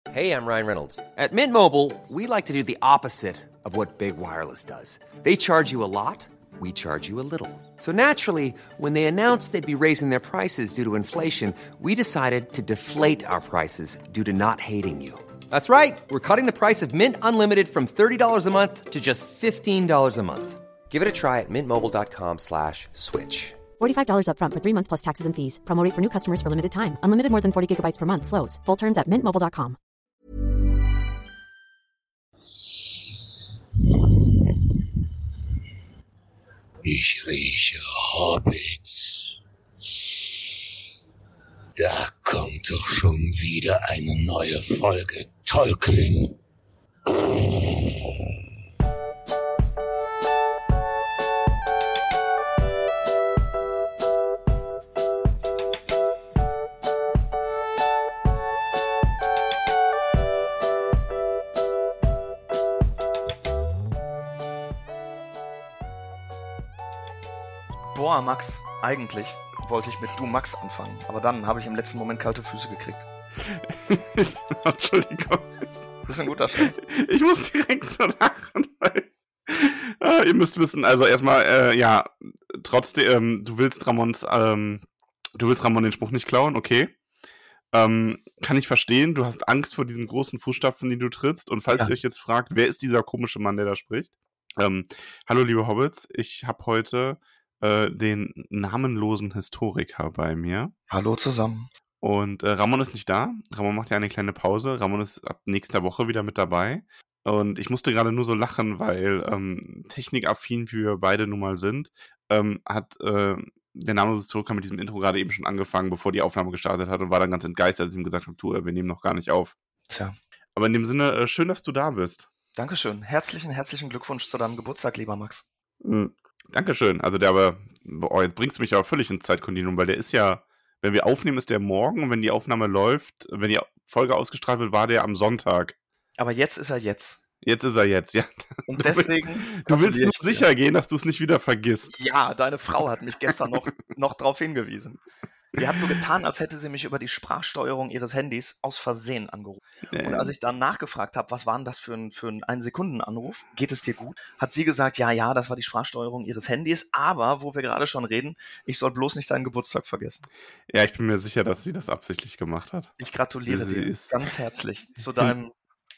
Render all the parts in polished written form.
Hey, I'm Ryan Reynolds. At Mint Mobile, we like to do the opposite of what Big Wireless does. They charge you a lot, we charge you a little. So naturally, when they announced they'd be raising their prices due to inflation, we decided to deflate our prices due to not hating you. That's right. We're cutting the price of Mint Unlimited from $30 a month to just $15 a month. Give it a try at mintmobile.com/switch. $45 up front for 3 months plus taxes and fees. Promo rate for new customers for limited time. Unlimited more than 40 gigabytes per month. Slows full terms at mintmobile.com. Ich rieche Hobbits. Da kommt doch schon wieder eine neue Folge Tolkien. Boah, Max, eigentlich wollte ich mit Du Max anfangen, aber dann habe ich im letzten Moment kalte Füße gekriegt. Entschuldigung. Das ist ein guter Schritt. Ich muss direkt so lachen, weil ihr müsst wissen, also erstmal, trotzdem, du willst Ramon den Spruch nicht klauen, okay. Kann ich verstehen, du hast Angst vor diesen großen Fußstapfen, die du trittst, und falls ihr euch jetzt fragt, wer ist dieser komische Mann, der da spricht? Hallo liebe Hobbits, ich habe heute den namenlosen Historiker bei mir. Hallo zusammen. Und Ramon ist nicht da. Ramon macht ja eine kleine Pause. Ramon ist ab nächster Woche wieder mit dabei. Und ich musste gerade nur so lachen, weil technikaffin, wie wir beide nun mal sind, hat der namenlose Historiker mit diesem Intro gerade eben schon angefangen, bevor die Aufnahme gestartet hat, und war dann ganz entgeistert, als ich ihm gesagt habe, wir nehmen noch gar nicht auf. Tja. Aber in dem Sinne, schön, dass du da bist. Dankeschön. Herzlichen Glückwunsch zu deinem Geburtstag, lieber Max. Dankeschön. Also jetzt bringst du mich aber völlig ins Zeitkontinuum, weil der ist ja, wenn wir aufnehmen, ist der morgen, und wenn die Aufnahme läuft, wenn die Folge ausgestrahlt wird, war der am Sonntag. Aber jetzt ist er jetzt. Jetzt ist er jetzt, ja. Und deswegen... Du willst nur sicher gehen, dass du es nicht wieder vergisst. Ja, deine Frau hat mich gestern noch darauf hingewiesen. Die hat so getan, als hätte sie mich über die Sprachsteuerung ihres Handys aus Versehen angerufen. Und als ich dann nachgefragt habe, was war denn das für ein 1-Sekunden-Anruf? Geht es dir gut? Hat sie gesagt, ja, das war die Sprachsteuerung ihres Handys, aber, wo wir gerade schon reden, ich soll bloß nicht deinen Geburtstag vergessen. Ja, ich bin mir sicher, dass sie das absichtlich gemacht hat. Ich gratuliere dir ganz herzlich zu deinem...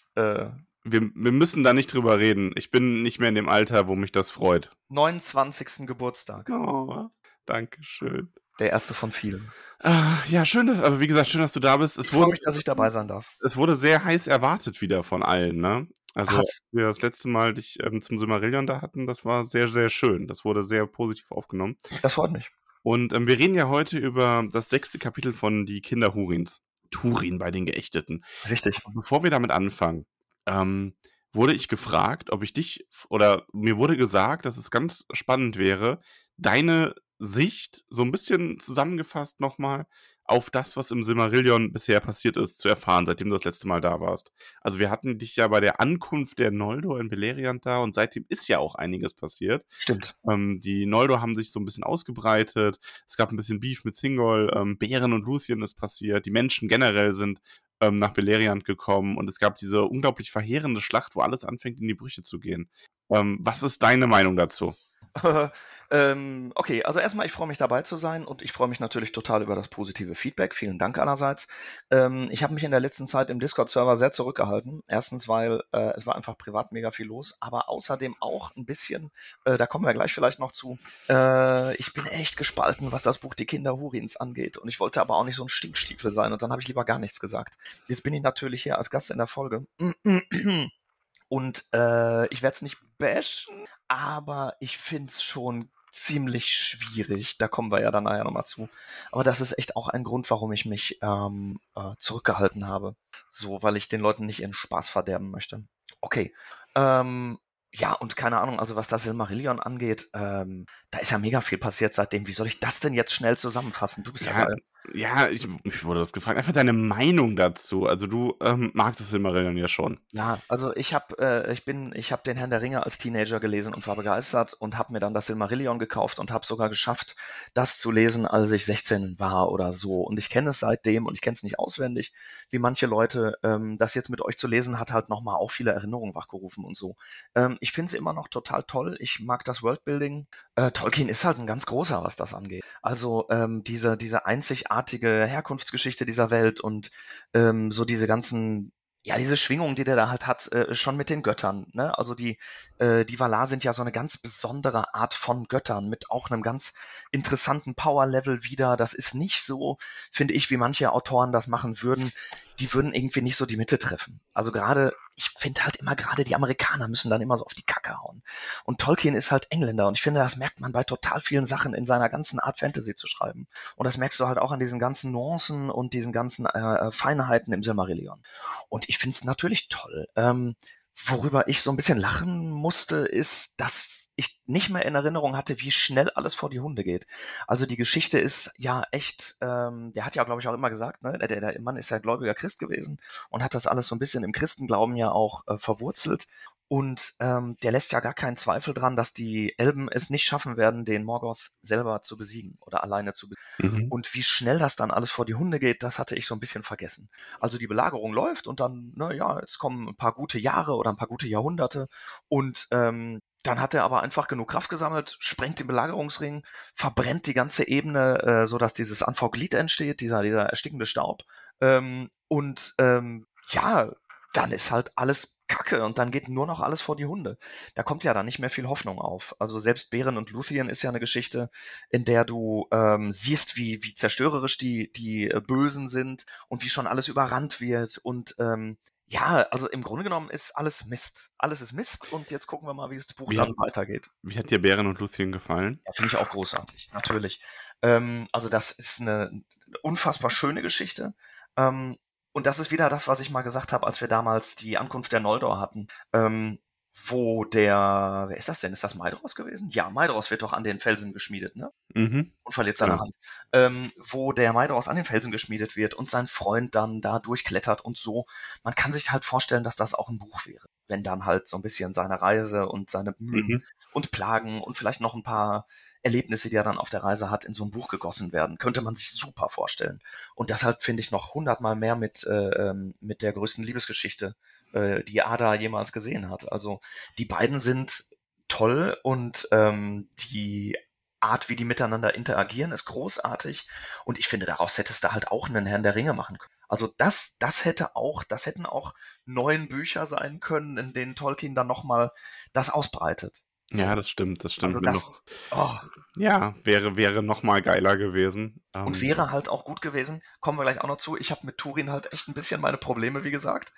Wir müssen da nicht drüber reden. Ich bin nicht mehr in dem Alter, wo mich das freut. 29. Geburtstag. Oh, danke schön. Der erste von vielen. Ja, schön, aber wie gesagt, schön, dass du da bist. Ich freue mich, dass ich dabei sein darf. Es wurde sehr heiß erwartet wieder von allen, ne? Also, als wir das letzte Mal dich zum Silmarillion da hatten, das war sehr, sehr schön. Das wurde sehr positiv aufgenommen. Das freut mich. Und wir reden ja heute über das 6. Kapitel von Die Kinder Hurins. Turin bei den Geächteten. Richtig. Aber bevor wir damit anfangen, wurde ich gefragt, mir wurde gesagt, dass es ganz spannend wäre, deine Sicht so ein bisschen zusammengefasst nochmal auf das, was im Silmarillion bisher passiert ist, zu erfahren, seitdem du das letzte Mal da warst. Also wir hatten dich ja bei der Ankunft der Noldor in Beleriand da, und seitdem ist ja auch einiges passiert. Stimmt. Die Noldor haben sich so ein bisschen ausgebreitet, es gab ein bisschen Beef mit Thingol, Beren und Luthien ist passiert, die Menschen generell sind nach Beleriand gekommen, und es gab diese unglaublich verheerende Schlacht, wo alles anfängt in die Brüche zu gehen. Was ist deine Meinung dazu? Okay, also erstmal, ich freue mich dabei zu sein, und ich freue mich natürlich total über das positive Feedback. Vielen Dank allerseits. Ich habe mich in der letzten Zeit im Discord-Server sehr zurückgehalten. Erstens, weil es war einfach privat mega viel los, aber außerdem auch ein bisschen, da kommen wir gleich vielleicht noch zu, ich bin echt gespalten, was das Buch Die Kinder Hurins angeht, und ich wollte aber auch nicht so ein Stinkstiefel sein, und dann habe ich lieber gar nichts gesagt. Jetzt bin ich natürlich hier als Gast in der Folge. Und ich werde es nicht bashen, aber ich finde es schon ziemlich schwierig. Da kommen wir ja dann nachher nochmal zu. Aber das ist echt auch ein Grund, warum ich mich zurückgehalten habe. So, weil ich den Leuten nicht ihren Spaß verderben möchte. Okay. Ja, und keine Ahnung, also was das Silmarillion angeht, da ist ja mega viel passiert seitdem. Wie soll ich das denn jetzt schnell zusammenfassen? Du bist ja geil. Ja, mich wurde das gefragt. Einfach deine Meinung dazu. Also du magst das Silmarillion ja schon. Ja, also ich habe den Herrn der Ringe als Teenager gelesen und war begeistert und habe mir dann das Silmarillion gekauft und habe sogar geschafft, das zu lesen, als ich 16 war oder so. Und ich kenne es seitdem und ich kenne es nicht auswendig, wie manche Leute. Das jetzt mit euch zu lesen, hat halt nochmal auch viele Erinnerungen wachgerufen und so. Ich finde es immer noch total toll. Ich mag das Worldbuilding. Tolkien ist halt ein ganz großer, was das angeht. Also diese einzigartige Herkunftsgeschichte dieser Welt und so diese ganzen, ja, diese Schwingung, die der da halt hat, schon mit den Göttern, ne? Also die Valar sind ja so eine ganz besondere Art von Göttern mit auch einem ganz interessanten Power-Level wieder. Das ist nicht so, finde ich, wie manche Autoren das machen würden. Die würden irgendwie nicht so die Mitte treffen. Also ich finde halt immer gerade die Amerikaner müssen dann immer so auf die Kacke hauen. Und Tolkien ist halt Engländer und ich finde, das merkt man bei total vielen Sachen in seiner ganzen Art Fantasy zu schreiben. Und das merkst du halt auch an diesen ganzen Nuancen und diesen ganzen Feinheiten im Silmarillion. Und ich finde es natürlich toll. Worüber ich so ein bisschen lachen musste, ist, dass ich nicht mehr in Erinnerung hatte, wie schnell alles vor die Hunde geht. Also die Geschichte ist ja echt, der hat ja, glaube ich, auch immer gesagt, ne, der Mann ist ja gläubiger Christ gewesen und hat das alles so ein bisschen im Christenglauben ja auch verwurzelt. Und der lässt ja gar keinen Zweifel dran, dass die Elben es nicht schaffen werden, den Morgoth selber zu besiegen oder alleine zu besiegen. Und wie schnell das dann alles vor die Hunde geht, das hatte ich so ein bisschen vergessen. Also die Belagerung läuft und dann, ja, jetzt kommen ein paar gute Jahre oder ein paar gute Jahrhunderte und dann hat er aber einfach genug Kraft gesammelt, sprengt den Belagerungsring, verbrennt die ganze Ebene, sodass dieses Anfauglied entsteht, dieser erstickende Staub. Ja, dann ist halt alles Kacke und dann geht nur noch alles vor die Hunde. Da kommt ja dann nicht mehr viel Hoffnung auf. Also selbst Beren und Luthien ist ja eine Geschichte, in der du siehst, wie zerstörerisch die Bösen sind und wie schon alles überrannt wird und ja, also im Grunde genommen ist alles Mist. Alles ist Mist und jetzt gucken wir mal, wie das Buch dann weitergeht. Wie hat dir Beren und Luthien gefallen? Ja, finde ich auch großartig, natürlich. Also das ist eine unfassbar schöne Geschichte. Und das ist wieder das, was ich mal gesagt habe, als wir damals die Ankunft der Noldor hatten. Wer ist das denn? Ist das Maedhros gewesen? Ja, Maedhros wird doch an den Felsen geschmiedet, ne? Mhm. Und verliert seine Hand. Wo der Maedhros an den Felsen geschmiedet wird und sein Freund dann da durchklettert und so. Man kann sich halt vorstellen, dass das auch ein Buch wäre. Wenn dann halt so ein bisschen seine Reise und seine Mühen und Plagen und vielleicht noch ein paar Erlebnisse, die er dann auf der Reise hat, in so ein Buch gegossen werden. Könnte man sich super vorstellen. Und deshalb finde ich noch 100-mal mehr mit der größten Liebesgeschichte, die Ada jemals gesehen hat. Also die beiden sind toll und die Art, wie die miteinander interagieren, ist großartig. Und ich finde, daraus hättest du halt auch einen Herrn der Ringe machen können. Also das hätten auch 9 Bücher sein können, in denen Tolkien dann nochmal das ausbreitet. So. Ja, das stimmt. Also Ja, wäre noch mal geiler gewesen. Und wäre halt auch gut gewesen, kommen wir gleich auch noch zu. Ich habe mit Turin halt echt ein bisschen meine Probleme, wie gesagt.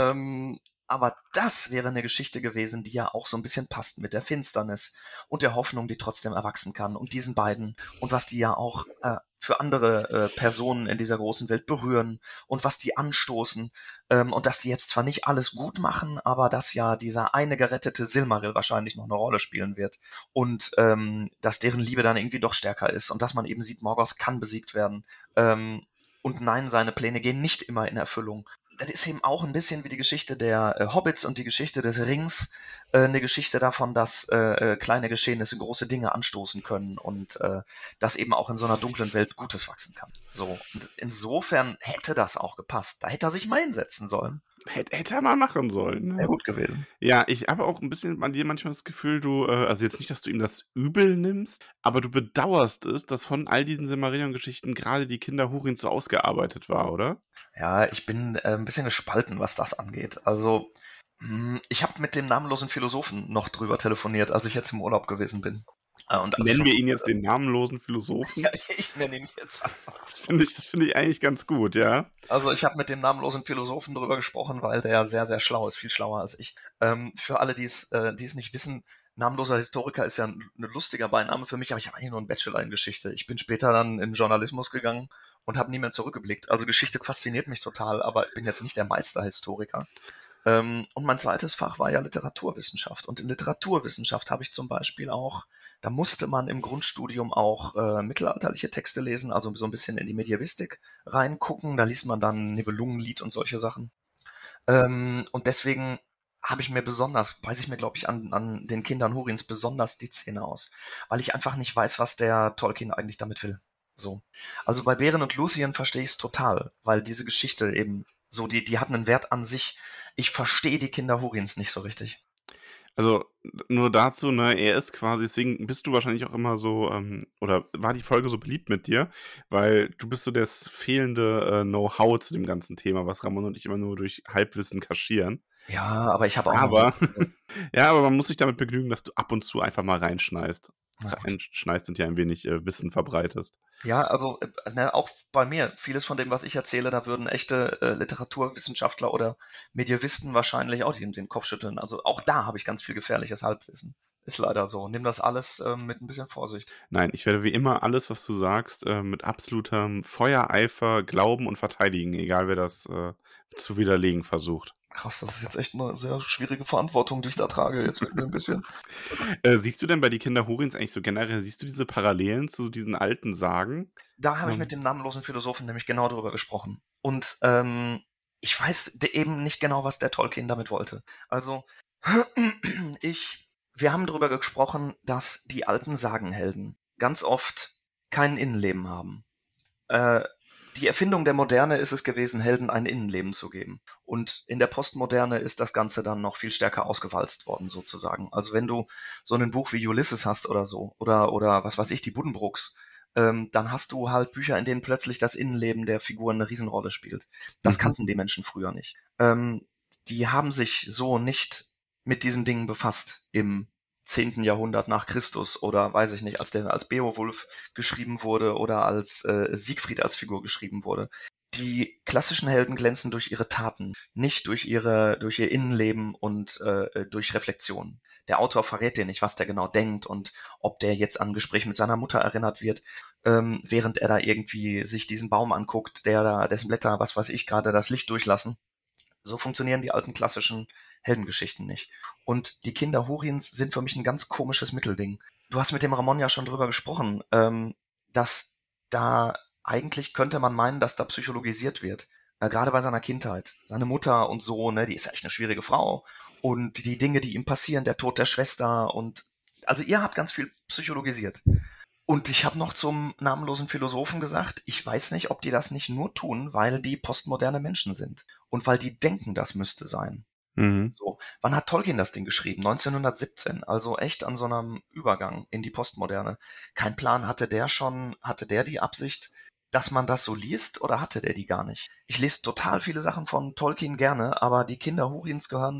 Aber das wäre eine Geschichte gewesen, die ja auch so ein bisschen passt mit der Finsternis und der Hoffnung, die trotzdem erwachsen kann und diesen beiden und was die ja auch für andere Personen in dieser großen Welt berühren und was die anstoßen und dass die jetzt zwar nicht alles gut machen, aber dass ja dieser eine gerettete Silmaril wahrscheinlich noch eine Rolle spielen wird und dass deren Liebe dann irgendwie doch stärker ist und dass man eben sieht, Morgoth kann besiegt werden und nein, seine Pläne gehen nicht immer in Erfüllung. Das ist eben auch ein bisschen wie die Geschichte der Hobbits und die Geschichte des Rings, eine Geschichte davon, dass kleine Geschehnisse große Dinge anstoßen können und dass eben auch in so einer dunklen Welt Gutes wachsen kann. So, und insofern hätte das auch gepasst. Da hätte er sich mal hinsetzen sollen. Hätte er mal machen sollen. Ne? Wäre gut gewesen. Ja, ich habe auch ein bisschen an dir manchmal das Gefühl, also jetzt nicht, dass du ihm das übel nimmst, aber du bedauerst es, dass von all diesen Silmarillion-Geschichten gerade die Kinder Hurins so ausgearbeitet war, oder? Ja, ich bin ein bisschen gespalten, was das angeht. Also, ich habe mit dem namenlosen Philosophen noch drüber telefoniert, als ich jetzt im Urlaub gewesen bin. Nennen wir ihn jetzt den namenlosen Philosophen? Ja, ich nenne ihn jetzt einfach. Das finde ich eigentlich ganz gut, ja. Also ich habe mit dem namenlosen Philosophen drüber gesprochen, weil der sehr, sehr schlau ist, viel schlauer als ich. Für alle, die es nicht wissen, namenloser Historiker ist ja ein lustiger Beiname für mich, aber ich habe eigentlich nur einen Bachelor in Geschichte. Ich bin später dann in Journalismus gegangen und habe nie mehr zurückgeblickt. Also Geschichte fasziniert mich total, aber ich bin jetzt nicht der Meisterhistoriker. Und mein zweites Fach war ja Literaturwissenschaft. Und in Literaturwissenschaft habe ich zum Beispiel auch, da musste man im Grundstudium auch mittelalterliche Texte lesen, also so ein bisschen in die Medievistik reingucken. Da liest man dann Nibelungenlied und solche Sachen. Und deswegen weiß ich mir, glaube ich, an den Kindern Hurins besonders die Zähne aus, weil ich einfach nicht weiß, was der Tolkien eigentlich damit will. So. Also bei Beren und Luthien verstehe ich es total, weil diese Geschichte eben so, die hat einen Wert an sich. Ich verstehe die Kinder Hurins nicht so richtig. Also nur dazu, ne, er ist quasi, deswegen bist du wahrscheinlich auch immer so, oder war die Folge so beliebt mit dir, weil du bist so das fehlende Know-how zu dem ganzen Thema, was Ramon und ich immer nur durch Halbwissen kaschieren. Ja, aber ich habe auch Aber, ja, aber man muss sich damit begnügen, dass du ab und zu einfach mal reinschneist. Na gut. Reinschneist und ja ein wenig Wissen verbreitest. Ja, also auch bei mir, vieles von dem, was ich erzähle, da würden echte Literaturwissenschaftler oder Medievisten wahrscheinlich auch den Kopf schütteln. Also auch da habe ich ganz viel gefährliches Halbwissen. Ist leider so. Nimm das alles mit ein bisschen Vorsicht. Nein, ich werde wie immer alles, was du sagst, mit absolutem Feuereifer glauben und verteidigen, egal wer das zu widerlegen versucht. Krass, das ist jetzt echt eine sehr schwierige Verantwortung, die ich da trage. Jetzt wird mir ein bisschen. Siehst du denn bei die Kinder Hurins eigentlich so generell, siehst du diese Parallelen zu diesen alten Sagen? Da habe ich mit dem namenlosen Philosophen nämlich genau drüber gesprochen. Und ich weiß eben nicht genau, was der Tolkien damit wollte. Also, wir haben drüber gesprochen, dass die alten Sagenhelden ganz oft kein Innenleben haben. Die Erfindung der Moderne ist es gewesen, Helden ein Innenleben zu geben. Und in der Postmoderne ist das Ganze dann noch viel stärker ausgewalzt worden, sozusagen. Also wenn du so ein Buch wie Ulysses hast oder so, oder was weiß ich, die Buddenbrooks, dann hast du halt Bücher, in denen plötzlich das Innenleben der Figuren eine Riesenrolle spielt. Das kannten die Menschen früher nicht. Die haben sich so nicht mit diesen Dingen befasst im 10. Jahrhundert nach Christus oder weiß ich nicht, als Beowulf geschrieben wurde oder als Siegfried als Figur geschrieben wurde. Die klassischen Helden glänzen durch ihre Taten, nicht durch ihr Innenleben und durch Reflexion. Der Autor verrät dir nicht, was der genau denkt und ob der jetzt an ein Gespräch mit seiner Mutter erinnert wird, während er da irgendwie sich diesen Baum anguckt, dessen Blätter, was weiß ich, gerade das Licht durchlassen. So funktionieren die alten klassischen Heldengeschichten nicht. Und die Kinder Hurins sind für mich ein ganz komisches Mittelding. Du hast mit dem Ramon ja schon drüber gesprochen, dass da eigentlich könnte man meinen, dass da psychologisiert wird. Gerade bei seiner Kindheit. Seine Mutter und so, ne, die ist ja echt eine schwierige Frau. Und die Dinge, die ihm passieren, der Tod der Schwester und also ihr habt ganz viel psychologisiert. Und ich habe noch zum namenlosen Philosophen gesagt, ich weiß nicht, ob die das nicht nur tun, weil die postmoderne Menschen sind. Und weil die denken, das müsste sein. So. Wann hat Tolkien das Ding geschrieben? 1917, also echt an so einem Übergang in die Postmoderne. Kein Plan, hatte der die Absicht, dass man das so liest oder hatte der die gar nicht? Ich lese total viele Sachen von Tolkien gerne, aber die Kinder Hurins gehören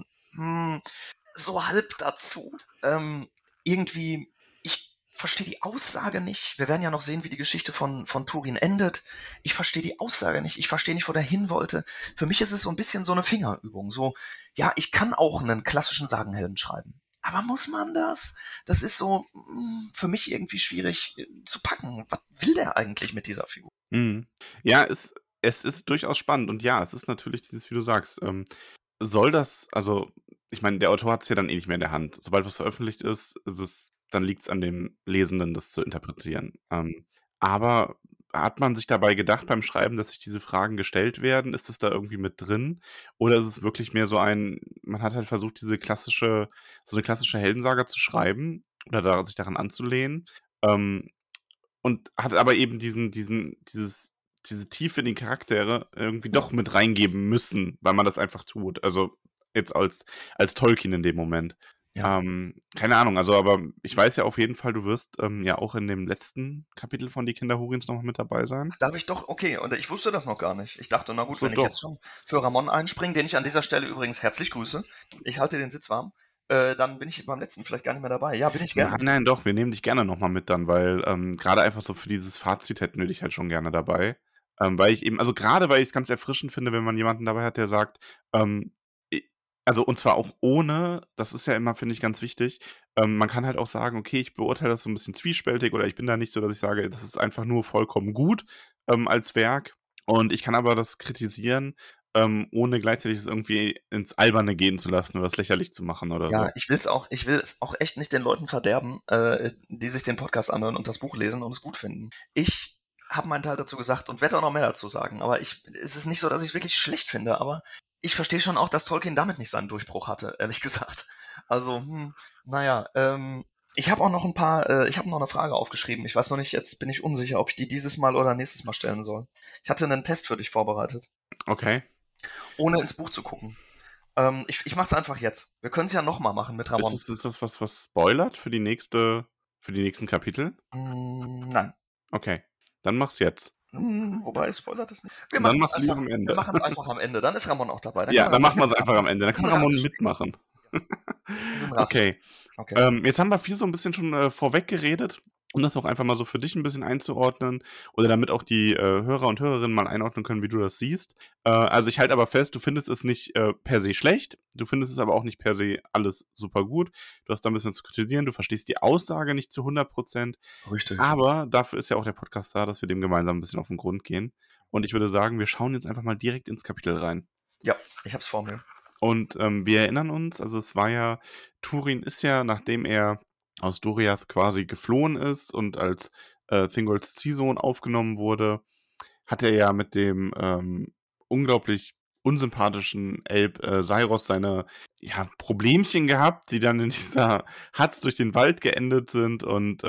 so halb dazu. Irgendwie, ich verstehe die Aussage nicht. Wir werden ja noch sehen, wie die Geschichte von Turin endet. Ich verstehe die Aussage nicht. Ich verstehe nicht, wo der hin wollte. Für mich ist es so ein bisschen so eine Fingerübung. So, ja, ich kann auch einen klassischen Sagenhelden schreiben. Aber muss man das? Das ist so für mich irgendwie schwierig zu packen. Was will der eigentlich mit dieser Figur? Ja, es ist durchaus spannend. Und ja, es ist natürlich dieses, wie du sagst, soll das, also, ich meine, der Autor hat es ja dann eh nicht mehr in der Hand. Sobald was veröffentlicht ist, dann liegt es an dem Lesenden, das zu interpretieren. Aber hat man sich dabei gedacht beim Schreiben, dass sich diese Fragen gestellt werden? Ist es da irgendwie mit drin? Oder ist es wirklich mehr so man hat halt versucht, so eine klassische Heldensaga zu schreiben oder sich daran anzulehnen, und hat aber eben diese Tiefe in die Charaktere irgendwie doch mit reingeben müssen, weil man das einfach tut. Also jetzt als Tolkien in dem Moment. Ja. Keine Ahnung, also aber ich weiß ja auf jeden Fall, du wirst ja auch in dem letzten Kapitel von Die Kinder Hurins nochmal mit dabei sein. Darf ich doch? Okay, und ich wusste das noch gar nicht. Ich dachte, na gut, So, wenn ich doch. jetzt schon für Ramon einspringe, den ich an dieser Stelle übrigens herzlich grüße. Ich halte den Sitz warm. Dann bin ich beim letzten vielleicht gar nicht mehr dabei. Ja, bin ich gerne. Nein, doch, wir nehmen dich gerne nochmal mit dann, weil gerade einfach so für dieses Fazit hätten wir dich halt schon gerne dabei. Weil ich es ganz erfrischend finde, wenn man jemanden dabei hat, der sagt, also und zwar auch ohne, das ist ja immer, finde ich, ganz wichtig, man kann halt auch sagen, okay, ich beurteile das so ein bisschen zwiespältig oder ich bin da nicht so, dass ich sage, das ist einfach nur vollkommen gut als Werk und ich kann aber das kritisieren, ohne gleichzeitig es irgendwie ins Alberne gehen zu lassen oder es lächerlich zu machen oder Ja, so. ich will es auch echt nicht den Leuten verderben, die sich den Podcast anhören und das Buch lesen und es gut finden. Ich habe meinen Teil dazu gesagt und werde auch noch mehr dazu sagen, aber es ist nicht so, dass ich es wirklich schlecht finde, aber ich verstehe schon auch, dass Tolkien damit nicht seinen Durchbruch hatte, ehrlich gesagt. Also, naja, ich habe auch noch ich habe noch eine Frage aufgeschrieben. Ich weiß noch nicht, jetzt bin ich unsicher, ob ich die dieses Mal oder nächstes Mal stellen soll. Ich hatte einen Test für dich vorbereitet, Okay. ohne ins Buch zu gucken. Ich mache es einfach jetzt. Wir können es ja nochmal machen mit Ramon. Ist das was spoilert für die nächsten Kapitel? Nein. Okay. Dann mach's jetzt. Wobei, spoilert es nicht. Wir Dann machen mach's lieber am Ende. Wir machen es einfach am Ende. Dann ist Ramon auch dabei. Ja, dann machen wir es einfach am Ende. Dann kann Ramon mitmachen. Okay. Jetzt haben wir viel so ein bisschen schon vorweg geredet, um das auch einfach mal so für dich ein bisschen einzuordnen oder damit auch die Hörer und Hörerinnen mal einordnen können, wie du das siehst. Also ich halte aber fest, du findest es nicht per se schlecht, du findest es aber auch nicht per se alles super gut. Du hast da ein bisschen zu kritisieren, du verstehst die Aussage nicht zu 100%. Richtig. Aber dafür ist ja auch der Podcast da, dass wir dem gemeinsam ein bisschen auf den Grund gehen. Und ich würde sagen, wir schauen jetzt einfach mal direkt ins Kapitel rein. Ja, ich hab's vor mir. Und wir erinnern uns, also es war ja, Turin ist ja, nachdem er aus Doriath quasi geflohen ist und als Thingolls Ziehsohn aufgenommen wurde, hat er ja mit dem unglaublich unsympathischen Elb Seiros seine Problemchen gehabt, die dann in dieser Hatz durch den Wald geendet sind und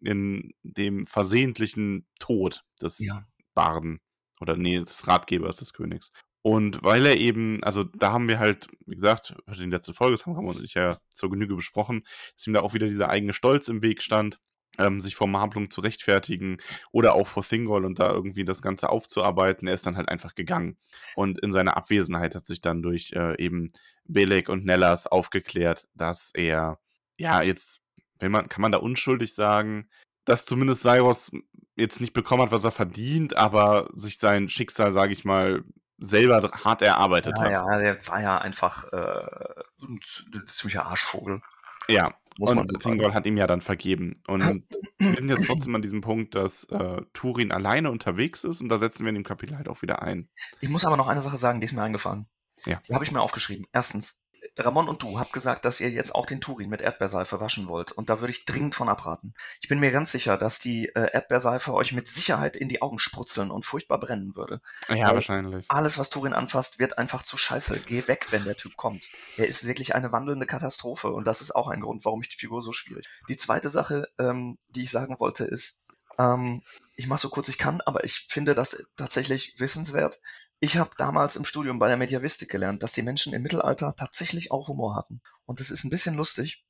in dem versehentlichen Tod des Barden des Ratgebers des Königs. Und weil er eben, also da haben wir halt, wie gesagt, in der letzten Folge, das haben wir und ich ja zur Genüge besprochen, dass ihm da auch wieder dieser eigene Stolz im Weg stand, sich vor Marplung zu rechtfertigen oder auch vor Thingol und da irgendwie das Ganze aufzuarbeiten. Er ist dann halt einfach gegangen. Und in seiner Abwesenheit hat sich dann durch eben Belek und Nellas aufgeklärt, dass er, jetzt, kann man da unschuldig sagen, dass zumindest Seiros jetzt nicht bekommen hat, was er verdient, aber sich sein Schicksal, sage ich mal, selber hart erarbeitet hat. Ja, der war ja einfach ein ziemlicher Arschvogel. Ja, Muss man und so Thingol hat ihm ja dann vergeben. Und wir sind jetzt trotzdem an diesem Punkt, dass Turin alleine unterwegs ist und da setzen wir in dem Kapitel halt auch wieder ein. Ich muss aber noch eine Sache sagen, die ist mir eingefallen. Ja. Die habe ich mir aufgeschrieben. Erstens, Ramon und du habt gesagt, dass ihr jetzt auch den Turin mit Erdbeerseife waschen wollt. Und da würde ich dringend von abraten. Ich bin mir ganz sicher, dass die Erdbeerseife euch mit Sicherheit in die Augen sprutzeln und furchtbar brennen würde. Ja, wahrscheinlich. Alles, was Turin anfasst, wird einfach zu scheiße. Geh weg, wenn der Typ kommt. Er ist wirklich eine wandelnde Katastrophe. Und das ist auch ein Grund, warum ich die Figur so schwierig. Die zweite Sache, die ich sagen wollte, ist, ich mache so kurz ich kann, aber ich finde das tatsächlich wissenswert. Ich habe damals im Studium bei der Mediavistik gelernt, dass die Menschen im Mittelalter tatsächlich auch Humor hatten. Und das ist ein bisschen lustig.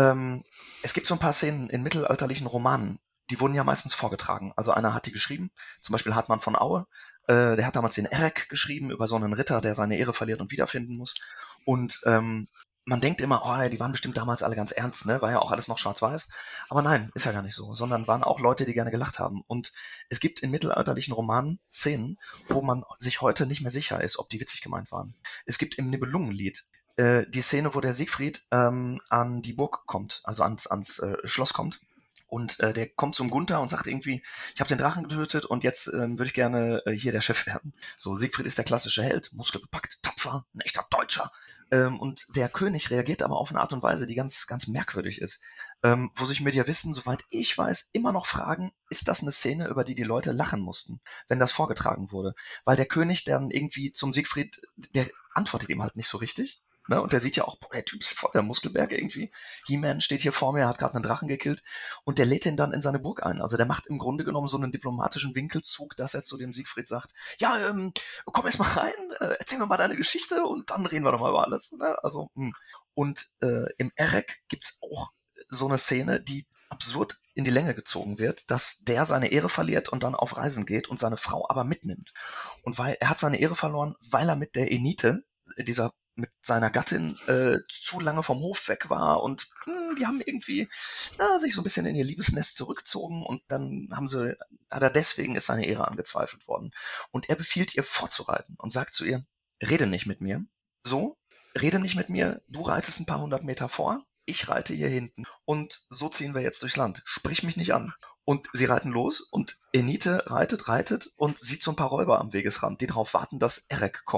Es gibt so ein paar Szenen in mittelalterlichen Romanen, die wurden ja meistens vorgetragen. Also einer hat die geschrieben, zum Beispiel Hartmann von Aue. Der hat damals den Erek geschrieben über so einen Ritter, der seine Ehre verliert und wiederfinden muss. Und man denkt immer, oh, die waren bestimmt damals alle ganz ernst, ne? War ja auch alles noch schwarz-weiß. Aber nein, ist ja gar nicht so, sondern waren auch Leute, die gerne gelacht haben. Und es gibt in mittelalterlichen Romanen Szenen, wo man sich heute nicht mehr sicher ist, ob die witzig gemeint waren. Es gibt im Nibelungenlied die Szene, wo der Siegfried an die Burg kommt, also ans Schloss kommt. Und der kommt zum Gunther und sagt irgendwie, ich habe den Drachen getötet und jetzt würde ich gerne hier der Chef werden. So, Siegfried ist der klassische Held, muskelbepackt, tapfer, ein echter Deutscher. Und der König reagiert aber auf eine Art und Weise, die ganz, ganz merkwürdig ist. Wo sich Mediavisten, soweit ich weiß, immer noch fragen, ist das eine Szene, über die Leute lachen mussten, wenn das vorgetragen wurde? Weil der König dann irgendwie zum Siegfried, der antwortet ihm halt nicht so richtig. Ne? Und der sieht ja auch, boah, der Typ ist voll der Muskelberg irgendwie. He-Man steht hier vor mir, hat gerade einen Drachen gekillt und der lädt ihn dann in seine Burg ein. Also der macht im Grunde genommen so einen diplomatischen Winkelzug, dass er zu dem Siegfried sagt, ja, komm erst mal rein, erzähl mir mal deine Geschichte und dann reden wir nochmal über alles. Ne? Also, und im Erek gibt's auch so eine Szene, die absurd in die Länge gezogen wird, dass der seine Ehre verliert und dann auf Reisen geht und seine Frau aber mitnimmt. Und weil er hat seine Ehre verloren, weil er mit der Enite, mit seiner Gattin zu lange vom Hof weg war und die haben irgendwie sich so ein bisschen in ihr Liebesnest zurückgezogen und dann deswegen ist seine Ehre angezweifelt worden. Und er befiehlt ihr vorzureiten und sagt zu ihr, rede nicht mit mir. So, rede nicht mit mir, du reitest ein paar 100 Meter vor, ich reite hier hinten. Und so ziehen wir jetzt durchs Land. Sprich mich nicht an. Und sie reiten los und Enite reitet und sieht so ein paar Räuber am Wegesrand, die darauf warten, dass Erek kommt,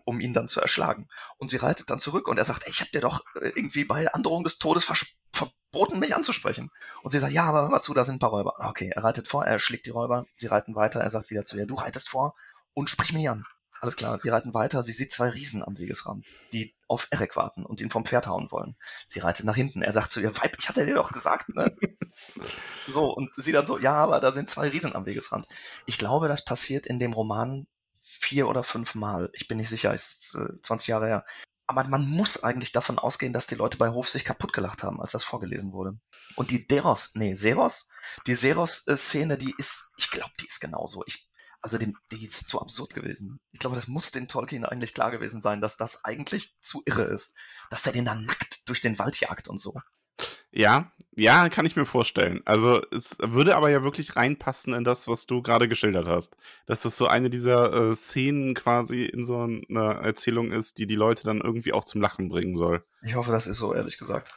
um ihn dann zu erschlagen. Und sie reitet dann zurück und er sagt, ey, ich habe dir doch irgendwie bei Androhung des Todes verboten, mich anzusprechen. Und sie sagt, ja, aber hör mal zu, da sind ein paar Räuber. Okay, er reitet vor, er erschlägt die Räuber, sie reiten weiter, er sagt wieder zu ihr, du reitest vor und sprich mich an. Alles klar, sie reiten weiter, sie sieht 2 Riesen am Wegesrand, die auf Eric warten und ihn vom Pferd hauen wollen. Sie reitet nach hinten, er sagt zu ihr, Weib, ich hatte dir doch gesagt, ne? So, und sie dann so, ja, aber da sind 2 Riesen am Wegesrand. Ich glaube, das passiert in dem Roman 4 oder 5 Mal. Ich bin nicht sicher, es ist 20 Jahre her. Aber man muss eigentlich davon ausgehen, dass die Leute bei Hof sich kaputt gelacht haben, als das vorgelesen wurde. Und die Seros-Szene, die ist, ich glaube, die ist genauso. Die ist zu absurd gewesen. Ich glaube, das muss dem Tolkien eigentlich klar gewesen sein, dass das eigentlich zu irre ist. Dass der den dann nackt durch den Wald jagt und so. Ja, kann ich mir vorstellen. Also es würde aber ja wirklich reinpassen in das, was du gerade geschildert hast. Dass das so eine dieser Szenen quasi in so einer Erzählung ist, die Leute dann irgendwie auch zum Lachen bringen soll. Ich hoffe, das ist so, ehrlich gesagt.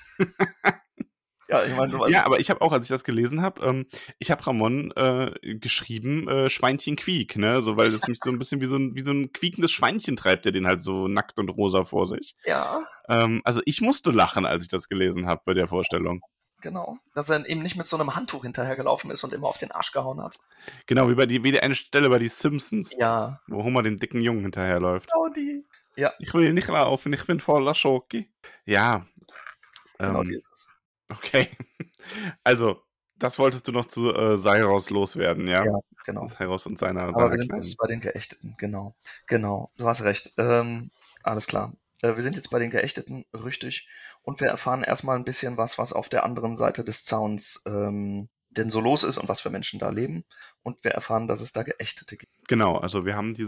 Ja, ich meine, du weißt. Ja, aber ich habe auch, als ich das gelesen habe, ich habe Ramon geschrieben, Schweinchen quiek, ne? So, weil das mich so ein bisschen wie so ein quiekendes Schweinchen treibt, der den halt so nackt und rosa vor sich. Ja. Also ich musste lachen, als ich das gelesen habe bei der Vorstellung. Genau. Dass er eben nicht mit so einem Handtuch hinterhergelaufen ist und immer auf den Arsch gehauen hat. Genau, wie eine Stelle bei die Simpsons. Ja. Wo Homer den dicken Jungen hinterherläuft. Genau die. Ja. Ich will nicht laufen, ich bin voller Schoki. Ja. Genau die ist es. Okay. Also, das wolltest du noch zu Seiros loswerden, ja? Ja, genau. Seiros und seiner Aber wir sind Kleinen. jetzt bei den Geächteten, genau. Genau, du hast recht. Alles klar. Wir sind jetzt bei den Geächteten, richtig. Und wir erfahren erstmal ein bisschen was auf der anderen Seite des Zauns denn so los ist und was für Menschen da leben. Und wir erfahren, dass es da Geächtete gibt. Genau, also wir haben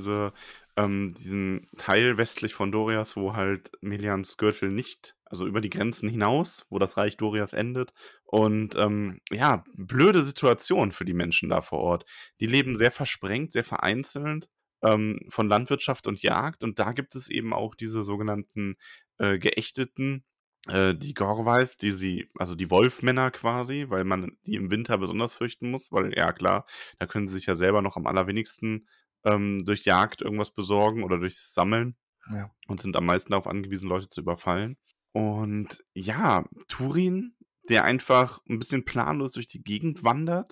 diesen Teil westlich von Doriath, wo halt Melians Gürtel nicht, also über die Grenzen hinaus, wo das Reich Doriath endet. Und ja, blöde Situation für die Menschen da vor Ort. Die leben sehr versprengt, sehr vereinzelt von Landwirtschaft und Jagd. Und da gibt es eben auch diese sogenannten Geächteten, die Gorwais, also die Wolfmänner quasi, weil man die im Winter besonders fürchten muss, weil, ja klar, da können sie sich ja selber noch am allerwenigsten durch Jagd irgendwas besorgen oder durchs Sammeln. Ja. Und sind am meisten darauf angewiesen, Leute zu überfallen. Und ja, Turin, der einfach ein bisschen planlos durch die Gegend wandert,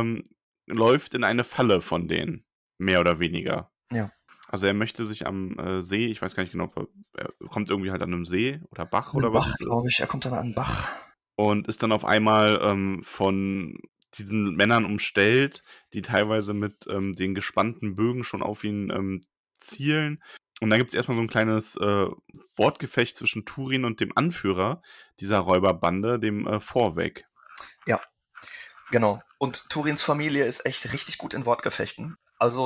läuft in eine Falle von denen, mehr oder weniger. Ja. Also er möchte sich am See, ich weiß gar nicht genau, er kommt irgendwie halt an einem See oder Bach An oder einem was. Bach, glaube ich. Er kommt dann an einen Bach. Und ist dann auf einmal von diesen Männern umstellt, die teilweise mit den gespannten Bögen schon auf ihn zielen. Und dann gibt es erstmal so ein kleines Wortgefecht zwischen Turin und dem Anführer dieser Räuberbande, dem Vorweg. Ja, genau. Und Turins Familie ist echt richtig gut in Wortgefechten. Also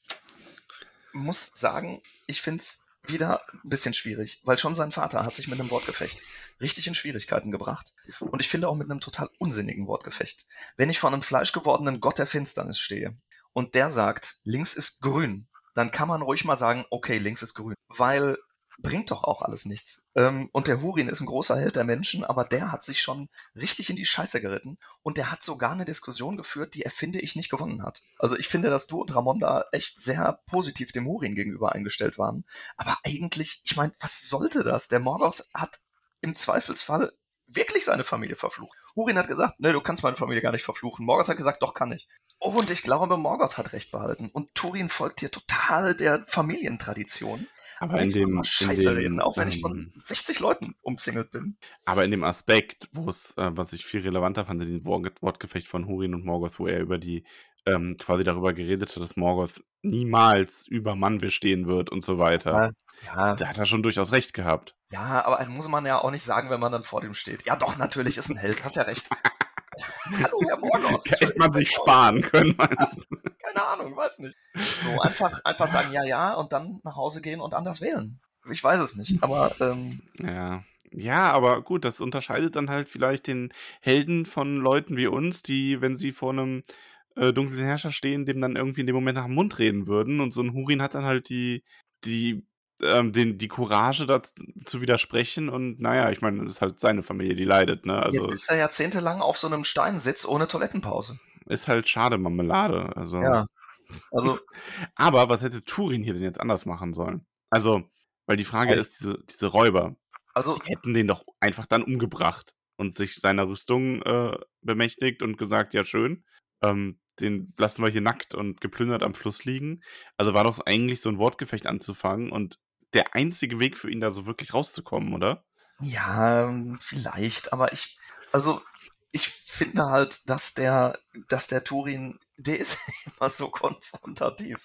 muss sagen, ich finde es wieder ein bisschen schwierig, weil schon sein Vater hat sich mit einem Wortgefecht richtig in Schwierigkeiten gebracht. Und ich finde auch mit einem total unsinnigen Wortgefecht. Wenn ich vor einem fleischgewordenen Gott der Finsternis stehe und der sagt, links ist grün, dann kann man ruhig mal sagen, okay, links ist grün. Weil bringt doch auch alles nichts. Und der Hurin ist ein großer Held der Menschen, aber der hat sich schon richtig in die Scheiße geritten und der hat sogar eine Diskussion geführt, die er, finde ich, nicht gewonnen hat. Also ich finde, dass du und Ramon da echt sehr positiv dem Hurin gegenüber eingestellt waren. Aber eigentlich, ich meine, was sollte das? Der Morgoth hat im Zweifelsfall wirklich seine Familie verflucht. Hurin hat gesagt, ne, du kannst meine Familie gar nicht verfluchen. Morgoth hat gesagt, doch, kann ich. Und ich glaube, Morgoth hat recht behalten. Und Turin folgt hier total der Familientradition. Aber in dem Scheiße reden, auch wenn ich von 60 Leuten umzingelt bin. Aber in dem Aspekt, wo es, was ich viel relevanter fand, in diesem Wortgefecht von Hurin und Morgoth, wo er über die quasi darüber geredet hat, dass Morgoth niemals über Manwë stehen wird und so weiter. Ja. Da hat er schon durchaus recht gehabt. Ja, aber muss man ja auch nicht sagen, wenn man dann vor dem steht. Ja, doch, natürlich ist ein Held, hast ja recht. Hallo, Herr Morgoth. Hätte man sich sparen können, meinst du? Keine Ahnung, weiß nicht. So, einfach sagen, ja, und dann nach Hause gehen und anders wählen. Ich weiß es nicht, aber Ja, aber gut, das unterscheidet dann halt vielleicht den Helden von Leuten wie uns, die, wenn sie vor einem dunklen Herrscher stehen, dem dann irgendwie in dem Moment nach dem Mund reden würden. Und so ein Hurin hat dann halt die Courage, dazu zu widersprechen. Und naja, ich meine, es ist halt seine Familie, die leidet, ne? Also jetzt ist er jahrzehntelang auf so einem Steinsitz ohne Toilettenpause. ist halt schade Marmelade. Also. Ja. Also, Aber was hätte Turin hier denn jetzt anders machen sollen? Also, weil die Frage ist, diese Räuber, Also, die hätten den doch einfach dann umgebracht und sich seiner Rüstung bemächtigt und gesagt, ja schön, den lassen wir hier nackt und geplündert am Fluss liegen. Also war doch eigentlich so ein Wortgefecht anzufangen und der einzige Weg für ihn da so wirklich rauszukommen, oder? ja, vielleicht, aber also ich finde halt, dass der Turin, der ist immer so konfrontativ.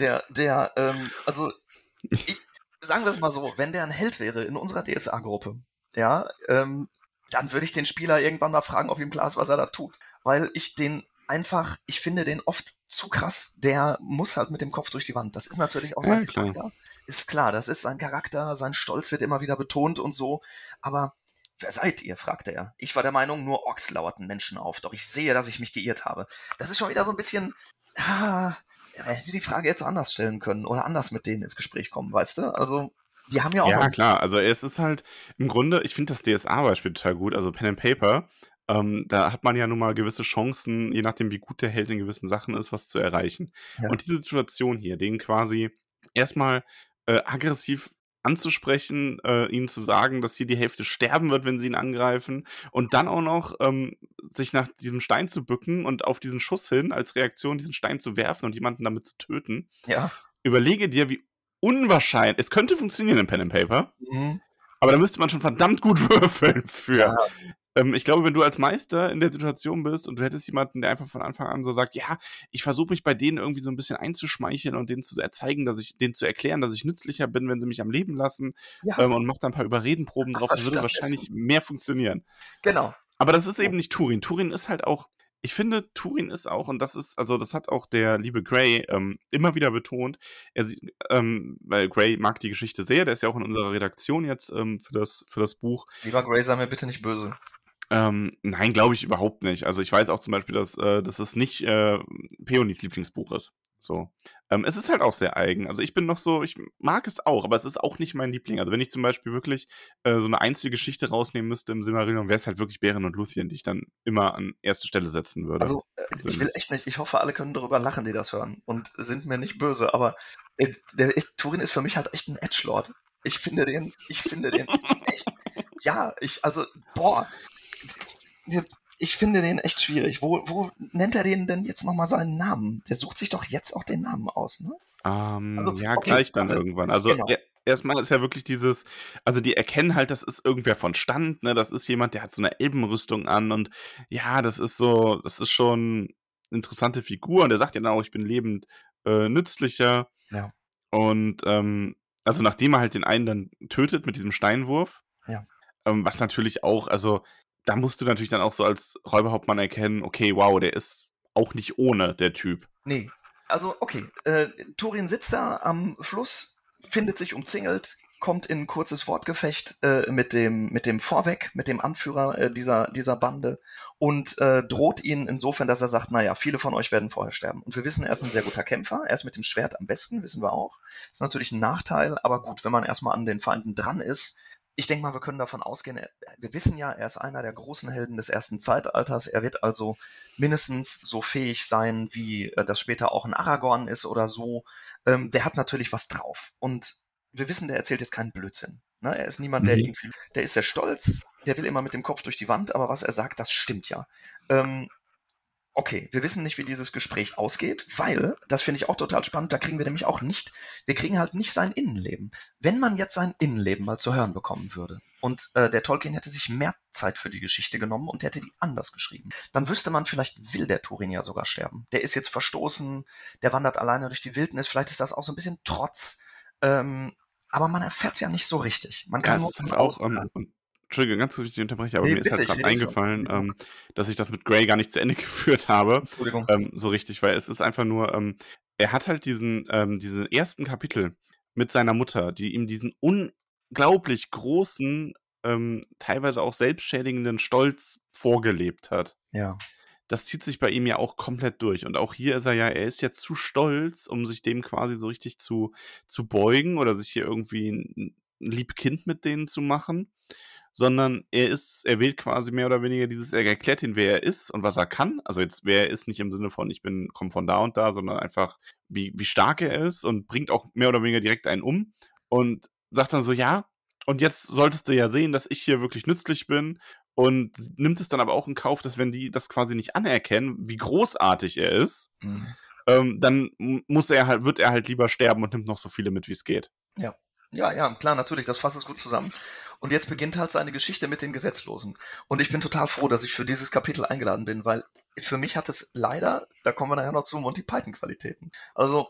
Also sagen wir es mal so, wenn der ein Held wäre in unserer DSA-Gruppe, ja, dann würde ich den Spieler irgendwann mal fragen, ob ihm klar ist, was er da tut. Weil ich finde den oft zu krass. Der muss halt mit dem Kopf durch die Wand. Das ist natürlich auch sein Charakter. Ist klar, das ist sein Charakter, sein Stolz wird immer wieder betont und so. Aber wer seid ihr, fragte er. Ich war der Meinung, nur Orks lauerten Menschen auf, doch ich sehe, dass ich mich geirrt habe. Das ist schon wieder so ein bisschen, er hätte die Frage jetzt anders stellen können oder anders mit denen ins Gespräch kommen, weißt du? Also, die haben ja auch Ja, klar. Also es ist halt im Grunde, ich finde das DSA-Beispiel total gut, also Pen and Paper. Da hat man ja nun mal gewisse Chancen, je nachdem, wie gut der Held in gewissen Sachen ist, was zu erreichen. Ja. Und diese Situation hier, den quasi erstmal aggressiv anzusprechen, ihnen zu sagen, dass hier die Hälfte sterben wird, wenn sie ihn angreifen und dann auch noch sich nach diesem Stein zu bücken und auf diesen Schuss hin als Reaktion diesen Stein zu werfen und jemanden damit zu töten. Ja. Überlege dir, wie unwahrscheinlich, es könnte funktionieren in Pen and Paper, Mhm. aber da müsste man schon verdammt gut würfeln für. Ja. Ich glaube, wenn du als Meister in der Situation bist und du hättest jemanden, der einfach von Anfang an so sagt, ja, ich versuche mich bei denen irgendwie so ein bisschen einzuschmeicheln und denen zu zeigen, denen zu erklären, dass ich nützlicher bin, wenn sie mich am Leben lassen, Ja. und macht dann ein paar Überredenproben drauf, das würde wahrscheinlich mehr funktionieren. Genau. Aber das ist eben nicht Turin. Turin ist halt auch, ich finde, Turin ist auch, und das ist, also das hat auch der liebe Gray immer wieder betont, weil Gray mag die Geschichte sehr, der ist ja auch in unserer Redaktion jetzt für das Buch. Lieber Gray, sei mir bitte nicht böse. Nein, glaube ich überhaupt nicht. Also ich weiß auch zum Beispiel, dass es nicht Peonies Lieblingsbuch ist. So. Es ist halt auch sehr eigen. Also ich bin noch so, ich mag es auch, aber es ist auch nicht mein Liebling. Also wenn ich zum Beispiel wirklich so eine einzige Geschichte rausnehmen müsste im Silmarillion, wäre es halt wirklich Beren und Luthien, die ich dann immer an erste Stelle setzen würde. Also ich will echt nicht, ich hoffe, alle können darüber lachen, die das hören und sind mir nicht böse, aber Turin ist für mich halt echt ein Edgelord. Ich finde den echt, ja, ich finde den echt schwierig. Wo nennt er den denn jetzt nochmal seinen Namen? Der sucht sich doch jetzt auch den Namen aus, ne? Ja, okay, gleich dann irgendwann. Also genau. Erstmal ist ja wirklich dieses, also die erkennen halt, das ist irgendwer von Stand, ne? Das ist jemand, der hat so eine Elbenrüstung an und ja, das ist schon eine interessante Figur und der sagt ja dann auch, ich bin lebend nützlicher. Ja. Und also nachdem er halt den einen dann tötet mit diesem Steinwurf, ja. Was natürlich auch, also da musst du natürlich dann auch so als Räuberhauptmann erkennen, okay, wow, der ist auch nicht ohne, der Typ. Nee, also okay, Turin sitzt da am Fluss, findet sich umzingelt, kommt in ein kurzes Wortgefecht mit dem Vorweg, mit dem Anführer dieser Bande und droht ihnen insofern, dass er sagt, naja, viele von euch werden vorher sterben. Und wir wissen, er ist ein sehr guter Kämpfer, er ist mit dem Schwert am besten, wissen wir auch. Ist natürlich ein Nachteil, aber gut, wenn man erstmal an den Feinden dran ist, ich denke mal, wir können davon ausgehen, wir wissen ja, er ist einer der großen Helden des ersten Zeitalters, er wird also mindestens so fähig sein, wie das später auch ein Aragorn ist oder so. Der hat natürlich was drauf und wir wissen, der erzählt jetzt keinen Blödsinn. Ne? Er ist niemand, der ist sehr stolz, der will immer mit dem Kopf durch die Wand, aber was er sagt, das stimmt ja. Okay, wir wissen nicht, wie dieses Gespräch ausgeht, weil, das finde ich auch total spannend, wir kriegen halt nicht sein Innenleben. Wenn man jetzt sein Innenleben mal zu hören bekommen würde und der Tolkien hätte sich mehr Zeit für die Geschichte genommen und hätte die anders geschrieben, dann wüsste man, vielleicht will der Turin ja sogar sterben. Der ist jetzt verstoßen, der wandert alleine durch die Wildnis, vielleicht ist das auch so ein bisschen Trotz, aber man erfährt es ja nicht so richtig. Man kann Entschuldigung, ganz kurz, ich unterbreche, aber mir ist halt gerade eingefallen, dass ich das mit Gray gar nicht zu Ende geführt habe. Entschuldigung. So richtig, weil es ist einfach nur, er hat halt diesen ersten Kapitel mit seiner Mutter, die ihm diesen unglaublich großen, teilweise auch selbstschädigenden Stolz vorgelebt hat. Ja. Das zieht sich bei ihm ja auch komplett durch. Und auch hier ist er ist jetzt zu stolz, um sich dem quasi so richtig zu beugen oder sich hier irgendwie ein Liebkind mit denen zu machen, sondern er wählt quasi mehr oder weniger er erklärt ihn, wer er ist und was er kann. Also jetzt, wer er ist, nicht im Sinne von, komme von da und da, sondern einfach, wie stark er ist und bringt auch mehr oder weniger direkt einen um. und sagt dann so, ja, und jetzt solltest du ja sehen, dass ich hier wirklich nützlich bin und nimmt es dann aber auch in Kauf, dass wenn die das quasi nicht anerkennen, wie großartig er ist, dann wird er halt lieber sterben und nimmt noch so viele mit, wie es geht. Ja. Ja, klar, natürlich, das fasst es gut zusammen. Und jetzt beginnt halt seine Geschichte mit den Gesetzlosen. Und ich bin total froh, dass ich für dieses Kapitel eingeladen bin, weil für mich hat es leider, da kommen wir nachher noch zu, Monty Python-Qualitäten. Also,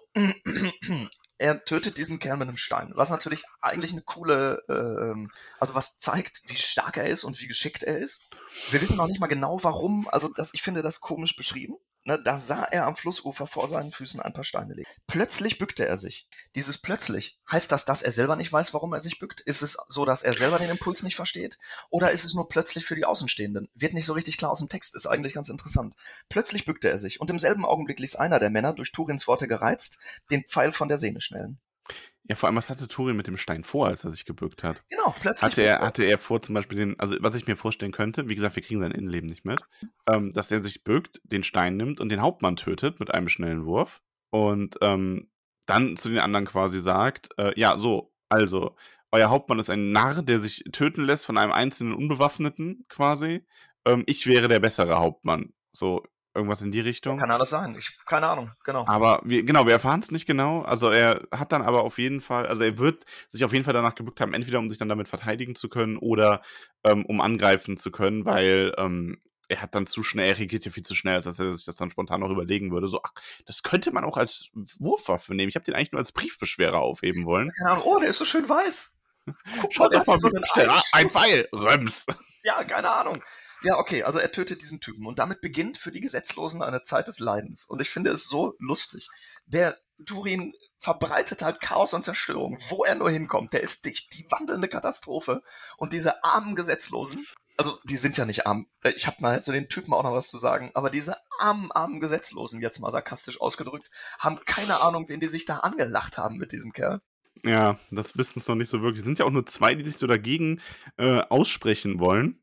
er tötet diesen Kerl mit einem Stein, was natürlich eigentlich eine coole, also was zeigt, wie stark er ist und wie geschickt er ist. Wir wissen noch nicht mal genau, warum, also ich finde das komisch beschrieben. Ne, da sah er am Flussufer vor seinen Füßen ein paar Steine liegen. Plötzlich bückte er sich. Dieses plötzlich, heißt das, dass er selber nicht weiß, warum er sich bückt? Ist es so, dass er selber den Impuls nicht versteht? Oder ist es nur plötzlich für die Außenstehenden? Wird nicht so richtig klar aus dem Text, ist eigentlich ganz interessant. Plötzlich bückte er sich und im selben Augenblick ließ einer der Männer, durch Turins Worte gereizt, den Pfeil von der Sehne schnellen. Ja, vor allem, was hatte Turin mit dem Stein vor, als er sich gebückt hat? Genau, plötzlich. Hatte er vor, zum Beispiel also was ich mir vorstellen könnte, wie gesagt, wir kriegen sein Innenleben nicht mit, dass er sich bückt, den Stein nimmt und den Hauptmann tötet mit einem schnellen Wurf und dann zu den anderen quasi sagt, ja, so, also, euer Hauptmann ist ein Narr, der sich töten lässt von einem einzelnen Unbewaffneten quasi. Ich wäre der bessere Hauptmann. So, irgendwas in die Richtung. Kann alles sein. Keine Ahnung, genau. Aber wir erfahren es nicht genau. Also er hat dann aber auf jeden Fall, also er wird sich auf jeden Fall danach gebückt haben, entweder um sich dann damit verteidigen zu können oder um angreifen zu können, weil er hat dann zu schnell, er reagiert ja viel zu schnell, als dass er sich das dann spontan noch überlegen würde. So, ach, das könnte man auch als Wurfwaffe nehmen. Ich habe den eigentlich nur als Briefbeschwerer aufheben wollen. Keine Ahnung, oh, der ist so schön weiß. Guck mal, der hat so ein Pfeil, Röms. Ja, keine Ahnung. Ja, okay, also er tötet diesen Typen und damit beginnt für die Gesetzlosen eine Zeit des Leidens. Und ich finde es so lustig. Der Turin verbreitet halt Chaos und Zerstörung, wo er nur hinkommt. Der ist dicht, die wandelnde Katastrophe. Und diese armen Gesetzlosen, also die sind ja nicht arm, ich habe mal zu den Typen auch noch was zu sagen, aber diese armen Gesetzlosen, jetzt mal sarkastisch ausgedrückt, haben keine Ahnung, wen die sich da angelacht haben mit diesem Kerl. Ja, das wissen es noch nicht so wirklich. Es sind ja auch nur 2, die sich so dagegen aussprechen wollen.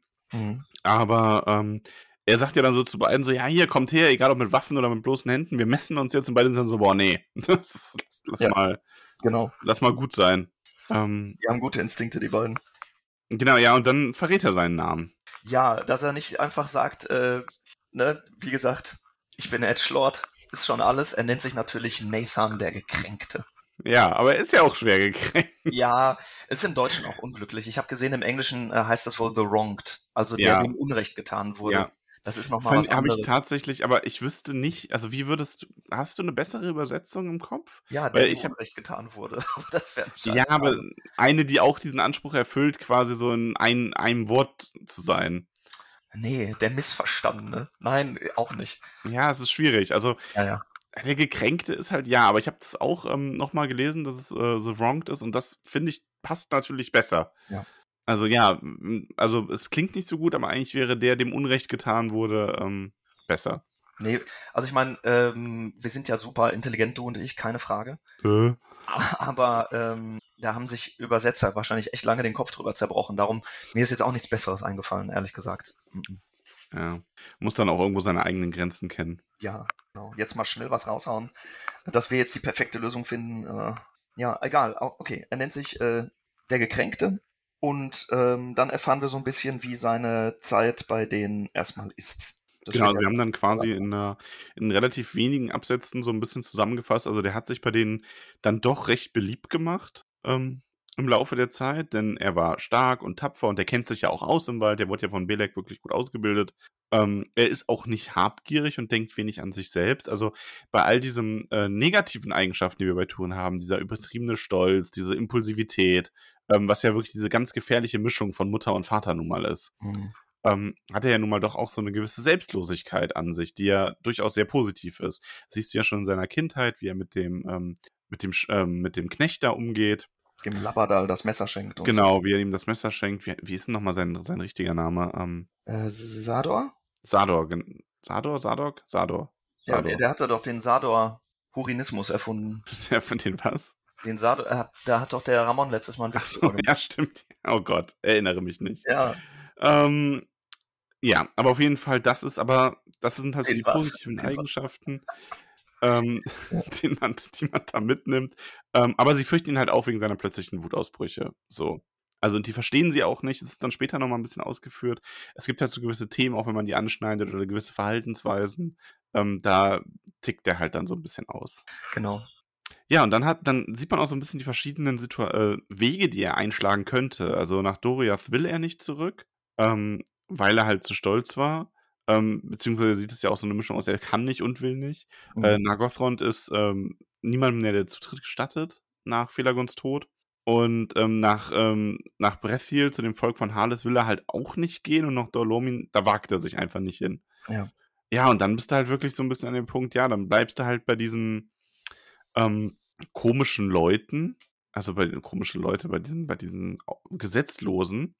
Aber er sagt ja dann so zu beiden so, ja, hier, kommt her, egal ob mit Waffen oder mit bloßen Händen, wir messen uns jetzt und beide sind dann so, boah, nee, lass mal gut sein. Die haben gute Instinkte, die beiden. Genau, ja, und dann verrät er seinen Namen. Ja, dass er nicht einfach sagt, wie gesagt, ich bin Edgelord, ist schon alles. Er nennt sich natürlich Nathan der Gekränkte. Ja, aber er ist ja auch schwer gekränkt. Ja, ist im Deutschen auch unglücklich. Ich habe gesehen, im Englischen heißt das wohl The Wronged, also der dem Unrecht getan wurde. Ja. Das ist nochmal was anderes. Habe ich tatsächlich, aber ich wüsste nicht, also hast du eine bessere Übersetzung im Kopf? Ja, der dem Unrecht getan wurde. Das wäre ja, aber eine, die auch diesen Anspruch erfüllt, quasi so in einem Wort zu sein. Nee, der Missverstandene. Nein, auch nicht. Ja, es ist schwierig. Also, ja. Der Gekränkte ist halt, ja, aber ich habe das auch nochmal gelesen, dass es The Wronged ist und das, finde ich, passt natürlich besser. Ja. Also ja, also es klingt nicht so gut, aber eigentlich wäre der, dem Unrecht getan wurde, besser. Nee, also ich meine, wir sind ja super intelligent, du und ich, keine Frage. Aber da haben sich Übersetzer wahrscheinlich echt lange den Kopf drüber zerbrochen. Darum, mir ist jetzt auch nichts Besseres eingefallen, ehrlich gesagt. Ja, muss dann auch irgendwo seine eigenen Grenzen kennen. Ja, genau. Jetzt mal schnell was raushauen, dass wir jetzt die perfekte Lösung finden. Ja, egal. Okay, er nennt sich der Gekränkte und dann erfahren wir so ein bisschen, wie seine Zeit bei denen erstmal ist. Genau, also wir haben dann quasi in relativ wenigen Absätzen so ein bisschen zusammengefasst. Also der hat sich bei denen dann doch recht beliebt gemacht im Laufe der Zeit, denn er war stark und tapfer und der kennt sich ja auch aus im Wald. Der wurde ja von Belek wirklich gut ausgebildet. Er ist auch nicht habgierig und denkt wenig an sich selbst. Also bei all diesen negativen Eigenschaften, die wir bei Turin haben, dieser übertriebene Stolz, diese Impulsivität, was ja wirklich diese ganz gefährliche Mischung von Mutter und Vater nun mal ist. Hat er ja nun mal doch auch so eine gewisse Selbstlosigkeit an sich, die ja durchaus sehr positiv ist. Das siehst du ja schon in seiner Kindheit, wie er mit dem Knecht da umgeht. Dem Lapperdal das Messer schenkt. Und genau, so. Wie er ihm das Messer schenkt. Wie ist denn nochmal sein richtiger Name? Sador? Sador. Ja, der hatte doch den Sador-Hurinismus erfunden. Ja, von den was? Den Sador, da hat doch der Ramon letztes Mal einen Witz gemacht. Ja, stimmt. Oh Gott, erinnere mich nicht. Ja. Ja, aber auf jeden Fall, das sind halt so die positiven Eigenschaften. die man da mitnimmt. Aber sie fürchten ihn halt auch wegen seiner plötzlichen Wutausbrüche. So. Also die verstehen sie auch nicht. Es ist dann später nochmal ein bisschen ausgeführt. Es gibt halt so gewisse Themen, auch wenn man die anschneidet oder gewisse Verhaltensweisen. Da tickt der halt dann so ein bisschen aus. Genau. Ja, und dann sieht man auch so ein bisschen die verschiedenen Wege, die er einschlagen könnte. Also nach Doriath will er nicht zurück, weil er halt zu stolz war. Beziehungsweise sieht es ja auch so eine Mischung aus, er kann nicht und will nicht. Nargothrond ist niemandem, der Zutritt gestattet nach Felagons Tod. Und nach Brethiel, zu dem Volk von Harleth, will er halt auch nicht gehen. Und nach Dolomin, da wagt er sich einfach nicht hin. Ja. Ja, und dann bist du halt wirklich so ein bisschen an dem Punkt, ja, dann bleibst du halt bei diesen komischen Leuten, also bei den bei diesen Gesetzlosen,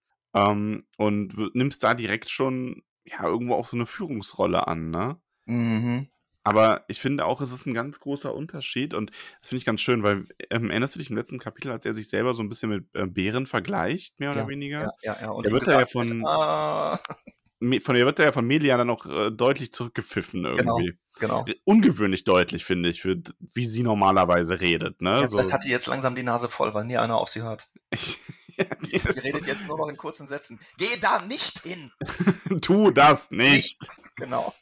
und nimmst da direkt schon, ja, irgendwo auch so eine Führungsrolle an, ne? Mhm. Aber ich finde auch, es ist ein ganz großer Unterschied und das finde ich ganz schön, weil erinnerst du dich im letzten Kapitel, als er sich selber so ein bisschen mit Bären vergleicht, mehr oder weniger? Ja. Und Der ihm wird da ja gesagt wird, der wird ja von Melia dann auch deutlich zurückgepfiffen irgendwie. genau. Ungewöhnlich deutlich, finde ich, für wie sie normalerweise redet. Ne? Ja, So. vielleicht hat die jetzt langsam die Nase voll, weil nie einer auf sie hört. Ja, Die redet jetzt nur noch in kurzen Sätzen. Geh da nicht hin! Tu das nicht! Genau.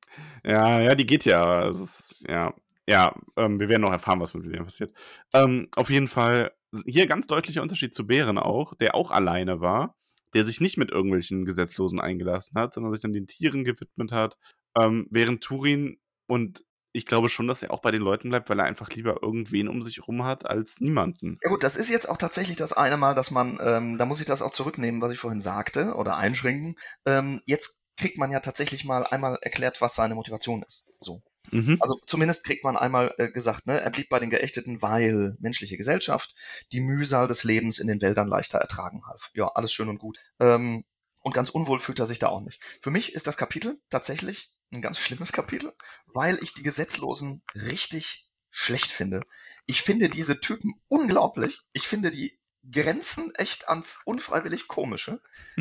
Ja, die geht ja. Wir werden noch erfahren, was mit ihr passiert. Auf jeden Fall, hier ganz deutlicher Unterschied zu Bären auch, der auch alleine war, der sich nicht mit irgendwelchen Gesetzlosen eingelassen hat, sondern sich dann den Tieren gewidmet hat, während Turin, und ich glaube schon, dass er auch bei den Leuten bleibt, weil er einfach lieber irgendwen um sich rum hat, als niemanden. Ja gut, das ist jetzt auch tatsächlich das eine Mal, dass man, da muss ich das auch zurücknehmen, was ich vorhin sagte, oder einschränken. Jetzt kriegt man ja tatsächlich mal einmal erklärt, was seine Motivation ist. So. Also zumindest kriegt man einmal gesagt, ne, er blieb bei den Geächteten, weil menschliche Gesellschaft die Mühsal des Lebens in den Wäldern leichter ertragen half. Ja, alles schön und gut. Und ganz unwohl fühlt er sich da auch nicht. Für mich ist das Kapitel tatsächlich ein ganz schlimmes Kapitel, weil ich die Gesetzlosen richtig schlecht finde. Ich finde diese Typen unglaublich. Ich finde die grenzen echt ans unfreiwillig Komische.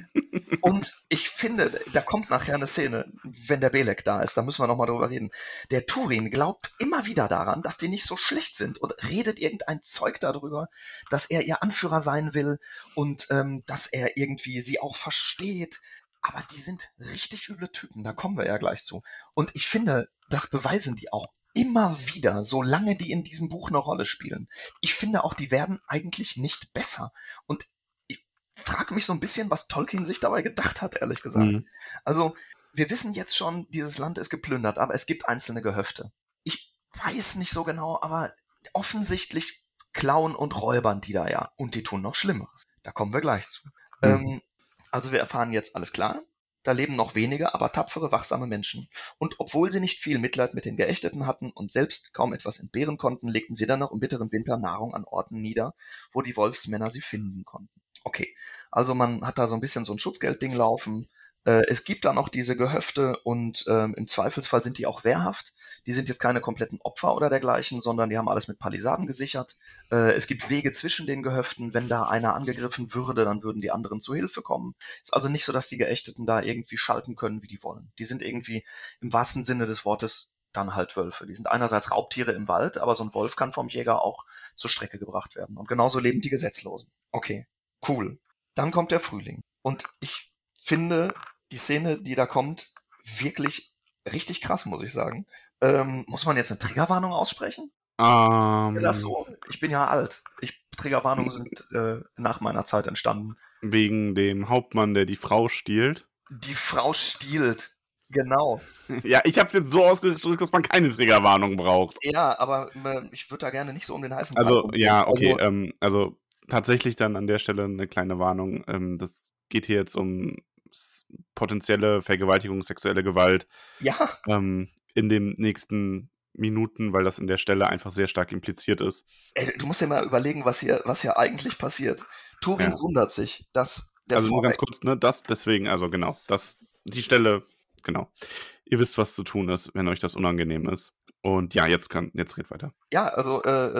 Und ich finde, da kommt nachher eine Szene, wenn der Belek da ist, da müssen wir nochmal drüber reden. Der Turin glaubt immer wieder daran, dass die nicht so schlecht sind und redet irgendein Zeug darüber, dass er ihr Anführer sein will und dass er irgendwie sie auch versteht. Aber die sind richtig üble Typen, da kommen wir ja gleich zu. Und ich finde, das beweisen die auch immer wieder, solange die in diesem Buch eine Rolle spielen. Ich finde auch, die werden eigentlich nicht besser. Und ich frage mich so ein bisschen, was Tolkien sich dabei gedacht hat, ehrlich gesagt. Also, wir wissen jetzt schon, dieses Land ist geplündert, aber es gibt einzelne Gehöfte. Ich weiß nicht so genau, aber offensichtlich klauen und räubern die da ja. Und die tun noch Schlimmeres. Da kommen wir gleich zu. Also wir erfahren jetzt, alles klar, da leben noch wenige, aber tapfere, wachsame Menschen. Und obwohl sie nicht viel Mitleid mit den Geächteten hatten und selbst kaum etwas entbehren konnten, legten sie dann noch im bitteren Winter Nahrung an Orten nieder, wo die Wolfsmänner sie finden konnten. Okay, also man hat da so ein bisschen so ein Schutzgeldding laufen. Es gibt da noch diese Gehöfte und im Zweifelsfall sind die auch wehrhaft. Die sind jetzt keine kompletten Opfer oder dergleichen, sondern die haben alles mit Palisaden gesichert. Es gibt Wege zwischen den Gehöften. Wenn da einer angegriffen würde, dann würden die anderen zu Hilfe kommen. Ist also nicht so, dass die Geächteten da irgendwie schalten können, wie die wollen. Die sind irgendwie im wahrsten Sinne des Wortes dann halt Wölfe. Die sind einerseits Raubtiere im Wald, aber so ein Wolf kann vom Jäger auch zur Strecke gebracht werden. Und genauso leben die Gesetzlosen. Okay, cool. Dann kommt der Frühling. Und ich finde die Szene, die da kommt, wirklich richtig krass, muss ich sagen. Muss man jetzt eine Triggerwarnung aussprechen? Ist das so? Ich bin ja alt. Triggerwarnungen sind nach meiner Zeit entstanden. Wegen dem Hauptmann, der die Frau stiehlt. Die Frau stiehlt, genau. Ja, ich habe es jetzt so ausgedrückt, dass man keine Triggerwarnung braucht. Ja, aber ich würde da gerne nicht so um den heißen Also, ja, okay. Also tatsächlich dann an der Stelle eine kleine Warnung. Das geht hier jetzt um potenzielle Vergewaltigung, sexuelle Gewalt. Ja. In den nächsten Minuten, weil das in der Stelle einfach sehr stark impliziert ist. Ey, du musst dir mal überlegen, was hier eigentlich passiert. Turin wundert sich, dass der Also nur ganz kurz, ne, deswegen, also genau, die Stelle, genau. Ihr wisst, was zu tun ist, wenn euch das unangenehm ist. Und ja, jetzt red weiter. Ja, also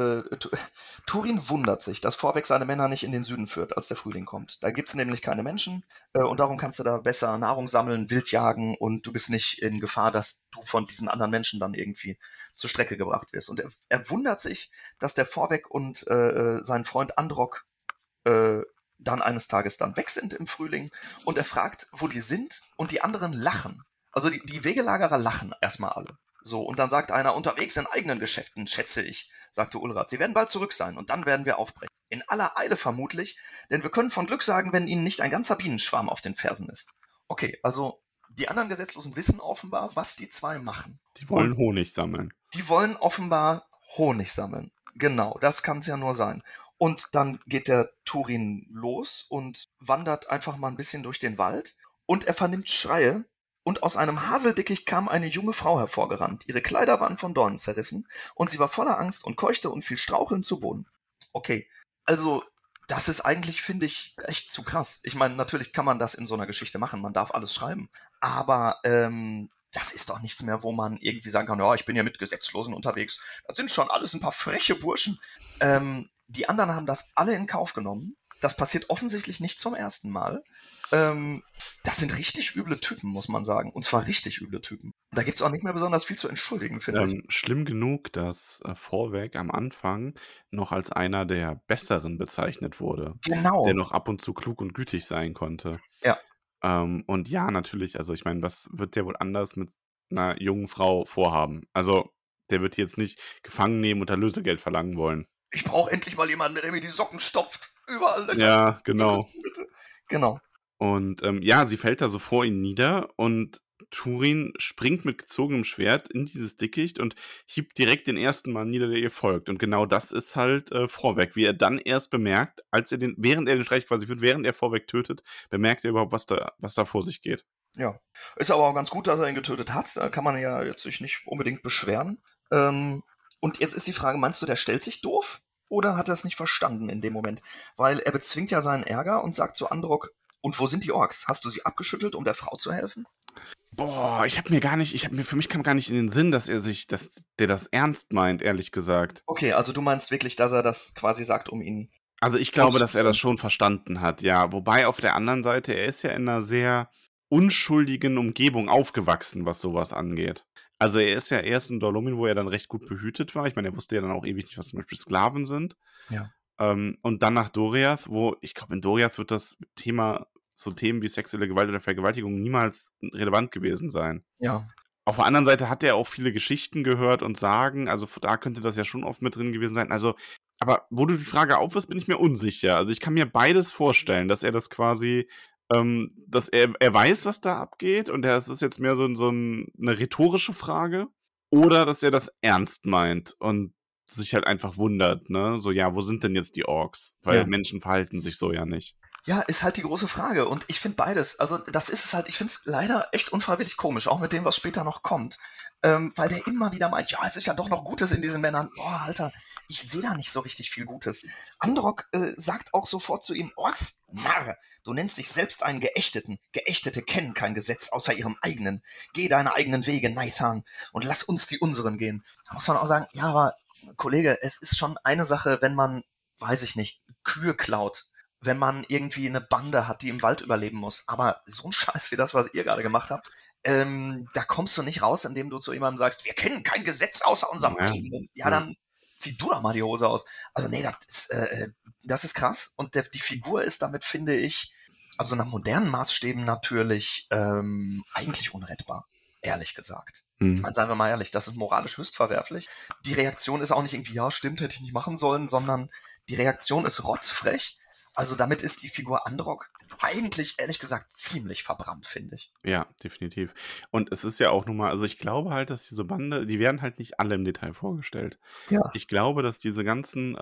Turin wundert sich, dass Vorweg seine Männer nicht in den Süden führt, als der Frühling kommt. Da gibt's nämlich keine Menschen und darum kannst du da besser Nahrung sammeln, Wild jagen und du bist nicht in Gefahr, dass du von diesen anderen Menschen dann irgendwie zur Strecke gebracht wirst. Und er wundert sich, dass der Vorweg und sein Freund Androck dann eines Tages dann weg sind im Frühling und er fragt, wo die sind und die anderen lachen. Also die Wegelagerer lachen erstmal alle. So, und dann sagt einer, unterwegs in eigenen Geschäften, schätze ich, sagte Ulrad. Sie werden bald zurück sein und dann werden wir aufbrechen. In aller Eile vermutlich, denn wir können von Glück sagen, wenn ihnen nicht ein ganzer Bienenschwarm auf den Fersen ist. Okay, also die anderen Gesetzlosen wissen offenbar, was die zwei machen. Die wollen Honig sammeln. Die wollen offenbar Honig sammeln. Genau, das kann es ja nur sein. Und dann geht der Turin los und wandert einfach mal ein bisschen durch den Wald und er vernimmt Schreie. Und aus einem Haseldickicht kam eine junge Frau hervorgerannt. Ihre Kleider waren von Dornen zerrissen und sie war voller Angst und keuchte und fiel strauchelnd zu Boden. Okay, also das ist eigentlich, finde ich, echt zu krass. Ich meine, natürlich kann man das in so einer Geschichte machen, man darf alles schreiben, aber das ist doch nichts mehr, wo man irgendwie sagen kann, ja, ich bin ja mit Gesetzlosen unterwegs. Das sind schon alles ein paar freche Burschen. Die anderen haben das alle in Kauf genommen. Das passiert offensichtlich nicht zum ersten Mal. Das sind richtig üble Typen, muss man sagen. Und zwar richtig üble Typen. Da gibt's auch nicht mehr besonders viel zu entschuldigen, finde ich. Schlimm genug, dass Vorweg am Anfang noch als einer der Besseren bezeichnet wurde. Genau. Der noch ab und zu klug und gütig sein konnte. Ja. Und ja, natürlich, also ich meine, was wird der wohl anders mit einer jungen Frau vorhaben? Also, der wird die jetzt nicht gefangen nehmen und da Lösegeld verlangen wollen. Ich brauche endlich mal jemanden, der mir die Socken stopft. Überall Löcher. Ja, genau. Bitte. Genau. Und ja, sie fällt da so vor ihn nieder und Turin springt mit gezogenem Schwert in dieses Dickicht und hiebt direkt den ersten Mann nieder, der ihr folgt. Und genau das ist halt Vorweg. Wie er dann erst bemerkt, während er den Streich quasi führt, während er Vorweg tötet, bemerkt er überhaupt, was da vor sich geht. Ja, ist aber auch ganz gut, dass er ihn getötet hat. Da kann man ja jetzt sich nicht unbedingt beschweren. Und jetzt ist die Frage, meinst du, der stellt sich doof? Oder hat er es nicht verstanden in dem Moment? Weil er bezwingt ja seinen Ärger und sagt zu Androck, und wo sind die Orks? Hast du sie abgeschüttelt, um der Frau zu helfen? Boah, für mich kam gar nicht in den Sinn, dass der das ernst meint, ehrlich gesagt. Okay, also du meinst wirklich, dass er das quasi sagt, um ihn... Also ich glaube, dass er das schon verstanden hat, ja. Wobei auf der anderen Seite, er ist ja in einer sehr unschuldigen Umgebung aufgewachsen, was sowas angeht. Also er ist ja erst in Dolomin, wo er dann recht gut behütet war. Ich meine, er wusste ja dann auch ewig nicht, was zum Beispiel Sklaven sind. Ja. Und dann nach Doriath, wo, ich glaube, in Doriath wird das Thema, so Themen wie sexuelle Gewalt oder Vergewaltigung niemals relevant gewesen sein. Ja. Auf der anderen Seite hat er auch viele Geschichten gehört und Sagen, also da könnte das ja schon oft mit drin gewesen sein. Also, aber wo du die Frage aufwirfst, bin ich mir unsicher. Also ich kann mir beides vorstellen, dass er das quasi, dass er weiß, was da abgeht und es ist jetzt mehr so eine rhetorische Frage oder dass er das ernst meint und sich halt einfach wundert, ne? So, ja, wo sind denn jetzt die Orks? Weil Menschen verhalten sich so ja nicht. Ja, ist halt die große Frage. Und ich finde beides. Also das ist es halt, ich finde es leider echt unfreiwillig komisch, auch mit dem, was später noch kommt. Weil der immer wieder meint, ja, es ist ja doch noch Gutes in diesen Männern. Boah, Alter, ich sehe da nicht so richtig viel Gutes. Androck sagt auch sofort zu ihm, Orks, Narr, du nennst dich selbst einen Geächteten. Geächtete kennen kein Gesetz außer ihrem eigenen. Geh deine eigenen Wege, Neithan, und lass uns die unseren gehen. Da muss man auch sagen, ja, aber Kollege, es ist schon eine Sache, wenn man, weiß ich nicht, Kühe klaut, wenn man irgendwie eine Bande hat, die im Wald überleben muss. Aber so ein Scheiß wie das, was ihr gerade gemacht habt, da kommst du nicht raus, indem du zu jemandem sagst, wir kennen kein Gesetz außer unserem eigenen. Ja, dann zieh du doch mal die Hose aus. Also nee, das ist krass. Und die Figur ist damit, finde ich, also nach modernen Maßstäben natürlich eigentlich unrettbar. Ehrlich gesagt. Ich meine, seien wir mal ehrlich, das ist moralisch höchst verwerflich. Die Reaktion ist auch nicht irgendwie, ja, stimmt, hätte ich nicht machen sollen, sondern die Reaktion ist rotzfrech. Also damit ist die Figur Androck eigentlich, ehrlich gesagt, ziemlich verbrannt, finde ich. Ja, definitiv. Und es ist ja auch nun mal, also ich glaube halt, dass diese Bande, die werden halt nicht alle im Detail vorgestellt. Ja. Ich glaube, dass diese ganzen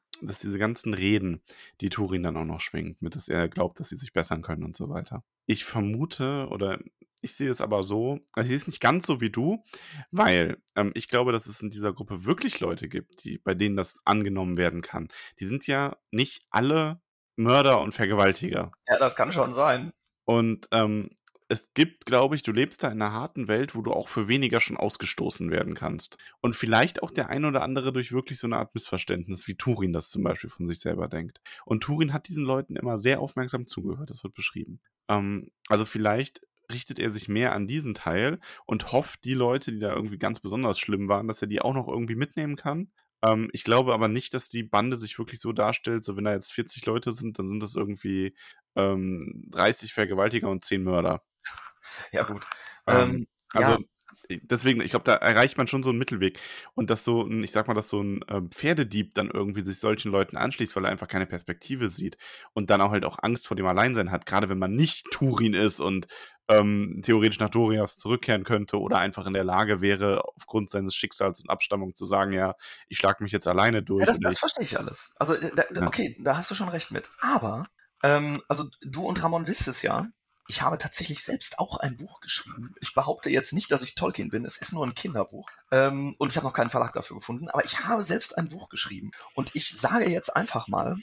Reden, die Turin dann auch noch schwingt, mit dass er glaubt, dass sie sich bessern können und so weiter. Ich vermute, oder ich sehe es aber so, also ich sehe es nicht ganz so wie du, weil ich glaube, dass es in dieser Gruppe wirklich Leute gibt, bei denen das angenommen werden kann. Die sind ja nicht alle Mörder und Vergewaltiger. Ja, das kann schon sein. Und es gibt, glaube ich, du lebst da in einer harten Welt, wo du auch für weniger schon ausgestoßen werden kannst. Und vielleicht auch der ein oder andere durch wirklich so eine Art Missverständnis, wie Turin das zum Beispiel von sich selber denkt. Und Turin hat diesen Leuten immer sehr aufmerksam zugehört, das wird beschrieben. Also vielleicht richtet er sich mehr an diesen Teil und hofft, die Leute, die da irgendwie ganz besonders schlimm waren, dass er die auch noch irgendwie mitnehmen kann. Ich glaube aber nicht, dass die Bande sich wirklich so darstellt, so wenn da jetzt 40 Leute sind, dann sind das irgendwie 30 Vergewaltiger und 10 Mörder. Ja, gut. Also deswegen, ich glaube, da erreicht man schon so einen Mittelweg. Und dass so ein, ich sag mal, dass so ein Pferdedieb dann irgendwie sich solchen Leuten anschließt, weil er einfach keine Perspektive sieht und dann auch halt auch Angst vor dem Alleinsein hat, gerade wenn man nicht Turin ist und theoretisch nach Dorias zurückkehren könnte oder einfach in der Lage wäre, aufgrund seines Schicksals und Abstammung zu sagen, ja, ich schlag mich jetzt alleine durch. Ja, das verstehe ich alles. Also, okay, da hast du schon recht mit. Aber, also du und Ramon wisst es ja, ich habe tatsächlich selbst auch ein Buch geschrieben. Ich behaupte jetzt nicht, dass ich Tolkien bin. Es ist nur ein Kinderbuch. Und ich habe noch keinen Verlag dafür gefunden. Aber ich habe selbst ein Buch geschrieben. Und ich sage jetzt einfach mal,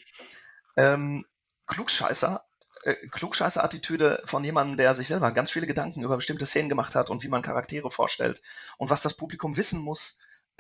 Klugscheißer-Attitüde von jemandem, der sich selber ganz viele Gedanken über bestimmte Szenen gemacht hat und wie man Charaktere vorstellt und was das Publikum wissen muss.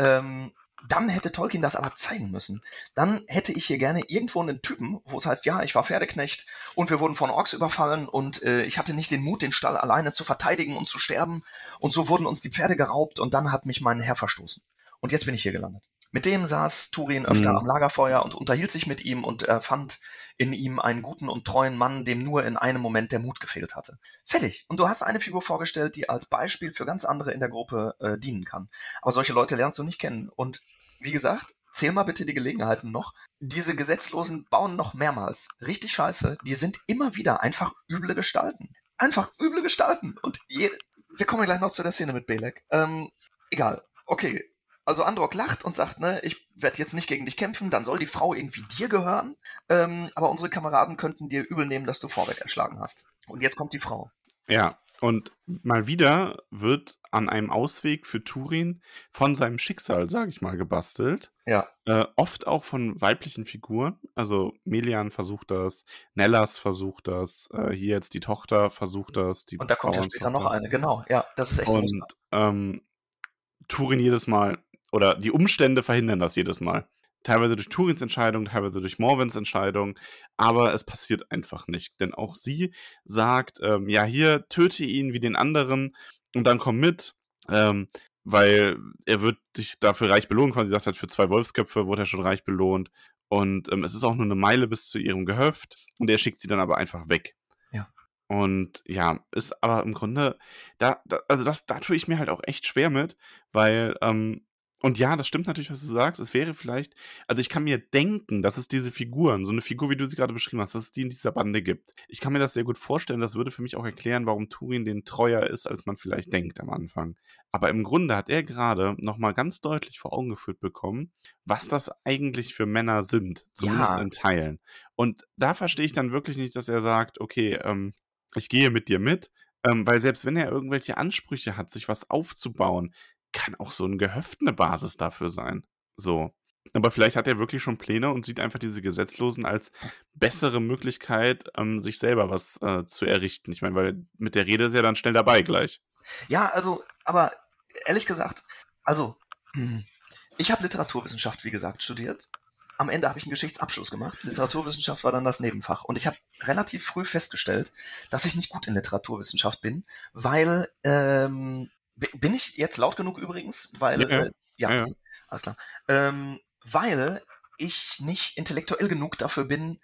Dann hätte Tolkien das aber zeigen müssen. Dann hätte ich hier gerne irgendwo einen Typen, wo es heißt, ja, ich war Pferdeknecht und wir wurden von Orks überfallen und ich hatte nicht den Mut, den Stall alleine zu verteidigen und zu sterben und so wurden uns die Pferde geraubt und dann hat mich mein Herr verstoßen. Und jetzt bin ich hier gelandet. Mit dem saß Turin öfter am Lagerfeuer und unterhielt sich mit ihm und er fand in ihm einen guten und treuen Mann, dem nur in einem Moment der Mut gefehlt hatte. Fertig. Und du hast eine Figur vorgestellt, die als Beispiel für ganz andere in der Gruppe dienen kann. Aber solche Leute lernst du nicht kennen. Und wie gesagt, zähl mal bitte die Gelegenheiten noch. Diese Gesetzlosen bauen noch mehrmals richtig scheiße. Die sind immer wieder einfach üble Gestalten. Einfach üble Gestalten. Und wir kommen gleich noch zu der Szene mit Belek. Egal. Okay. Also Androck lacht und sagt, ne, ich werde jetzt nicht gegen dich kämpfen, dann soll die Frau irgendwie dir gehören, aber unsere Kameraden könnten dir übel nehmen, dass du Vorwerk erschlagen hast. Und jetzt kommt die Frau. Ja, und mal wieder wird an einem Ausweg für Turin von seinem Schicksal, sage ich mal, gebastelt. Ja. Oft auch von weiblichen Figuren. Also Melian versucht das, Nellas versucht das, hier jetzt die Tochter versucht das. Und da kommt ja später noch eine, genau. Ja, das ist echt großartig. Und Turin jedes Mal, oder die Umstände verhindern das jedes Mal. Teilweise durch Turins Entscheidung, teilweise durch Morwins Entscheidung, aber es passiert einfach nicht. Denn auch sie sagt, ja, hier, töte ihn wie den anderen und dann komm mit, weil er wird dich dafür reich belohnen. Quasi sagt halt, für 2 Wolfsköpfe wurde er schon reich belohnt. Und es ist auch nur eine Meile bis zu ihrem Gehöft und er schickt sie dann aber einfach weg. Ja. Und ja, ist aber im Grunde, da tue ich mir halt auch echt schwer mit, weil, und ja, das stimmt natürlich, was du sagst. Es wäre vielleicht, also ich kann mir denken, dass es diese Figuren, so eine Figur, wie du sie gerade beschrieben hast, dass es die in dieser Bande gibt. Ich kann mir das sehr gut vorstellen. Das würde für mich auch erklären, warum Turin den treuer ist, als man vielleicht denkt am Anfang. Aber im Grunde hat er gerade nochmal ganz deutlich vor Augen geführt bekommen, was das eigentlich für Männer sind. Zumindest in Teilen. Und da verstehe ich dann wirklich nicht, dass er sagt, okay, ich gehe mit dir mit, weil selbst wenn er irgendwelche Ansprüche hat, sich was aufzubauen, kann auch so ein Gehöft eine Basis dafür sein. So. Aber vielleicht hat er wirklich schon Pläne und sieht einfach diese Gesetzlosen als bessere Möglichkeit, sich selber was zu errichten. Ich meine, weil mit der Rede ist er dann schnell dabei gleich. Ja, also, aber ehrlich gesagt, also, ich habe Literaturwissenschaft, wie gesagt, studiert. Am Ende habe ich einen Geschichtsabschluss gemacht. Literaturwissenschaft war dann das Nebenfach. Und ich habe relativ früh festgestellt, dass ich nicht gut in Literaturwissenschaft bin, weil, bin ich jetzt laut genug übrigens? Weil, ja. Okay, alles klar. Weil ich nicht intellektuell genug dafür bin,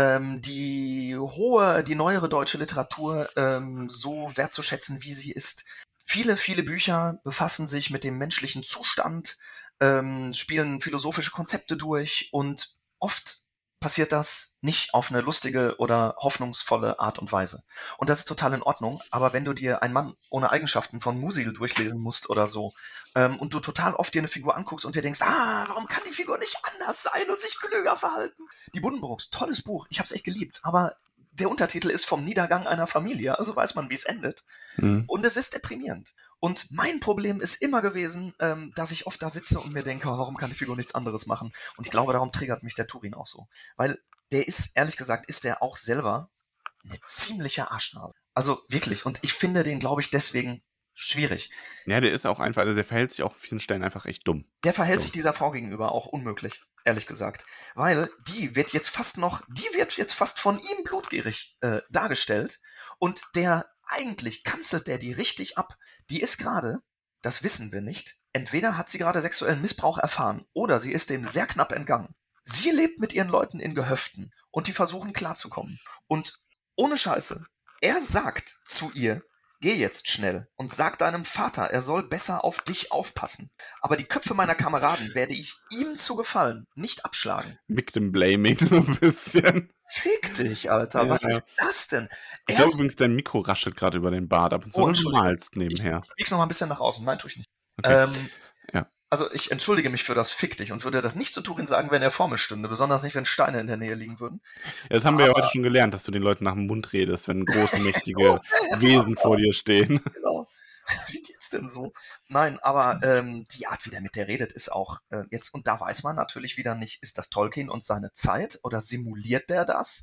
die neuere deutsche Literatur so wertzuschätzen, wie sie ist. Viele, viele Bücher befassen sich mit dem menschlichen Zustand, spielen philosophische Konzepte durch und oft passiert das nicht auf eine lustige oder hoffnungsvolle Art und Weise. Und das ist total in Ordnung, aber wenn du dir einen Mann ohne Eigenschaften von Musil durchlesen musst oder so, und du total oft dir eine Figur anguckst und dir denkst, warum kann die Figur nicht anders sein und sich klüger verhalten? Die Buddenbrooks, tolles Buch, ich hab's echt geliebt, aber der Untertitel ist vom Niedergang einer Familie, also weiß man, wie es endet. Und es ist deprimierend. Und mein Problem ist immer gewesen, dass ich oft da sitze und mir denke, warum kann die Figur nichts anderes machen? Und ich glaube, darum triggert mich der Turin auch so. Weil der ist, ehrlich gesagt, ist der auch selber eine ziemliche Arschnase. Also wirklich. Und ich finde den, glaube ich, deswegen schwierig. Ja, der ist auch einfach, also der verhält sich auch auf vielen Stellen einfach echt dumm. Der verhält So. sich dieser Frau gegenüber auch unmöglich, ehrlich gesagt. Weil die wird jetzt fast von ihm blutgierig dargestellt. Und eigentlich kanzelt der die richtig ab. Die ist gerade, das wissen wir nicht, entweder hat sie gerade sexuellen Missbrauch erfahren oder sie ist dem sehr knapp entgangen. Sie lebt mit ihren Leuten in Gehöften und die versuchen klarzukommen. Und ohne Scheiße, er sagt zu ihr, geh jetzt schnell und sag deinem Vater, er soll besser auf dich aufpassen. Aber die Köpfe meiner Kameraden werde ich ihm zu gefallen nicht abschlagen. Victim Blaming so ein bisschen. Fick dich, Alter. Ja. Was ist das denn? Ich glaube übrigens, dein Mikro raschelt gerade über den Bart ab und zu. Du Entschuldigung. malst nebenher. Ich bieg's noch mal ein bisschen nach außen. Nein, tue ich nicht. Okay. Ja. Also ich entschuldige mich für das Fick dich und würde das nicht zu Turin sagen, wenn er vor mir stünde. Besonders nicht, wenn Steine in der Nähe liegen würden. Ja, das haben wir ja heute schon gelernt, dass du den Leuten nach dem Mund redest, wenn große, mächtige Wesen vor dir stehen. Genau. Wie geht's denn so? Nein, aber die Art, wie der mit der redet, ist auch jetzt, und da weiß man natürlich wieder nicht, ist das Tolkien und seine Zeit oder simuliert der das?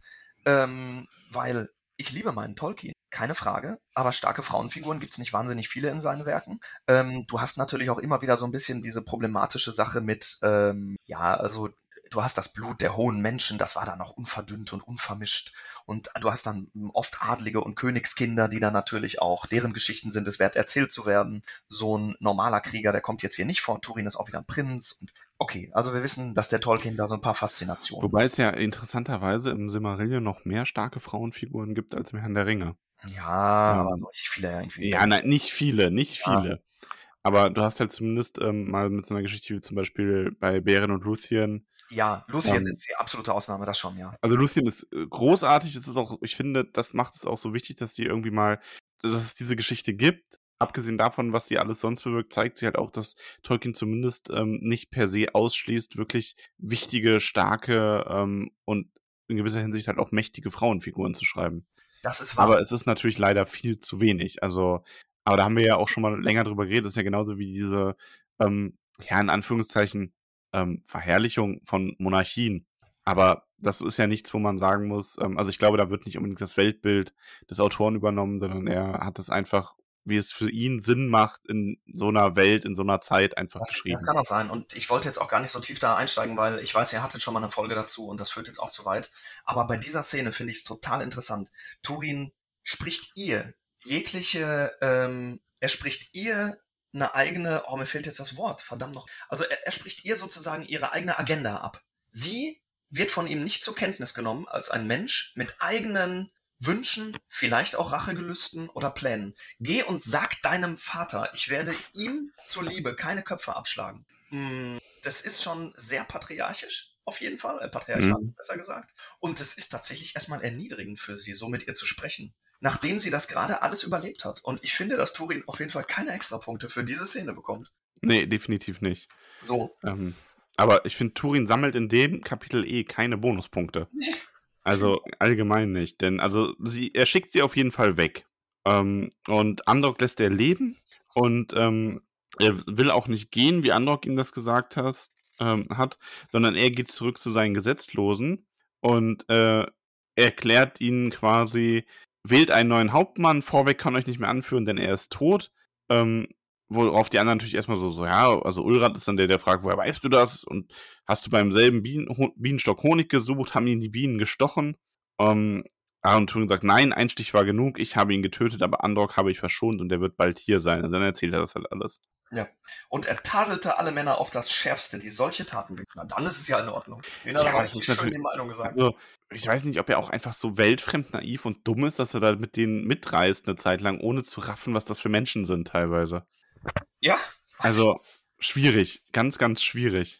Weil ich liebe meinen Tolkien, keine Frage, aber starke Frauenfiguren gibt's nicht wahnsinnig viele in seinen Werken. Du hast natürlich auch immer wieder so ein bisschen diese problematische Sache mit, also du hast das Blut der hohen Menschen, das war dann noch unverdünnt und unvermischt. Und du hast dann oft Adlige und Königskinder, die dann natürlich auch, deren Geschichten sind es wert, erzählt zu werden. So ein normaler Krieger, der kommt jetzt hier nicht vor. Turin ist auch wieder ein Prinz. Und okay, also wir wissen, dass der Tolkien da so ein paar Faszinationen. Wobei es ja interessanterweise im Silmarillion noch mehr starke Frauenfiguren gibt als im Herrn der Ringe. Ja, aber so richtig viele ja irgendwie. Ja, nein, nicht viele. Aber du hast halt zumindest mal mit so einer Geschichte wie zum Beispiel bei Beren und Luthien. Ja, Luthien ist die absolute Ausnahme, das schon, ja. Also Luthien ist großartig, es ist auch, ich finde, das macht es auch so wichtig, dass es diese Geschichte gibt. Abgesehen davon, was sie alles sonst bewirkt, zeigt sie halt auch, dass Tolkien zumindest nicht per se ausschließt, wirklich wichtige, starke und in gewisser Hinsicht halt auch mächtige Frauenfiguren zu schreiben. Das ist wahr. Aber es ist natürlich leider viel zu wenig. Also, aber da haben wir ja auch schon mal länger drüber geredet. Das ist ja genauso wie diese, in Anführungszeichen, Verherrlichung von Monarchien. Aber das ist ja nichts, wo man sagen muss, also ich glaube, da wird nicht unbedingt das Weltbild des Autoren übernommen, sondern er hat es einfach, wie es für ihn Sinn macht, in so einer Welt, in so einer Zeit einfach geschrieben. Das kann auch sein. Und ich wollte jetzt auch gar nicht so tief da einsteigen, weil ich weiß, ihr hattet schon mal eine Folge dazu und das führt jetzt auch zu weit. Aber bei dieser Szene finde ich es total interessant. Turin spricht ihr er spricht ihr eine eigene, mir fehlt jetzt das Wort, verdammt noch. Also er spricht ihr sozusagen ihre eigene Agenda ab. Sie wird von ihm nicht zur Kenntnis genommen als ein Mensch mit eigenen Wünschen, vielleicht auch Rachegelüsten oder Plänen. Geh und sag deinem Vater, ich werde ihm zuliebe keine Köpfe abschlagen. Das ist schon sehr patriarchisch, auf jeden Fall. Patriarchal, besser gesagt. Und es ist tatsächlich erstmal erniedrigend für sie, so mit ihr zu sprechen. Nachdem sie das gerade alles überlebt hat. Und ich finde, dass Turin auf jeden Fall keine Extrapunkte für diese Szene bekommt. Nee, definitiv nicht. So. Aber ich finde, Turin sammelt in dem Kapitel keine Bonuspunkte. Also allgemein nicht. Denn er schickt sie auf jeden Fall weg. Und Androck lässt er leben. Und er will auch nicht gehen, wie Androck ihm das gesagt hat, sondern er geht zurück zu seinen Gesetzlosen und erklärt ihnen quasi, wählt einen neuen Hauptmann, Vorweg kann euch nicht mehr anführen, denn er ist tot. Worauf die anderen natürlich erstmal so, ja, also Ulrad ist dann der fragt, woher weißt du das? Und hast du beim selben Bienenstock Honig gesucht? Haben ihn die Bienen gestochen? Und Turin sagt, nein, ein Stich war genug, ich habe ihn getötet, aber Androck habe ich verschont und der wird bald hier sein. Und dann erzählt er das halt alles. Ja, und er tadelte alle Männer auf das Schärfste, die solche Taten begingen. Na, dann ist es ja in Ordnung. Den hat er richtig schön die Meinung gesagt. Also, ich weiß nicht, ob er auch einfach so weltfremd, naiv und dumm ist, dass er da mit denen mitreist eine Zeit lang, ohne zu raffen, was das für Menschen sind teilweise. Ja. Also, schwierig. Ganz, ganz schwierig.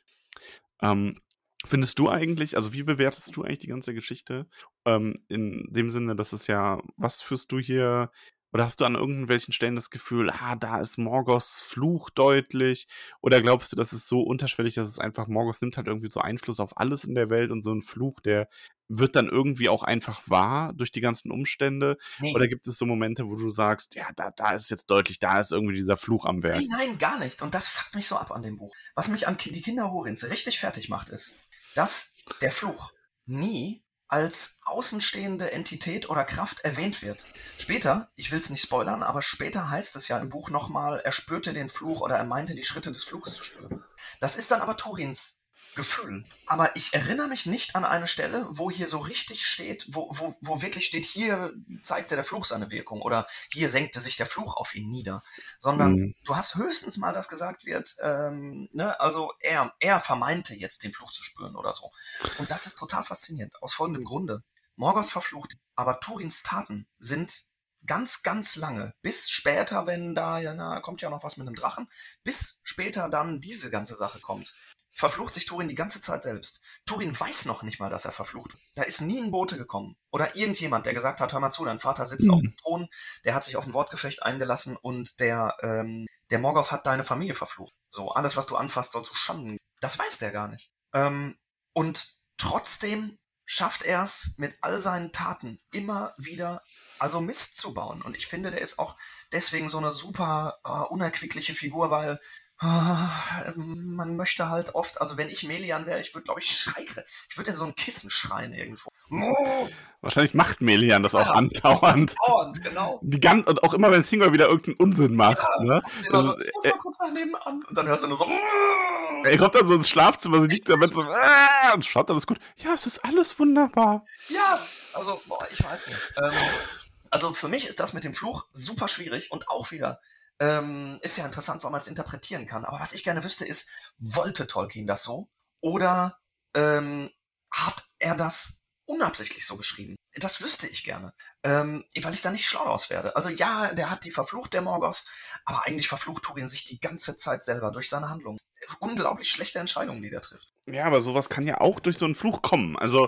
Findest du eigentlich, also wie bewertest du eigentlich die ganze Geschichte? In dem Sinne, dass es ja, was führst du hier, oder hast du an irgendwelchen Stellen das Gefühl, da ist Morgoths Fluch deutlich? Oder glaubst du, das ist so unterschwellig, dass es einfach, Morgoth nimmt halt irgendwie so Einfluss auf alles in der Welt und so ein Fluch, der wird dann irgendwie auch einfach wahr durch die ganzen Umstände? Nee. Oder gibt es so Momente, wo du sagst, ja, da ist jetzt deutlich, da ist irgendwie dieser Fluch am Werk? Nein, gar nicht. Und das fuckt mich so ab an dem Buch. Was mich an die Kinder Hurins richtig fertig macht, ist, dass der Fluch nie als außenstehende Entität oder Kraft erwähnt wird. Später, ich will es nicht spoilern, aber später heißt es ja im Buch nochmal, er spürte den Fluch oder er meinte, die Schritte des Fluches zu spüren. Das ist dann aber Turins Gefühl. Aber ich erinnere mich nicht an eine Stelle, wo hier so richtig steht, wo wirklich steht, hier zeigte der Fluch seine Wirkung oder hier senkte sich der Fluch auf ihn nieder. Sondern du hast höchstens mal, dass gesagt wird, also er vermeinte jetzt den Fluch zu spüren oder so. Und das ist total faszinierend. Aus folgendem Grunde. Morgoth verflucht, aber Turins Taten sind ganz, ganz lange, bis später, wenn da kommt ja noch was mit einem Drachen, bis später dann diese ganze Sache kommt, verflucht sich Turin die ganze Zeit selbst. Turin weiß noch nicht mal, dass er verflucht wird. Da ist nie ein Bote gekommen. Oder irgendjemand, der gesagt hat, hör mal zu, dein Vater sitzt auf dem Thron, der hat sich auf ein Wortgefecht eingelassen und der Morgoth hat deine Familie verflucht. So, alles, was du anfasst, soll zu Schanden. Das weiß der gar nicht. Und trotzdem schafft er es mit all seinen Taten immer wieder, also Mist zu bauen. Und ich finde, der ist auch deswegen so eine super unerquickliche Figur, weil man möchte halt oft, also wenn ich Melian wäre, ich würde, glaube ich, ich würde in so ein Kissen schreien irgendwo. Wahrscheinlich macht Melian das auch andauernd. Andauernd, genau. Und auch immer, wenn Singor wieder irgendeinen Unsinn macht. Ja, ne? ich muss mal kurz nach nebenan. Und dann hörst du nur so. Er kommt dann so ins Schlafzimmer, sie liegt da mit so und schaut alles gut. Ja, es ist alles wunderbar. Ja, also, ich weiß nicht. Also für mich ist das mit dem Fluch super schwierig und auch wieder ist ja interessant, weil man es interpretieren kann. Aber was ich gerne wüsste ist, wollte Tolkien das so? Oder hat er das unabsichtlich so geschrieben? Das wüsste ich gerne, weil ich da nicht schlau draus werde. Also ja, der hat die verflucht, der Morgoth, aber eigentlich verflucht Turin sich die ganze Zeit selber durch seine Handlungen. Unglaublich schlechte Entscheidungen, die der trifft. Ja, aber sowas kann ja auch durch so einen Fluch kommen. Also,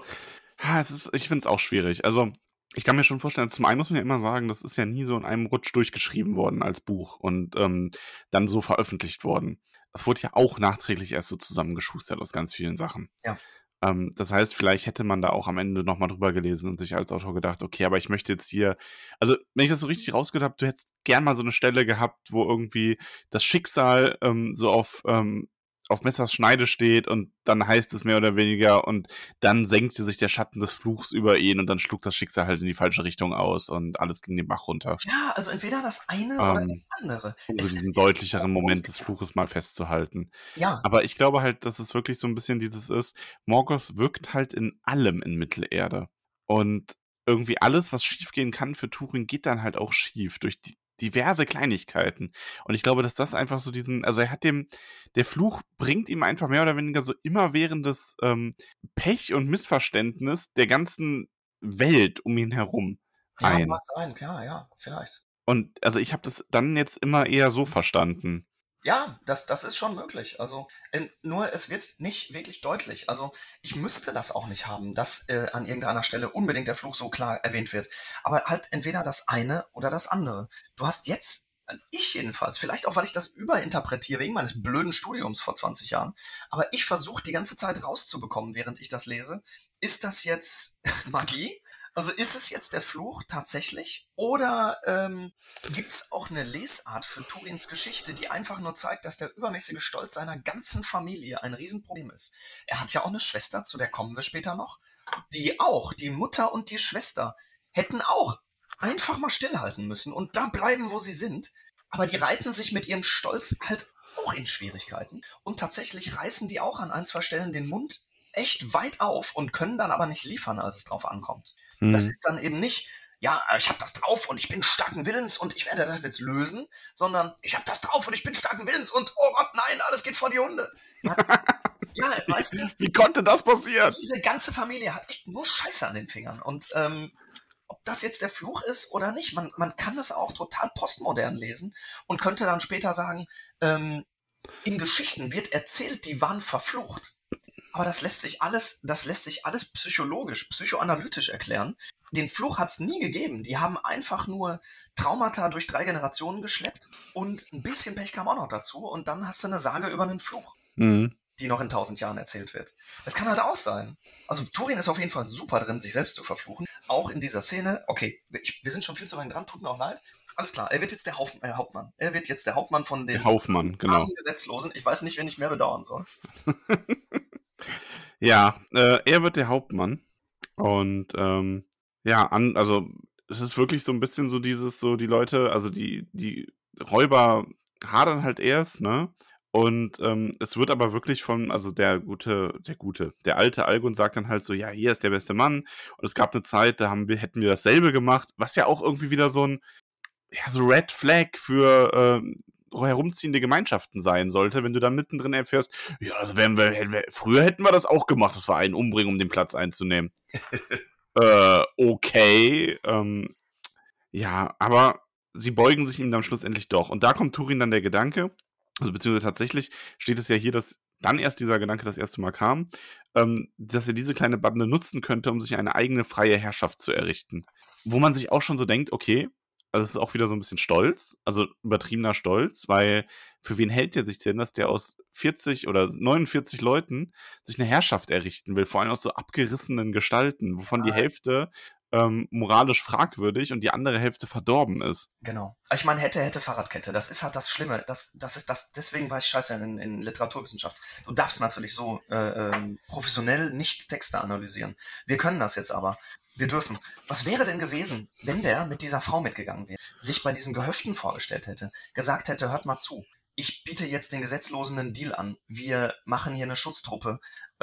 ich finde es auch schwierig. Also, ich kann mir schon vorstellen, zum einen muss man ja immer sagen, das ist ja nie so in einem Rutsch durchgeschrieben worden als Buch und dann so veröffentlicht worden. Das wurde ja auch nachträglich erst so zusammengeschustert aus ganz vielen Sachen. Ja. Das heißt, vielleicht hätte man da auch am Ende nochmal drüber gelesen und sich als Autor gedacht, okay, aber ich möchte jetzt hier, also wenn ich das so richtig rausgehört habe, du hättest gern mal so eine Stelle gehabt, wo irgendwie das Schicksal so auf Messers Schneide steht und dann heißt es mehr oder weniger und dann senkte sich der Schatten des Fluchs über ihn und dann schlug das Schicksal halt in die falsche Richtung aus und alles ging den Bach runter. Ja, also entweder das eine oder das andere. Um diesen deutlicheren Moment des Fluches mal festzuhalten. Ja. Aber ich glaube halt, dass es wirklich so ein bisschen dieses ist, Morgoth wirkt halt in allem in Mittelerde. Und irgendwie alles, was schiefgehen kann für Turin, geht dann halt auch schief durch diverse Kleinigkeiten. Und ich glaube, dass das einfach so also der Fluch bringt ihm einfach mehr oder weniger so immerwährendes Pech und Missverständnis der ganzen Welt um ihn herum ein. Ja, mag sein, klar, ja, vielleicht. Und also ich habe das dann jetzt immer eher so verstanden. Ja, das ist schon möglich. Also nur es wird nicht wirklich deutlich. Also ich müsste das auch nicht haben, dass an irgendeiner Stelle unbedingt der Fluch so klar erwähnt wird. Aber halt entweder das eine oder das andere. Du hast jetzt, ich jedenfalls, vielleicht auch, weil ich das überinterpretiere wegen meines blöden Studiums vor 20 Jahren, aber ich versuche die ganze Zeit rauszubekommen, während ich das lese. Ist das jetzt Magie? Also ist es jetzt der Fluch tatsächlich? Oder gibt es auch eine Lesart für Turins Geschichte, die einfach nur zeigt, dass der übermäßige Stolz seiner ganzen Familie ein Riesenproblem ist? Er hat ja auch eine Schwester, zu der kommen wir später noch, die Mutter und die Schwester, hätten auch einfach mal stillhalten müssen und da bleiben, wo sie sind. Aber die reiten sich mit ihrem Stolz halt auch in Schwierigkeiten. Und tatsächlich reißen die auch an ein, zwei Stellen den Mund echt weit auf und können dann aber nicht liefern, als es drauf ankommt. Das ist dann eben nicht, ja, ich habe das drauf und ich bin starken Willens und ich werde das jetzt lösen, sondern ich habe das drauf und ich bin starken Willens und oh Gott, nein, alles geht vor die Hunde. Ja, weißt du? Wie konnte das passieren? Diese ganze Familie hat echt nur Scheiße an den Fingern und ob das jetzt der Fluch ist oder nicht, man kann es auch total postmodern lesen und könnte dann später sagen, in Geschichten wird erzählt, die waren verflucht. Aber das lässt sich alles psychologisch, psychoanalytisch erklären. Den Fluch hat es nie gegeben. Die haben einfach nur Traumata durch 3 Generationen geschleppt und ein bisschen Pech kam auch noch dazu und dann hast du eine Sage über einen Fluch, die noch in 1000 Jahren erzählt wird. Das kann halt auch sein. Also Turin ist auf jeden Fall super drin, sich selbst zu verfluchen. Auch in dieser Szene. Okay, wir sind schon viel zu lange dran, tut mir auch leid. Alles klar, er wird jetzt der Hauptmann. Er wird jetzt der Hauptmann von den genau. Gesetzlosen. Ich weiß nicht, wen ich mehr bedauern soll. Ja, er wird der Hauptmann. Und ja, also es ist wirklich so ein bisschen so dieses, so die Leute, also die Räuber hadern halt erst, ne? Und es wird aber wirklich also der alte Algon sagt dann halt so, ja, hier ist der beste Mann. Und es gab eine Zeit, da hätten wir dasselbe gemacht, was ja auch irgendwie wieder so ein, ja, so Red Flag für herumziehende Gemeinschaften sein sollte, wenn du dann mittendrin erfährst, ja, das früher hätten wir das auch gemacht, dass wir einen umbringen, um den Platz einzunehmen. Okay, ja, aber sie beugen sich ihm dann schlussendlich doch. Und da kommt Turin dann der Gedanke, also beziehungsweise tatsächlich steht es ja hier, dass dann erst dieser Gedanke das erste Mal kam, dass er diese kleine Bande nutzen könnte, um sich eine eigene freie Herrschaft zu errichten. Wo man sich auch schon so denkt, okay, also es ist auch wieder so ein bisschen Stolz, also übertriebener Stolz, weil für wen hält er sich denn, dass der aus 40 oder 49 Leuten sich eine Herrschaft errichten will, vor allem aus so abgerissenen Gestalten, wovon die Hälfte moralisch fragwürdig und die andere Hälfte verdorben ist. Genau. Ich meine, hätte Fahrradkette. Das ist halt das Schlimme. Das ist das, deswegen war ich scheiße in Literaturwissenschaft. Du darfst natürlich so professionell nicht Texte analysieren. Wir können das jetzt aber. Wir dürfen. Was wäre denn gewesen, wenn der mit dieser Frau mitgegangen wäre, sich bei diesen Gehöften vorgestellt hätte, gesagt hätte, hört mal zu, ich biete jetzt den Gesetzlosen einen Deal an. Wir machen hier eine Schutztruppe.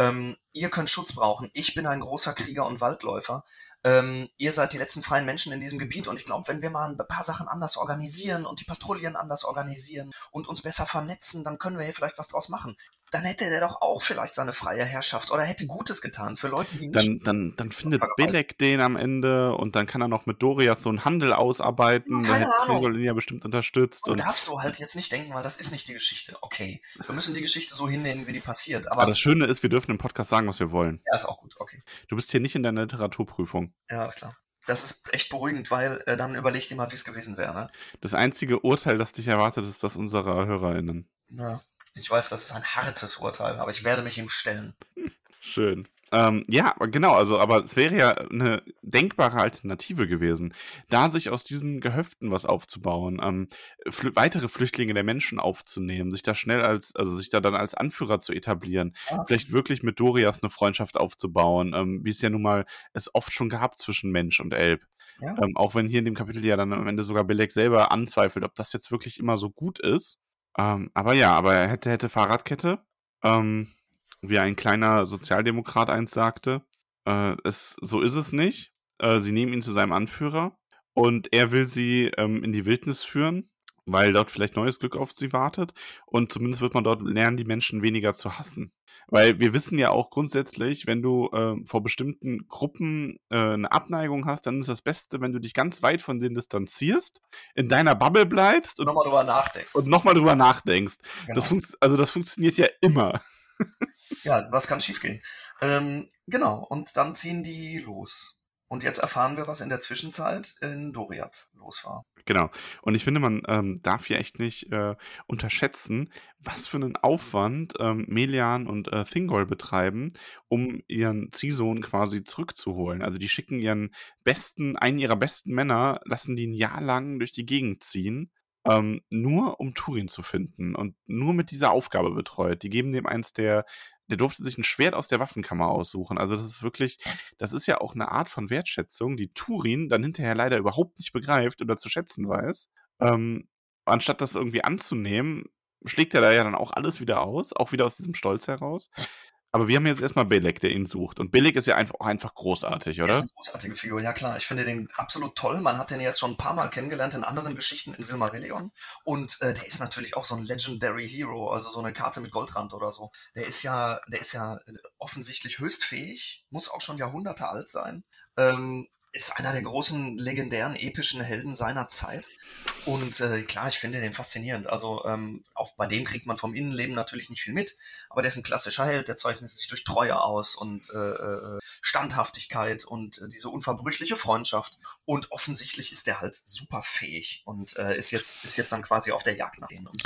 Ihr könnt Schutz brauchen. Ich bin ein großer Krieger und Waldläufer. Ihr seid die letzten freien Menschen in diesem Gebiet und ich glaube, wenn wir mal ein paar Sachen anders organisieren und die Patrouillen anders organisieren und uns besser vernetzen, dann können wir hier vielleicht was draus machen. Dann hätte der doch auch vielleicht seine freie Herrschaft oder hätte Gutes getan für Leute, die nicht... Dann findet Belek den am Ende und dann kann er noch mit Doriath so einen Handel ausarbeiten. Keine dann Ahnung. Thingol ihn ja bestimmt unterstützt. Du darfst so halt jetzt nicht denken, weil das ist nicht die Geschichte. Okay, wir müssen die Geschichte so hinnehmen, wie die passiert. Aber das Schöne ist, wir dürfen im Podcast sagen, was wir wollen. Ja, ist auch gut, okay. Du bist hier nicht in deiner Literaturprüfung. Ja, ist klar. Das ist echt beruhigend, weil dann überleg dir mal, wie es gewesen wäre. Ne? Das einzige Urteil, das dich erwartet, ist das unserer HörerInnen. Ja, ich weiß, das ist ein hartes Urteil, aber ich werde mich ihm stellen. Schön. Ja, genau, aber es wäre ja eine denkbare Alternative gewesen, da sich aus diesen Gehöften was aufzubauen, weitere Flüchtlinge der Menschen aufzunehmen, sich da sich da dann als Anführer zu etablieren, vielleicht wirklich mit Doriath eine Freundschaft aufzubauen, wie es ja nun mal es oft schon gab zwischen Mensch und Elb. Ja. Auch wenn hier in dem Kapitel ja dann am Ende sogar Belek selber anzweifelt, ob das jetzt wirklich immer so gut ist. Aber er hätte Fahrradkette. Wie ein kleiner Sozialdemokrat einst sagte, so ist es nicht. Sie nehmen ihn zu seinem Anführer und er will sie in die Wildnis führen, weil dort vielleicht neues Glück auf sie wartet und zumindest wird man dort lernen, die Menschen weniger zu hassen. Weil wir wissen ja auch grundsätzlich, wenn du vor bestimmten Gruppen eine Abneigung hast, dann ist das Beste, wenn du dich ganz weit von denen distanzierst, in deiner Bubble bleibst und nochmal drüber nachdenkst. Genau. Das funktioniert ja immer. Ja, was kann schiefgehen? Genau, und dann ziehen die los. Und jetzt erfahren wir, was in der Zwischenzeit in Doriath los war. Genau. Und ich finde, man darf hier echt nicht unterschätzen, was für einen Aufwand Melian und Thingol betreiben, um ihren Ziehsohn quasi zurückzuholen. Also die schicken einen ihrer besten Männer, lassen die ein Jahr lang durch die Gegend ziehen, nur um Turin zu finden und nur mit dieser Aufgabe betreut. Die geben dem der durfte sich ein Schwert aus der Waffenkammer aussuchen. Also das ist ja auch eine Art von Wertschätzung, die Turin dann hinterher leider überhaupt nicht begreift oder zu schätzen weiß. Anstatt das irgendwie anzunehmen, schlägt er da ja dann auch alles wieder aus, auch wieder aus diesem Stolz heraus. Aber wir haben jetzt erstmal Belek, der ihn sucht. Und Belek ist ja einfach großartig, oder? Er ist eine großartige Figur, ja klar. Ich finde den absolut toll. Man hat den jetzt schon ein paar Mal kennengelernt in anderen Geschichten in Silmarillion. Und der ist natürlich auch so ein Legendary Hero, also so eine Karte mit Goldrand oder so. Der ist ja offensichtlich höchst fähig, muss auch schon Jahrhunderte alt sein. Ist einer der großen, legendären, epischen Helden seiner Zeit. Und klar, ich finde den faszinierend. Also auch bei dem kriegt man vom Innenleben natürlich nicht viel mit. Aber der ist ein klassischer Held, der zeichnet sich durch Treue aus und Standhaftigkeit und diese unverbrüchliche Freundschaft. Und offensichtlich ist der halt super fähig und ist jetzt dann quasi auf der Jagd nach denen und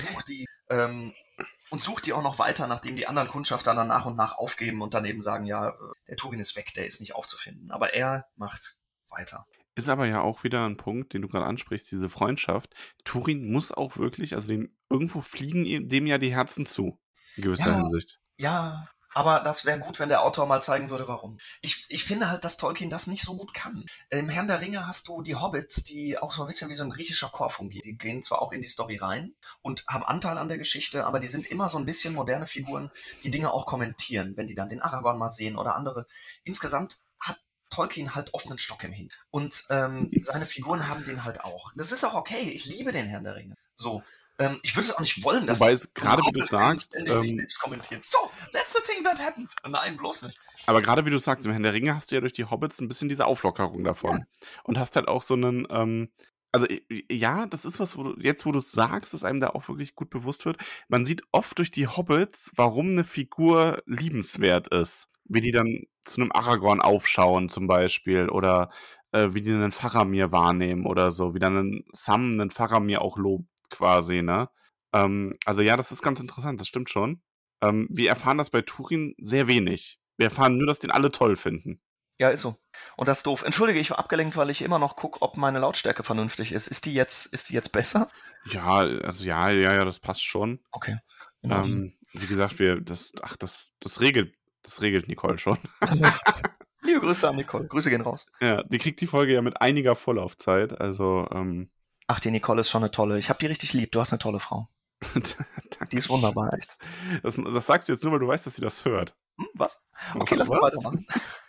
sucht die auch noch weiter, nachdem die anderen Kundschafter dann nach und nach aufgeben und daneben sagen, ja, der Turin ist weg, der ist nicht aufzufinden. Aber er macht weiter. Ist aber ja auch wieder ein Punkt, den du gerade ansprichst, diese Freundschaft. Turin muss auch wirklich, also irgendwo fliegen dem ja die Herzen zu, in gewisser Hinsicht. Ja, Aber das wäre gut, wenn der Autor mal zeigen würde, warum. Ich finde halt, dass Tolkien das nicht so gut kann. Im Herrn der Ringe hast du die Hobbits, die auch so ein bisschen wie so ein griechischer Chor fungieren. Die gehen zwar auch in die Story rein und haben Anteil an der Geschichte, aber die sind immer so ein bisschen moderne Figuren, die Dinge auch kommentieren, wenn die dann den Aragorn mal sehen oder andere. Insgesamt hat Tolkien halt oft einen Stock im Hintern. Und seine Figuren haben den halt auch. Das ist auch okay. Ich liebe den Herrn der Ringe. So. Ich würde es auch nicht wollen, dass Wobei es gerade, wie du sagst, ständig sich selbst kommentieren. So, that's the thing that happened. Nein, bloß nicht. aber gerade wie du sagst, im Herrn der Ringe hast du ja durch die Hobbits ein bisschen diese Auflockerung davon. Und hast halt auch so einen, also ja, das ist was, wo du es sagst, was einem da auch wirklich gut bewusst wird. Man sieht oft durch die Hobbits, warum eine Figur liebenswert ist. Wie die dann zu einem Aragorn aufschauen zum Beispiel oder wie die einen Faramir wahrnehmen oder so, wie dann ein Sam einen Faramir auch lobt quasi, ne? Also ja, das ist ganz interessant, das stimmt schon. Wir erfahren das bei Turin sehr wenig. Wir erfahren nur, dass den alle toll finden. Ja, ist so. Und das ist doof. Entschuldige, ich war abgelenkt, weil ich immer noch gucke, ob meine Lautstärke vernünftig ist. Ist die jetzt besser? Ja, also ja, das passt schon. Okay. Wie gesagt, das regelt Nicole schon. Liebe Grüße an Nicole. Grüße gehen raus. Ja, die kriegt die Folge ja mit einiger Vorlaufzeit, also Ach, die Nicole ist schon eine tolle. Ich habe die richtig lieb. Du hast eine tolle Frau. Die ist wunderbar. Das sagst du jetzt nur, weil du weißt, dass sie das hört. Was? Okay, lass uns weitermachen.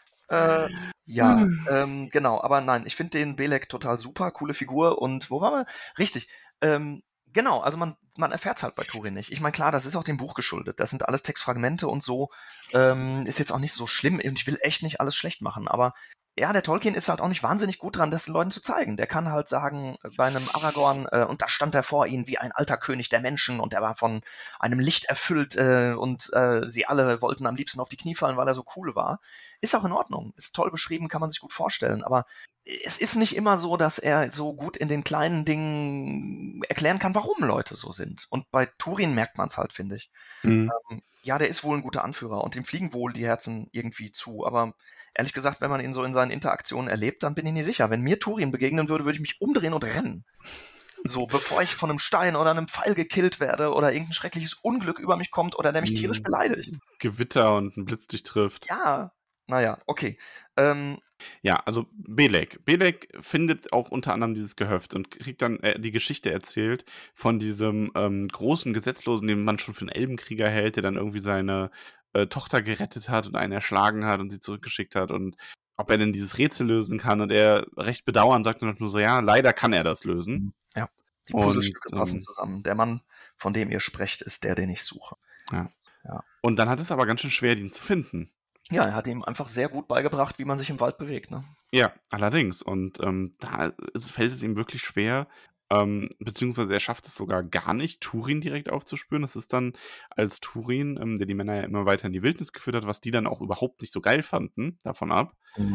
Genau, aber nein, ich finde den Belek total super, coole Figur und wo waren wir? Richtig, genau, also man erfährt's halt bei Turin nicht. Ich meine, klar, das ist auch dem Buch geschuldet, das sind alles Textfragmente und so, ist jetzt auch nicht so schlimm und ich will echt nicht alles schlecht machen, aber ja, der Tolkien ist halt auch nicht wahnsinnig gut dran, das den Leuten zu zeigen. Der kann halt sagen, bei einem Aragorn, und da stand er vor ihnen wie ein alter König der Menschen und er war von einem Licht erfüllt und sie alle wollten am liebsten auf die Knie fallen, weil er so cool war. Ist auch in Ordnung, ist toll beschrieben, kann man sich gut vorstellen, aber es ist nicht immer so, dass er so gut in den kleinen Dingen erklären kann, warum Leute so sind. Und bei Turin merkt man es halt, finde ich. Mhm. Ja, der ist wohl ein guter Anführer und dem fliegen wohl die Herzen irgendwie zu. Aber ehrlich gesagt, wenn man ihn so in seinen Interaktionen erlebt, dann bin ich nicht sicher. Wenn mir Turin begegnen würde, würde ich mich umdrehen und rennen. So, bevor ich von einem Stein oder einem Pfeil gekillt werde oder irgendein schreckliches Unglück über mich kommt oder der mich tierisch beleidigt. Gewitter und ein Blitz dich trifft. Ja, naja, okay. Ja, also Belek. Belek findet auch unter anderem dieses Gehöft und kriegt dann die Geschichte erzählt von diesem großen Gesetzlosen, den man schon für einen Elbenkrieger hält, der dann irgendwie seine Tochter gerettet hat und einen erschlagen hat und sie zurückgeschickt hat und ob er denn dieses Rätsel lösen kann und er recht bedauernd sagt dann nur so, ja, leider kann er das lösen. Ja, die Puzzlestücke passen zusammen. Der Mann, von dem ihr sprecht, ist der, den ich suche. Ja. Ja. Und dann hat es aber ganz schön schwer, ihn zu finden. Ja, er hat ihm einfach sehr gut beigebracht, wie man sich im Wald bewegt, ne? Ja, allerdings. Und da fällt es ihm wirklich schwer, beziehungsweise er schafft es sogar gar nicht, Turin direkt aufzuspüren. Das ist dann als Turin, der die Männer ja immer weiter in die Wildnis geführt hat, was die dann auch überhaupt nicht so geil fanden, davon ab.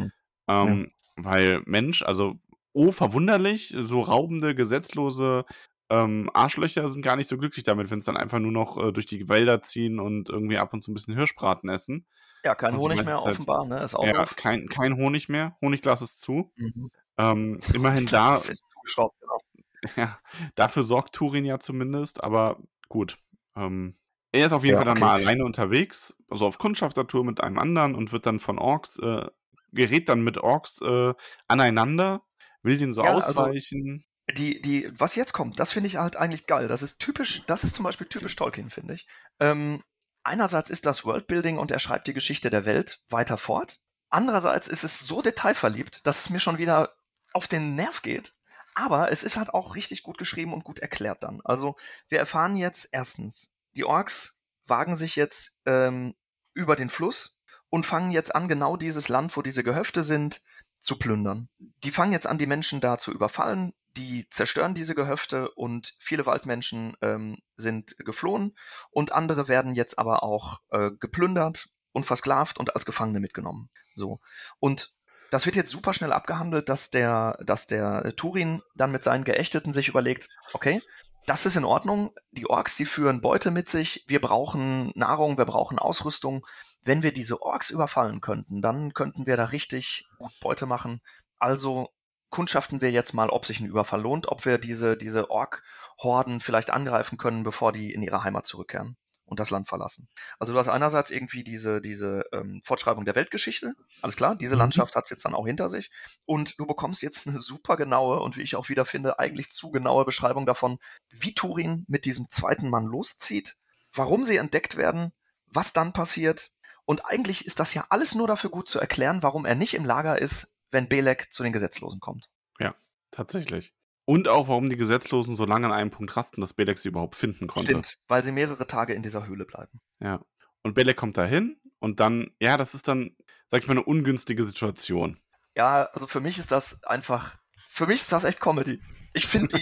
Weil Mensch, also, verwunderlich, so raubende, gesetzlose Arschlöcher sind gar nicht so glücklich damit, wenn es dann einfach nur noch durch die Wälder ziehen und irgendwie ab und zu ein bisschen Hirschbraten essen. Ja, kein Und die Honig meiste mehr Zeit- offenbar, ne? Ist auch Ja, doof. kein Honig mehr. Honigglas ist zu. Mhm. Immerhin Das da, ist fest zugeschraubt, genau. ja, dafür sorgt Turin ja zumindest, aber gut. Er ist auf jeden Ja, Fall dann okay. mal alleine unterwegs, also auf Kundschaftertour mit einem anderen und wird dann von Orks, gerät dann mit Orks aneinander, will den so Ja, also ausweichen. was jetzt kommt, das finde ich halt eigentlich geil. Das ist zum Beispiel typisch Tolkien, finde ich. Einerseits ist das Worldbuilding und er schreibt die Geschichte der Welt weiter fort. Andererseits ist es so detailverliebt, dass es mir schon wieder auf den Nerv geht. Aber es ist halt auch richtig gut geschrieben und gut erklärt dann. Also wir erfahren jetzt erstens, die Orks wagen sich jetzt über den Fluss und fangen jetzt an, genau dieses Land, wo diese Gehöfte sind, zu plündern. Die fangen jetzt an, die Menschen da zu überfallen, die zerstören diese Gehöfte und viele Waldmenschen sind geflohen und andere werden jetzt aber auch geplündert und versklavt und als Gefangene mitgenommen. So. Und das wird jetzt super schnell abgehandelt, dass der Turin dann mit seinen Geächteten sich überlegt, okay, das ist in Ordnung, die Orks, die führen Beute mit sich, wir brauchen Nahrung, wir brauchen Ausrüstung. Wenn wir diese Orks überfallen könnten, dann könnten wir da richtig gut Beute machen. Also kundschaften wir jetzt mal, ob sich ein Überfall lohnt, ob wir diese Ork-Horden vielleicht angreifen können, bevor die in ihre Heimat zurückkehren. und das Land verlassen. Also du hast einerseits irgendwie diese Fortschreibung der Weltgeschichte, alles klar, diese Landschaft hat es jetzt dann auch hinter sich und du bekommst jetzt eine super genaue und wie ich auch wieder finde, eigentlich zu genaue Beschreibung davon, wie Turin mit diesem zweiten Mann loszieht, warum sie entdeckt werden, was dann passiert und eigentlich ist das ja alles nur dafür gut zu erklären, warum er nicht im Lager ist, wenn Belek zu den Gesetzlosen kommt. Ja, tatsächlich. Und auch, warum die Gesetzlosen so lange an einem Punkt rasten, dass Belek sie überhaupt finden konnte. Stimmt, weil sie mehrere Tage in dieser Höhle bleiben. Ja. Und Belek kommt dahin und dann, ja, das ist dann, sag ich mal, eine ungünstige Situation. Ja, also für mich ist das echt Comedy. Ich finde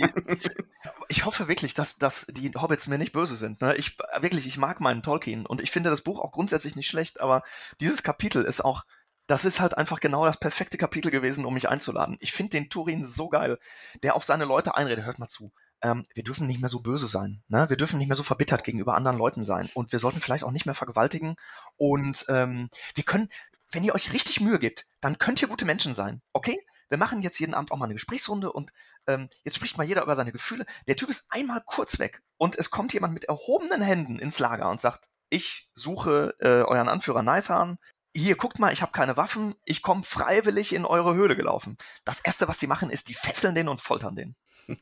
ich hoffe wirklich, dass die Hobbits mir nicht böse sind. Ne? Ich mag meinen Tolkien und ich finde das Buch auch grundsätzlich nicht schlecht, aber dieses Kapitel ist auch, das ist halt einfach genau das perfekte Kapitel gewesen, um mich einzuladen. Ich finde den Turin so geil, der auf seine Leute einredet. Hört mal zu. Wir dürfen nicht mehr so böse sein. Ne? Wir dürfen nicht mehr so verbittert gegenüber anderen Leuten sein. Und wir sollten vielleicht auch nicht mehr vergewaltigen. Und wir können, wenn ihr euch richtig Mühe gebt, dann könnt ihr gute Menschen sein. Okay? Wir machen jetzt jeden Abend auch mal eine Gesprächsrunde und jetzt spricht mal jeder über seine Gefühle. Der Typ ist einmal kurz weg und es kommt jemand mit erhobenen Händen ins Lager und sagt, ich suche euren Anführer Naithan. Hier, guckt mal, ich habe keine Waffen, ich komme freiwillig in eure Höhle gelaufen. Das Erste, was die machen, ist, die fesseln den und foltern den.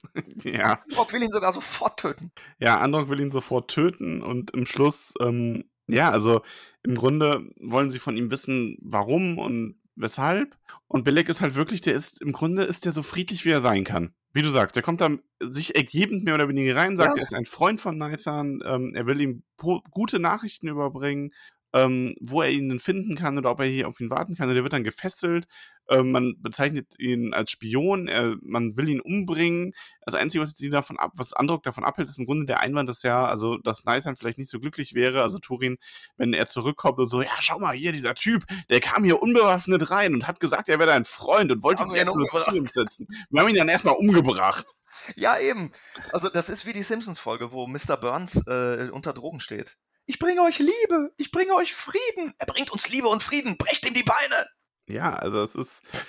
Ja. Androck will ihn sogar sofort töten. Ja, Androck will ihn sofort töten und im Schluss, ja, also im Grunde wollen sie von ihm wissen, warum und weshalb. Und Belek ist halt wirklich, im Grunde ist der so friedlich, wie er sein kann. Wie du sagst, der kommt da sich ergebend mehr oder weniger rein, sagt, er ist ein Freund von Naithan, er will ihm gute Nachrichten überbringen, wo er ihn denn finden kann oder ob er hier auf ihn warten kann. Und der wird dann gefesselt. Man bezeichnet ihn als Spion. Man will ihn umbringen. Das Einzige, was Androck davon abhält, ist im Grunde der Einwand, dass Naithan vielleicht nicht so glücklich wäre. Also Turin, wenn er zurückkommt und so, ja, schau mal hier, dieser Typ, der kam hier unbewaffnet rein und hat gesagt, er wäre dein Freund und wollte sich zu uns setzen. Wir haben ihn dann erstmal umgebracht. Ja, eben. Also das ist wie die Simpsons-Folge, wo Mr. Burns unter Drogen steht. Ich bringe euch Liebe, ich bringe euch Frieden. Er bringt uns Liebe und Frieden, brecht ihm die Beine. Ja, also es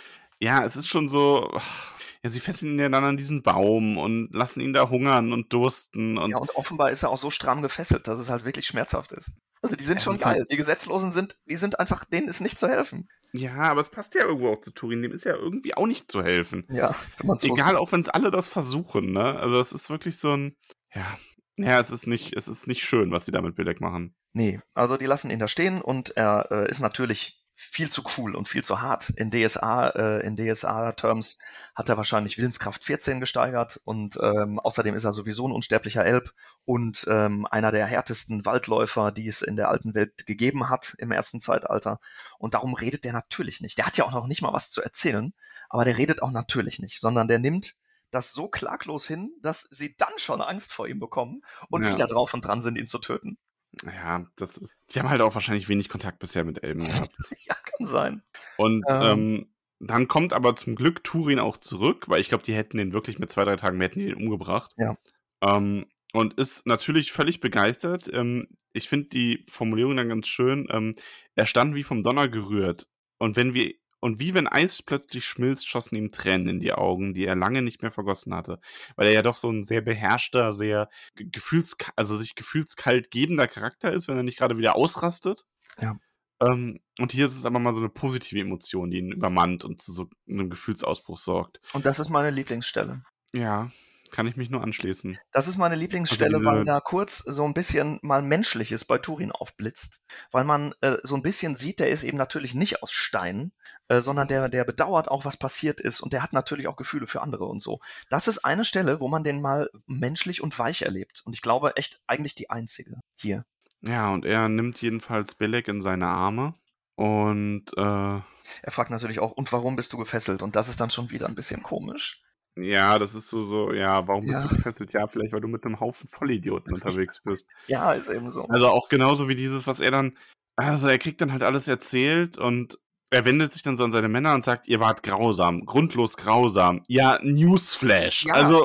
ist schon so, ja, sie fesseln ihn ja dann an diesen Baum und lassen ihn da hungern und dursten. Und ja, und offenbar ist er auch so stramm gefesselt, dass es halt wirklich schmerzhaft ist. Also die sind schon geil. Die Gesetzlosen sind einfach, denen ist nicht zu helfen. Ja, aber es passt ja irgendwo auch zu Turin, dem ist ja irgendwie auch nicht zu helfen. Ja, wenn man so egal, auch wenn es alle das versuchen, ne? Also es ist wirklich so ein, ja, es ist nicht schön, was sie da mit Belek machen. Nee, also die lassen ihn da stehen und er ist natürlich viel zu cool und viel zu hart. In DSA-Terms hat er wahrscheinlich Willenskraft 14 gesteigert und außerdem ist er sowieso ein unsterblicher Elb und einer der härtesten Waldläufer, die es in der alten Welt gegeben hat im ersten Zeitalter. Und darum redet der natürlich nicht. Der hat ja auch noch nicht mal was zu erzählen, aber der redet auch natürlich nicht, sondern der nimmt das so klaglos hin, dass sie dann schon Angst vor ihm bekommen und wieder drauf und dran sind, ihn zu töten. Ja, die haben halt auch wahrscheinlich wenig Kontakt bisher mit Elben gehabt. Ja, kann sein. Und dann kommt aber zum Glück Turin auch zurück, weil ich glaube, die hätten den wirklich mit 2-3 Tagen mehr umgebracht. Ja. Und ist natürlich völlig begeistert. Ich finde die Formulierung dann ganz schön. Er stand wie vom Donner gerührt. Und wie wenn Eis plötzlich schmilzt, schossen ihm Tränen in die Augen, die er lange nicht mehr vergossen hatte. Weil er ja doch so ein sehr beherrschter, sehr sich gefühlskalt gebender Charakter ist, wenn er nicht gerade wieder ausrastet. Ja. Und hier ist es aber mal so eine positive Emotion, die ihn übermannt und zu so einem Gefühlsausbruch sorgt. Und das ist meine Lieblingsstelle. Ja, kann ich mich nur anschließen. Das ist meine Lieblingsstelle, weil da kurz so ein bisschen mal Menschliches bei Turin aufblitzt. Weil man so ein bisschen sieht, der ist eben natürlich nicht aus Stein, sondern der bedauert auch, was passiert ist. Und der hat natürlich auch Gefühle für andere und so. Das ist eine Stelle, wo man den mal menschlich und weich erlebt. Und ich glaube echt eigentlich die einzige hier. Ja, und er nimmt jedenfalls Belek in seine Arme. Und er fragt natürlich auch, und warum bist du gefesselt? Und das ist dann schon wieder ein bisschen komisch. Ja, das ist so, ja, warum bist du gefesselt? Ja, vielleicht, weil du mit einem Haufen Vollidioten unterwegs bist. Ja, ist eben so. Also auch genauso wie dieses, was er dann, also er kriegt dann halt alles erzählt und er wendet sich dann so an seine Männer und sagt, ihr wart grausam, grundlos grausam. Ja, Newsflash. Ja, also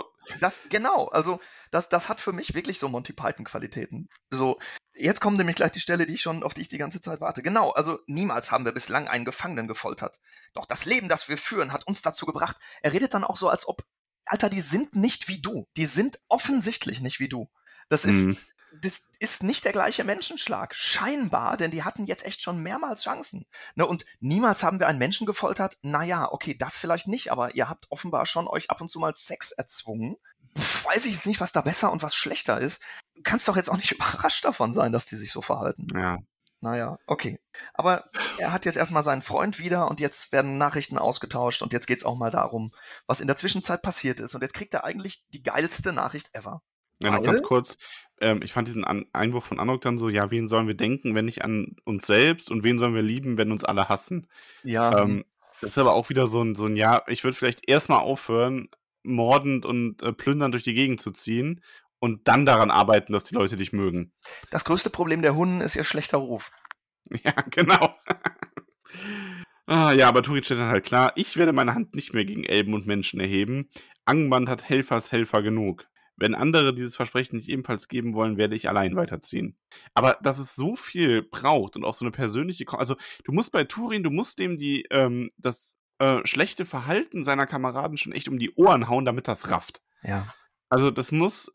das hat für mich wirklich so Monty Python-Qualitäten. So, jetzt kommt nämlich gleich die Stelle, auf die ich die ganze Zeit warte. Genau, also niemals haben wir bislang einen Gefangenen gefoltert. Doch das Leben, das wir führen, hat uns dazu gebracht. Er redet dann auch so, als ob, Alter, die sind nicht wie du. Die sind offensichtlich nicht wie du. Das ist, das ist nicht der gleiche Menschenschlag. Scheinbar, denn die hatten jetzt echt schon mehrmals Chancen. Ne, und niemals haben wir einen Menschen gefoltert. Naja, okay, das vielleicht nicht, aber ihr habt offenbar schon euch ab und zu mal Sex erzwungen. Weiß ich jetzt nicht, was da besser und was schlechter ist. Du kannst doch jetzt auch nicht überrascht davon sein, dass die sich so verhalten. Ja. Naja, okay. Aber er hat jetzt erstmal seinen Freund wieder und jetzt werden Nachrichten ausgetauscht und jetzt geht's auch mal darum, was in der Zwischenzeit passiert ist. Und jetzt kriegt er eigentlich die geilste Nachricht ever. Ja, noch Weil- ganz kurz, ich fand diesen Einwurf von Anok dann so, ja, wen sollen wir denken, wenn nicht an uns selbst und wen sollen wir lieben, wenn uns alle hassen? Ja, Das ist aber auch wieder so ein ja, ich würde vielleicht erstmal aufhören, mordend und plündernd durch die Gegend zu ziehen und dann daran arbeiten, dass die Leute dich mögen. das größte Problem der Hunden ist ihr schlechter Ruf. Ja, genau. Ja, aber Turin steht dann halt klar, ich werde meine Hand nicht mehr gegen Elben und Menschen erheben. Angband hat Helfer genug. Wenn andere dieses Versprechen nicht ebenfalls geben wollen, werde ich allein weiterziehen. Aber dass es so viel braucht und auch so eine persönliche... Also du musst bei Turin, du musst dem das schlechte Verhalten seiner Kameraden schon echt um die Ohren hauen, damit das rafft. Ja. Also das muss...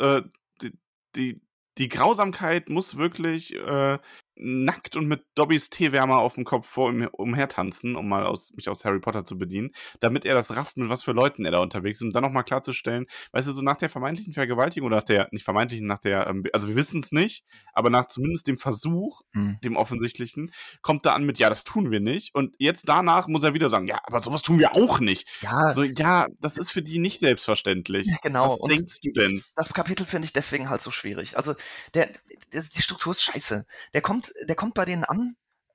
Die Grausamkeit muss wirklich nackt und mit Dobbys Teewärmer auf dem Kopf vor ihm umhertanzen, um mal mich aus Harry Potter zu bedienen, damit er das rafft, mit was für Leuten er da unterwegs ist, um dann nochmal klarzustellen, weißt du, so nach der vermeintlichen Vergewaltigung oder also wir wissen es nicht, aber nach zumindest dem Versuch, dem offensichtlichen, kommt er an mit, ja, das tun wir nicht. Und jetzt danach muss er wieder sagen, ja, aber sowas tun wir auch nicht. Ja. So, ja, das ist für die nicht selbstverständlich. Genau. Was Und denkst du denn? das Kapitel finde ich deswegen halt so schwierig. Also die Struktur ist scheiße. Der kommt bei denen an,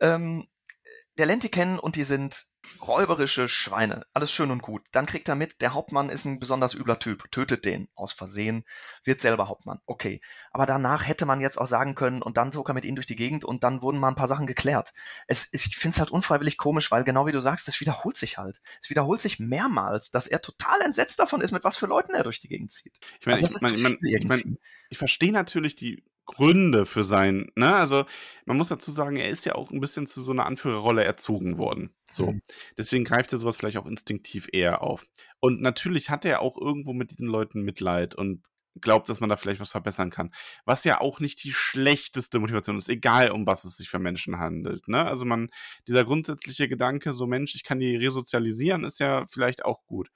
der lernt die kennen und die sind räuberische Schweine. Alles schön und gut. Dann kriegt er mit, der Hauptmann ist ein besonders übler Typ. Tötet den aus Versehen, wird selber Hauptmann. Okay. Aber danach hätte man jetzt auch sagen können und dann zog er mit ihnen durch die Gegend und dann wurden mal ein paar Sachen geklärt. Ich finde es halt unfreiwillig komisch, weil genau wie du sagst, es wiederholt sich halt. Es wiederholt sich mehrmals, dass er total entsetzt davon ist, mit was für Leuten er durch die Gegend zieht. Ich meine, ich verstehe natürlich die Gründe für sein, ne, also man muss dazu sagen, er ist ja auch ein bisschen zu so einer Anführerrolle erzogen worden. So. Deswegen greift er sowas vielleicht auch instinktiv eher auf. Und natürlich hat er auch irgendwo mit diesen Leuten Mitleid und glaubt, dass man da vielleicht was verbessern kann. Was ja auch nicht die schlechteste Motivation ist, egal um was es sich für Menschen handelt. Ne? Also dieser grundsätzliche Gedanke, so Mensch, ich kann die resozialisieren, ist ja vielleicht auch gut.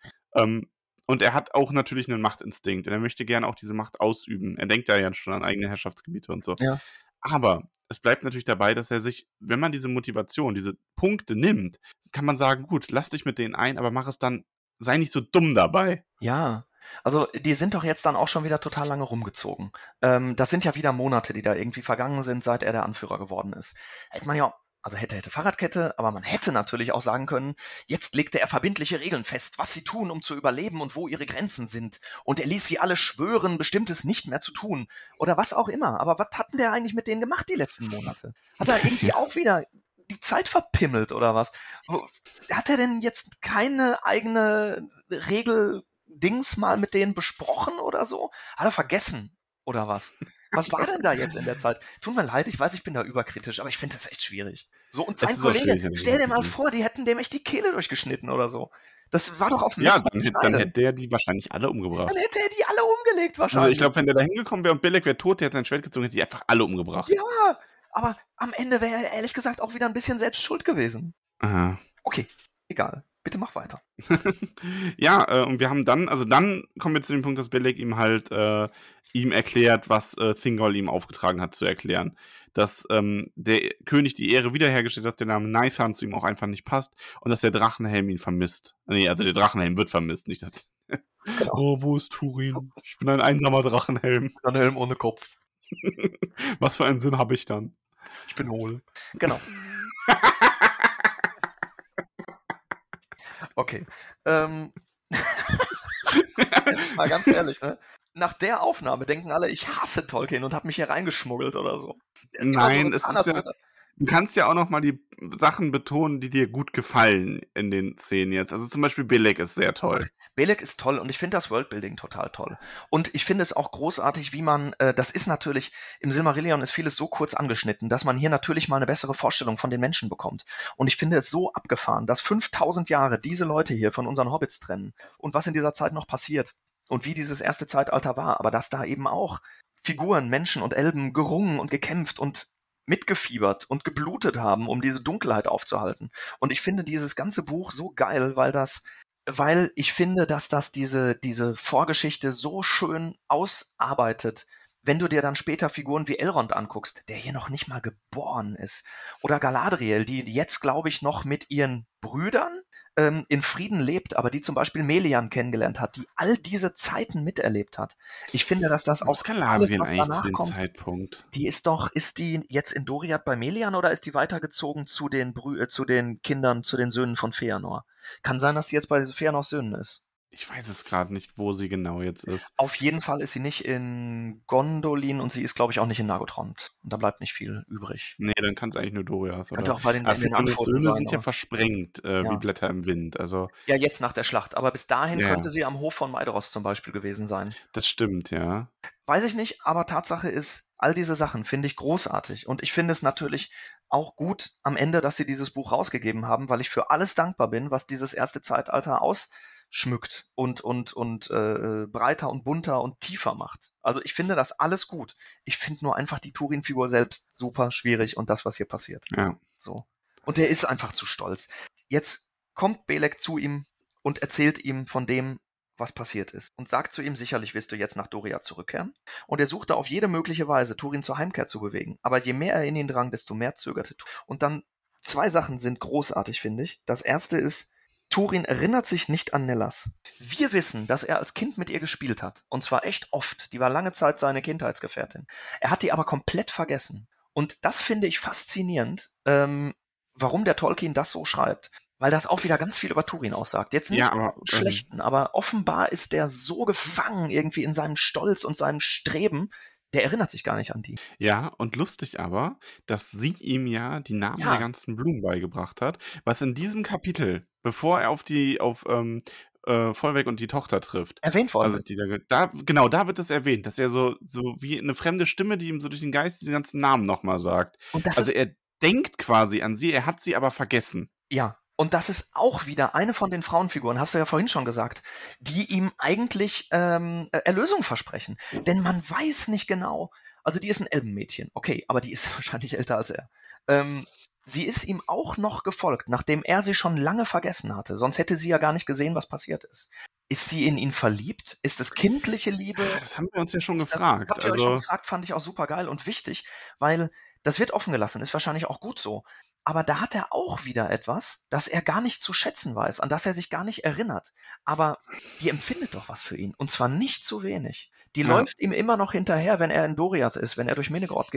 Und er hat auch natürlich einen Machtinstinkt und er möchte gerne auch diese Macht ausüben. Er denkt da ja schon an eigene Herrschaftsgebiete und so. Ja. Aber es bleibt natürlich dabei, dass er sich, wenn man diese Motivation, diese Punkte nimmt, kann man sagen, gut, lass dich mit denen ein, aber mach es dann, sei nicht so dumm dabei. Ja, also die sind doch jetzt dann auch schon wieder total lange rumgezogen. Das sind ja wieder Monate, die da irgendwie vergangen sind, seit er der Anführer geworden ist. Hätte man ja, also hätte Fahrradkette, aber man hätte natürlich auch sagen können, jetzt legte er verbindliche Regeln fest, was sie tun, um zu überleben und wo ihre Grenzen sind. Und er ließ sie alle schwören, Bestimmtes nicht mehr zu tun. Oder was auch immer. Aber was hat denn der eigentlich mit denen gemacht die letzten Monate? Hat er irgendwie auch wieder die Zeit verpimmelt oder was? Hat er denn jetzt keine eigene Regel-Dings mal mit denen besprochen oder so? Hat er vergessen oder was? Was war denn da jetzt in der Zeit? Tut mir leid, ich weiß, ich bin da überkritisch, aber ich finde das echt schwierig. So, und sein Kollege, stell dir mal vor, die hätten dem echt die Kehle durchgeschnitten oder so. Das war doch auf dem Ja, dann hätte er die wahrscheinlich alle umgebracht. Dann hätte er die alle umgelegt wahrscheinlich. Also ich glaube, wenn der da hingekommen wäre und Belek wäre tot, der hätte sein Schwert gezogen, hätte die einfach alle umgebracht. Ja, aber am Ende wäre er ehrlich gesagt auch wieder ein bisschen selbst schuld gewesen. Aha. Okay, egal. Bitte mach weiter. Ja, und wir haben dann kommen wir zu dem Punkt, dass Belek ihm halt ihm erklärt, was Thingol ihm aufgetragen hat zu erklären. Dass der König die Ehre wiederhergestellt hat, der Name Naithan zu ihm auch einfach nicht passt und dass der Drachenhelm ihn vermisst. Nee, also der Drachenhelm wird vermisst, nicht das. Genau. Oh, wo ist Turin? Ich bin ein einsamer Drachenhelm. Ein Helm ohne Kopf. Was für einen Sinn habe ich dann? Ich bin hohl. Genau. Okay. Mal ganz ehrlich, ne? Nach der Aufnahme denken alle, ich hasse Tolkien und habe mich hier reingeschmuggelt oder so. Nein, es ist ja, du kannst ja auch noch mal die Sachen betonen, die dir gut gefallen in den Szenen jetzt. Also zum Beispiel Belek ist sehr toll. Belek ist toll und ich finde das Worldbuilding total toll. Und ich finde es auch großartig, wie man, das ist natürlich, im Silmarillion ist vieles so kurz angeschnitten, dass man hier natürlich mal eine bessere Vorstellung von den Menschen bekommt. Und ich finde es so abgefahren, dass 5000 Jahre diese Leute hier von unseren Hobbits trennen und was in dieser Zeit noch passiert und wie dieses erste Zeitalter war, aber dass da eben auch Figuren, Menschen und Elben gerungen und gekämpft und mitgefiebert und geblutet haben, um diese Dunkelheit aufzuhalten. Und ich finde dieses ganze Buch so geil, weil ich finde, dass das diese Vorgeschichte so schön ausarbeitet. Wenn du dir dann später Figuren wie Elrond anguckst, der hier noch nicht mal geboren ist, oder Galadriel, die jetzt, glaube ich, noch mit ihren Brüdern in Frieden lebt, aber die zum Beispiel Melian kennengelernt hat, die all diese Zeiten miterlebt hat. Ich finde, dass das Was auch kann alles, Galadriel was eigentlich zu danach dem kommt, Zeitpunkt? ist die jetzt in Doriath bei Melian oder ist die weitergezogen zu den Kindern, zu den Söhnen von Feanor? Kann sein, dass die jetzt bei Feanors Söhnen ist. Ich weiß es gerade nicht, wo sie genau jetzt ist. Auf jeden Fall ist sie nicht in Gondolin und sie ist, glaube ich, auch nicht in Nargothrond. Und da bleibt nicht viel übrig. Nee, dann kann es eigentlich nur Doriath, Könnte oder? auch bei den, Aber in den Feanors Antworten Söhne sein. sind ja Aber, versprengt, wie ja. Blätter im Wind. Also, Ja, jetzt nach der Schlacht. Aber bis dahin ja, könnte sie am Hof von Maedhros zum Beispiel gewesen sein. das stimmt, ja. Weiß ich nicht, aber Tatsache ist, all diese Sachen finde ich großartig. Und ich finde es natürlich auch gut am Ende, dass sie dieses Buch rausgegeben haben, weil ich für alles dankbar bin, was dieses erste Zeitalter ausschmückt und breiter und bunter und tiefer macht. Also ich finde das alles gut. Ich finde nur einfach die Turin-Figur selbst super schwierig und das, was hier passiert. Ja. So. Und der ist einfach zu stolz. Jetzt kommt Belek zu ihm und erzählt ihm von dem, was passiert ist. Und sagt zu ihm, sicherlich wirst du jetzt nach Doriath zurückkehren. Und er suchte auf jede mögliche Weise, Turin zur Heimkehr zu bewegen. Aber je mehr er in ihn drang, desto mehr zögerte Turin. Und dann, 2 Sachen sind großartig, finde ich. Das erste ist, Turin erinnert sich nicht an Nellas. Wir wissen, dass er als Kind mit ihr gespielt hat. Und zwar echt oft. Die war lange Zeit seine Kindheitsgefährtin. Er hat die aber komplett vergessen. Und das finde ich faszinierend, warum der Tolkien das so schreibt. Weil das auch wieder ganz viel über Turin aussagt. Jetzt nicht Ja, aber im Schlechten, aber offenbar ist der so gefangen irgendwie in seinem Stolz und seinem Streben, der erinnert sich gar nicht an die. ja, und lustig aber, dass sie ihm ja die Namen der Ja, ganzen Blumen beigebracht hat, was in diesem Kapitel, bevor er auf Vollweg und die Tochter trifft, erwähnt worden also ist. genau, da wird es erwähnt, dass er so wie eine fremde Stimme, die ihm so durch den Geist die ganzen Namen nochmal sagt. Und das Also ist, er denkt quasi an sie, er hat sie aber vergessen. ja, und das ist auch wieder eine von den Frauenfiguren, hast du ja vorhin schon gesagt, die ihm eigentlich Erlösung versprechen. Denn man weiß nicht genau, also die ist ein Elbenmädchen, okay, aber die ist wahrscheinlich älter als er. Sie ist ihm auch noch gefolgt, nachdem er sie schon lange vergessen hatte. Sonst hätte sie ja gar nicht gesehen, was passiert ist. Ist sie in ihn verliebt? Ist es kindliche Liebe? Das haben wir uns ja schon Ist das, gefragt. habt ihr euch schon Also, gefragt, fand ich auch super geil und wichtig, weil das wird offen gelassen, ist wahrscheinlich auch gut so. Aber da hat er auch wieder etwas, das er gar nicht zu schätzen weiß, an das er sich gar nicht erinnert. Aber die empfindet doch was für ihn. Und zwar nicht zu wenig. Die ja, läuft ihm immer noch hinterher, wenn er in Doriath ist, wenn er durch Menegroth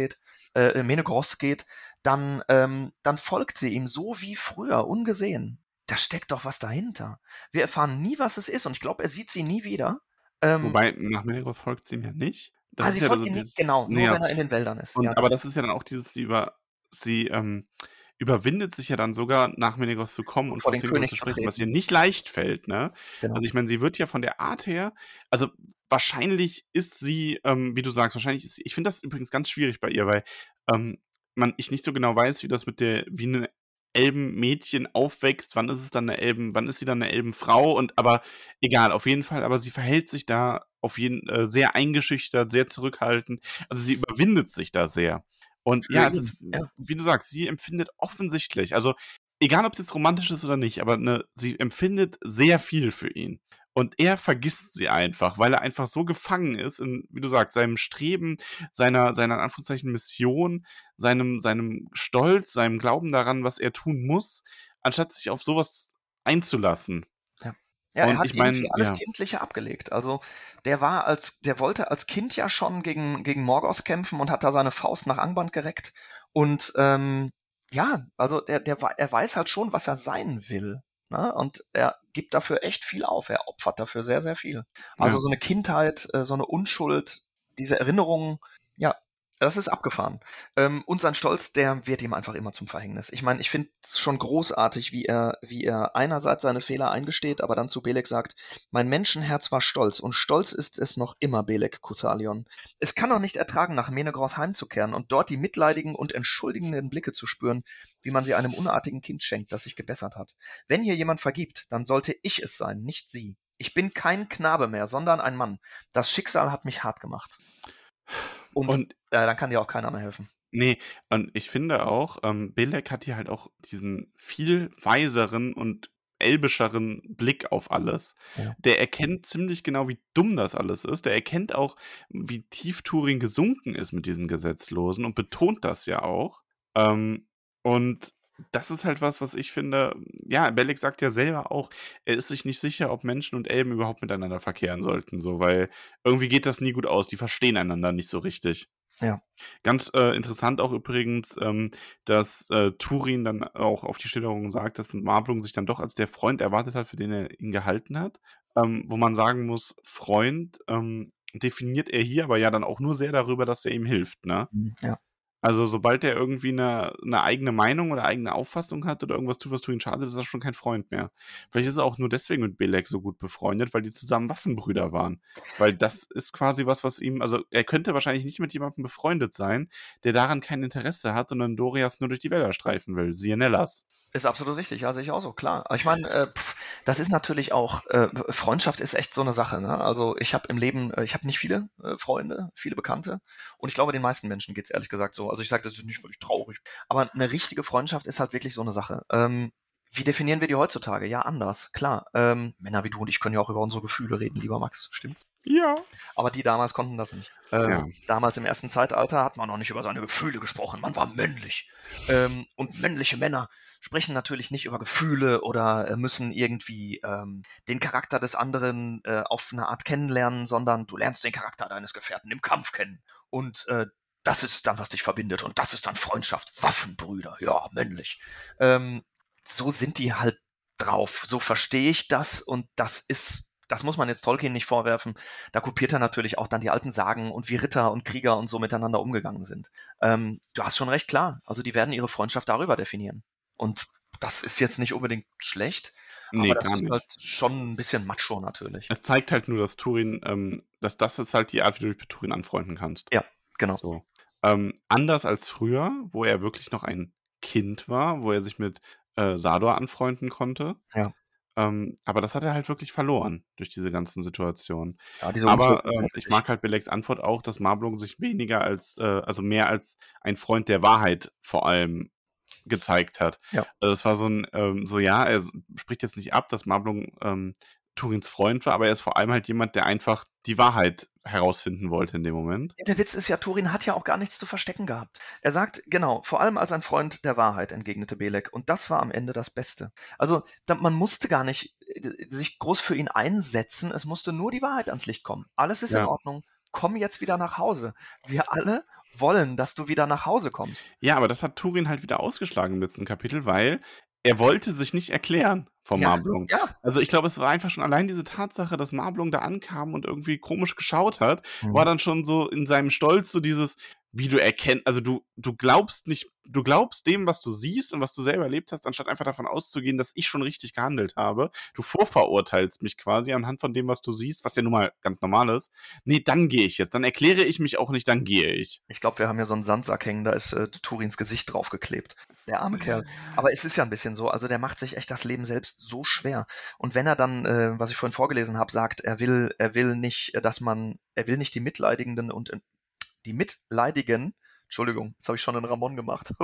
geht, dann folgt sie ihm so wie früher, ungesehen. Da steckt doch was dahinter. Wir erfahren nie, was es ist, und ich glaube, er sieht sie nie wieder. wobei nach Menegroth folgt sie ihm ja nicht. Das ist Sie ja folgt so ihm nie, dieses, genau, nur naja, wenn er in den Wäldern ist. Ja, aber das ist ja dann auch dieses, sie überwindet sich ja dann sogar, nach Menegroth zu kommen und vor vor den Fingon König zu zu sprechen, was ihr treten. nicht leicht fällt, ne? Genau. Also ich meine, sie wird ja von der Art her, also wahrscheinlich ist sie, wie du sagst, ich finde das übrigens ganz schwierig bei ihr, weil ich nicht so genau weiß, wie eine Elbenmädchen aufwächst, wann ist sie dann eine Elbenfrau, aber egal, auf jeden Fall, aber sie verhält sich da sehr eingeschüchtert, sehr zurückhaltend, also sie überwindet sich da sehr. Und Für ja, es ihn, ist, ja. wie du sagst, sie empfindet offensichtlich, also egal, ob es jetzt romantisch ist oder nicht, aber sie empfindet sehr viel für ihn. Und er vergisst sie einfach, weil er einfach so gefangen ist in, wie du sagst, seinem Streben, seiner in Anführungszeichen Mission, seinem Stolz, seinem Glauben daran, was er tun muss, anstatt sich auf sowas einzulassen. Ja. Ja, er Und hat ich meine, irgendwie alles ja, Kindliche abgelegt. Also der wollte als Kind ja schon gegen Morgoth kämpfen und hat da seine Faust nach Angband gereckt. Und ja, also er weiß halt schon, was er sein will. Ne? Und er gibt dafür echt viel auf. Er opfert dafür sehr, sehr viel. Also ja. so eine Kindheit, so eine Unschuld, diese Erinnerungen, ja, das ist abgefahren. Und sein Stolz, der wird ihm einfach immer zum Verhängnis. Ich meine, ich finde es schon großartig, wie er einerseits seine Fehler eingesteht, aber dann zu Belek sagt, mein Menschenherz war stolz und stolz ist es noch immer, Belek Cuthalion. Es kann auch nicht ertragen, nach Menegroth heimzukehren und dort die mitleidigen und entschuldigenden Blicke zu spüren, wie man sie einem unartigen Kind schenkt, das sich gebessert hat. Wenn hier jemand vergibt, dann sollte ich es sein, nicht sie. Ich bin kein Knabe mehr, sondern ein Mann. Das Schicksal hat mich hart gemacht. Und dann kann dir auch keiner mehr helfen. nee, und ich finde auch, Belek hat hier halt auch diesen viel weiseren und elbischeren Blick auf alles. Ja. Der erkennt ziemlich genau, wie dumm das alles ist. Der erkennt auch, wie tief Turin gesunken ist mit diesen Gesetzlosen und betont das ja auch. Und das ist halt was ich finde, ja, Belek sagt ja selber auch, er ist sich nicht sicher, ob Menschen und Elben überhaupt miteinander verkehren sollten, so, weil irgendwie geht das nie gut aus. Die verstehen einander nicht so richtig. Ja. Ganz interessant auch übrigens, dass Turin dann auch auf die Schilderung sagt, dass Marblung sich dann doch als der Freund erwartet hat, für den er ihn gehalten hat. Wo man sagen muss, Freund definiert er hier aber ja dann auch nur sehr darüber, dass er ihm hilft, ne? Ja. Also sobald er irgendwie eine eigene Meinung oder eigene Auffassung hat oder irgendwas tut, was Turin schadet, ist er schon kein Freund mehr. Vielleicht ist er auch nur deswegen mit Belek so gut befreundet, weil die zusammen Waffenbrüder waren. Weil das ist quasi was ihm, also er könnte wahrscheinlich nicht mit jemandem befreundet sein, der daran kein Interesse hat, sondern Doriath nur durch die Wälder streifen will. Siehe Nellas. Ist absolut richtig, ja, sehe ich auch so, klar. Aber ich meine, das ist natürlich auch, Freundschaft ist echt so eine Sache, ne? Also ich habe im Leben, ich habe nicht viele Freunde, viele Bekannte und ich glaube, den meisten Menschen geht's ehrlich gesagt so. Also ich sage, das ist nicht wirklich traurig, aber eine richtige Freundschaft ist halt wirklich so eine Sache. Wie definieren wir die heutzutage? Ja, anders, klar. Männer wie du und ich können ja auch über unsere Gefühle reden, lieber Max, stimmt's? Ja. Aber die damals konnten das nicht. Ja. Damals im ersten Zeitalter hat man noch nicht über seine Gefühle gesprochen, man war männlich. Und männliche Männer sprechen natürlich nicht über Gefühle oder müssen irgendwie den Charakter des anderen auf eine Art kennenlernen, sondern du lernst den Charakter deines Gefährten im Kampf kennen. Und das ist dann, was dich verbindet. Und das ist dann Freundschaft, Waffenbrüder, ja, männlich. So sind die halt drauf. So verstehe ich das. Und das muss man jetzt Tolkien nicht vorwerfen. Da kopiert er natürlich auch dann die alten Sagen und wie Ritter und Krieger und so miteinander umgegangen sind. Du hast schon recht, klar. Also die werden ihre Freundschaft darüber definieren. Und das ist jetzt nicht unbedingt schlecht. Nee, aber das gar ist nicht. halt schon ein bisschen macho natürlich. Es zeigt halt nur, dass Turin, dass das ist halt die Art, wie du dich mit Turin anfreunden kannst. Ja, genau. So. Anders als früher, wo er wirklich noch ein Kind war, wo er sich mit Sador anfreunden konnte. Ja. Aber das hat er halt wirklich verloren durch diese ganzen Situationen. Ja, diese Aber Unschuld ich mag halt Beleks Antwort auch, dass Marblung sich weniger als, also mehr als ein Freund der Wahrheit vor allem gezeigt hat. Ja. Also das war so ein, ja, er spricht jetzt nicht ab, dass Marblung Turins Freund war, aber er ist vor allem halt jemand, der einfach die Wahrheit herausfinden wollte in dem Moment. Der Witz ist ja, Turin hat ja auch gar nichts zu verstecken gehabt. Er sagt, genau, vor allem als ein Freund der Wahrheit, entgegnete Belek. Und das war am Ende das Beste. Also, man musste gar nicht sich groß für ihn einsetzen. Es musste nur die Wahrheit ans Licht kommen. Alles ist in Ordnung. Komm jetzt wieder nach Hause. Wir alle wollen, dass du wieder nach Hause kommst. Ja, aber das hat Turin halt wieder ausgeschlagen im letzten Kapitel, weil er wollte sich nicht erklären vom Marblung. Ja. Also ich glaube, es war einfach schon allein diese Tatsache, dass Marblung da ankam und irgendwie komisch geschaut hat, war dann schon so in seinem Stolz so dieses, wie du erkennst, also du glaubst nicht, du glaubst dem, was du siehst und was du selber erlebt hast, anstatt einfach davon auszugehen, dass ich schon richtig gehandelt habe. Du vorverurteilst mich quasi anhand von dem, was du siehst, was ja nun mal ganz normal ist. Nee, dann gehe ich jetzt. Dann erkläre ich mich auch nicht, dann gehe ich. Ich glaube, wir haben hier so einen Sandsack hängen, da ist Turins Gesicht draufgeklebt. Der arme Kerl. Aber es ist ja ein bisschen so, also der macht sich echt das Leben selbst so schwer. Und wenn er dann, was ich vorhin vorgelesen habe, sagt, er will nicht, er will nicht die Mitleidigenden und die Mitleidigen, Entschuldigung, jetzt habe ich schon einen Ramon gemacht.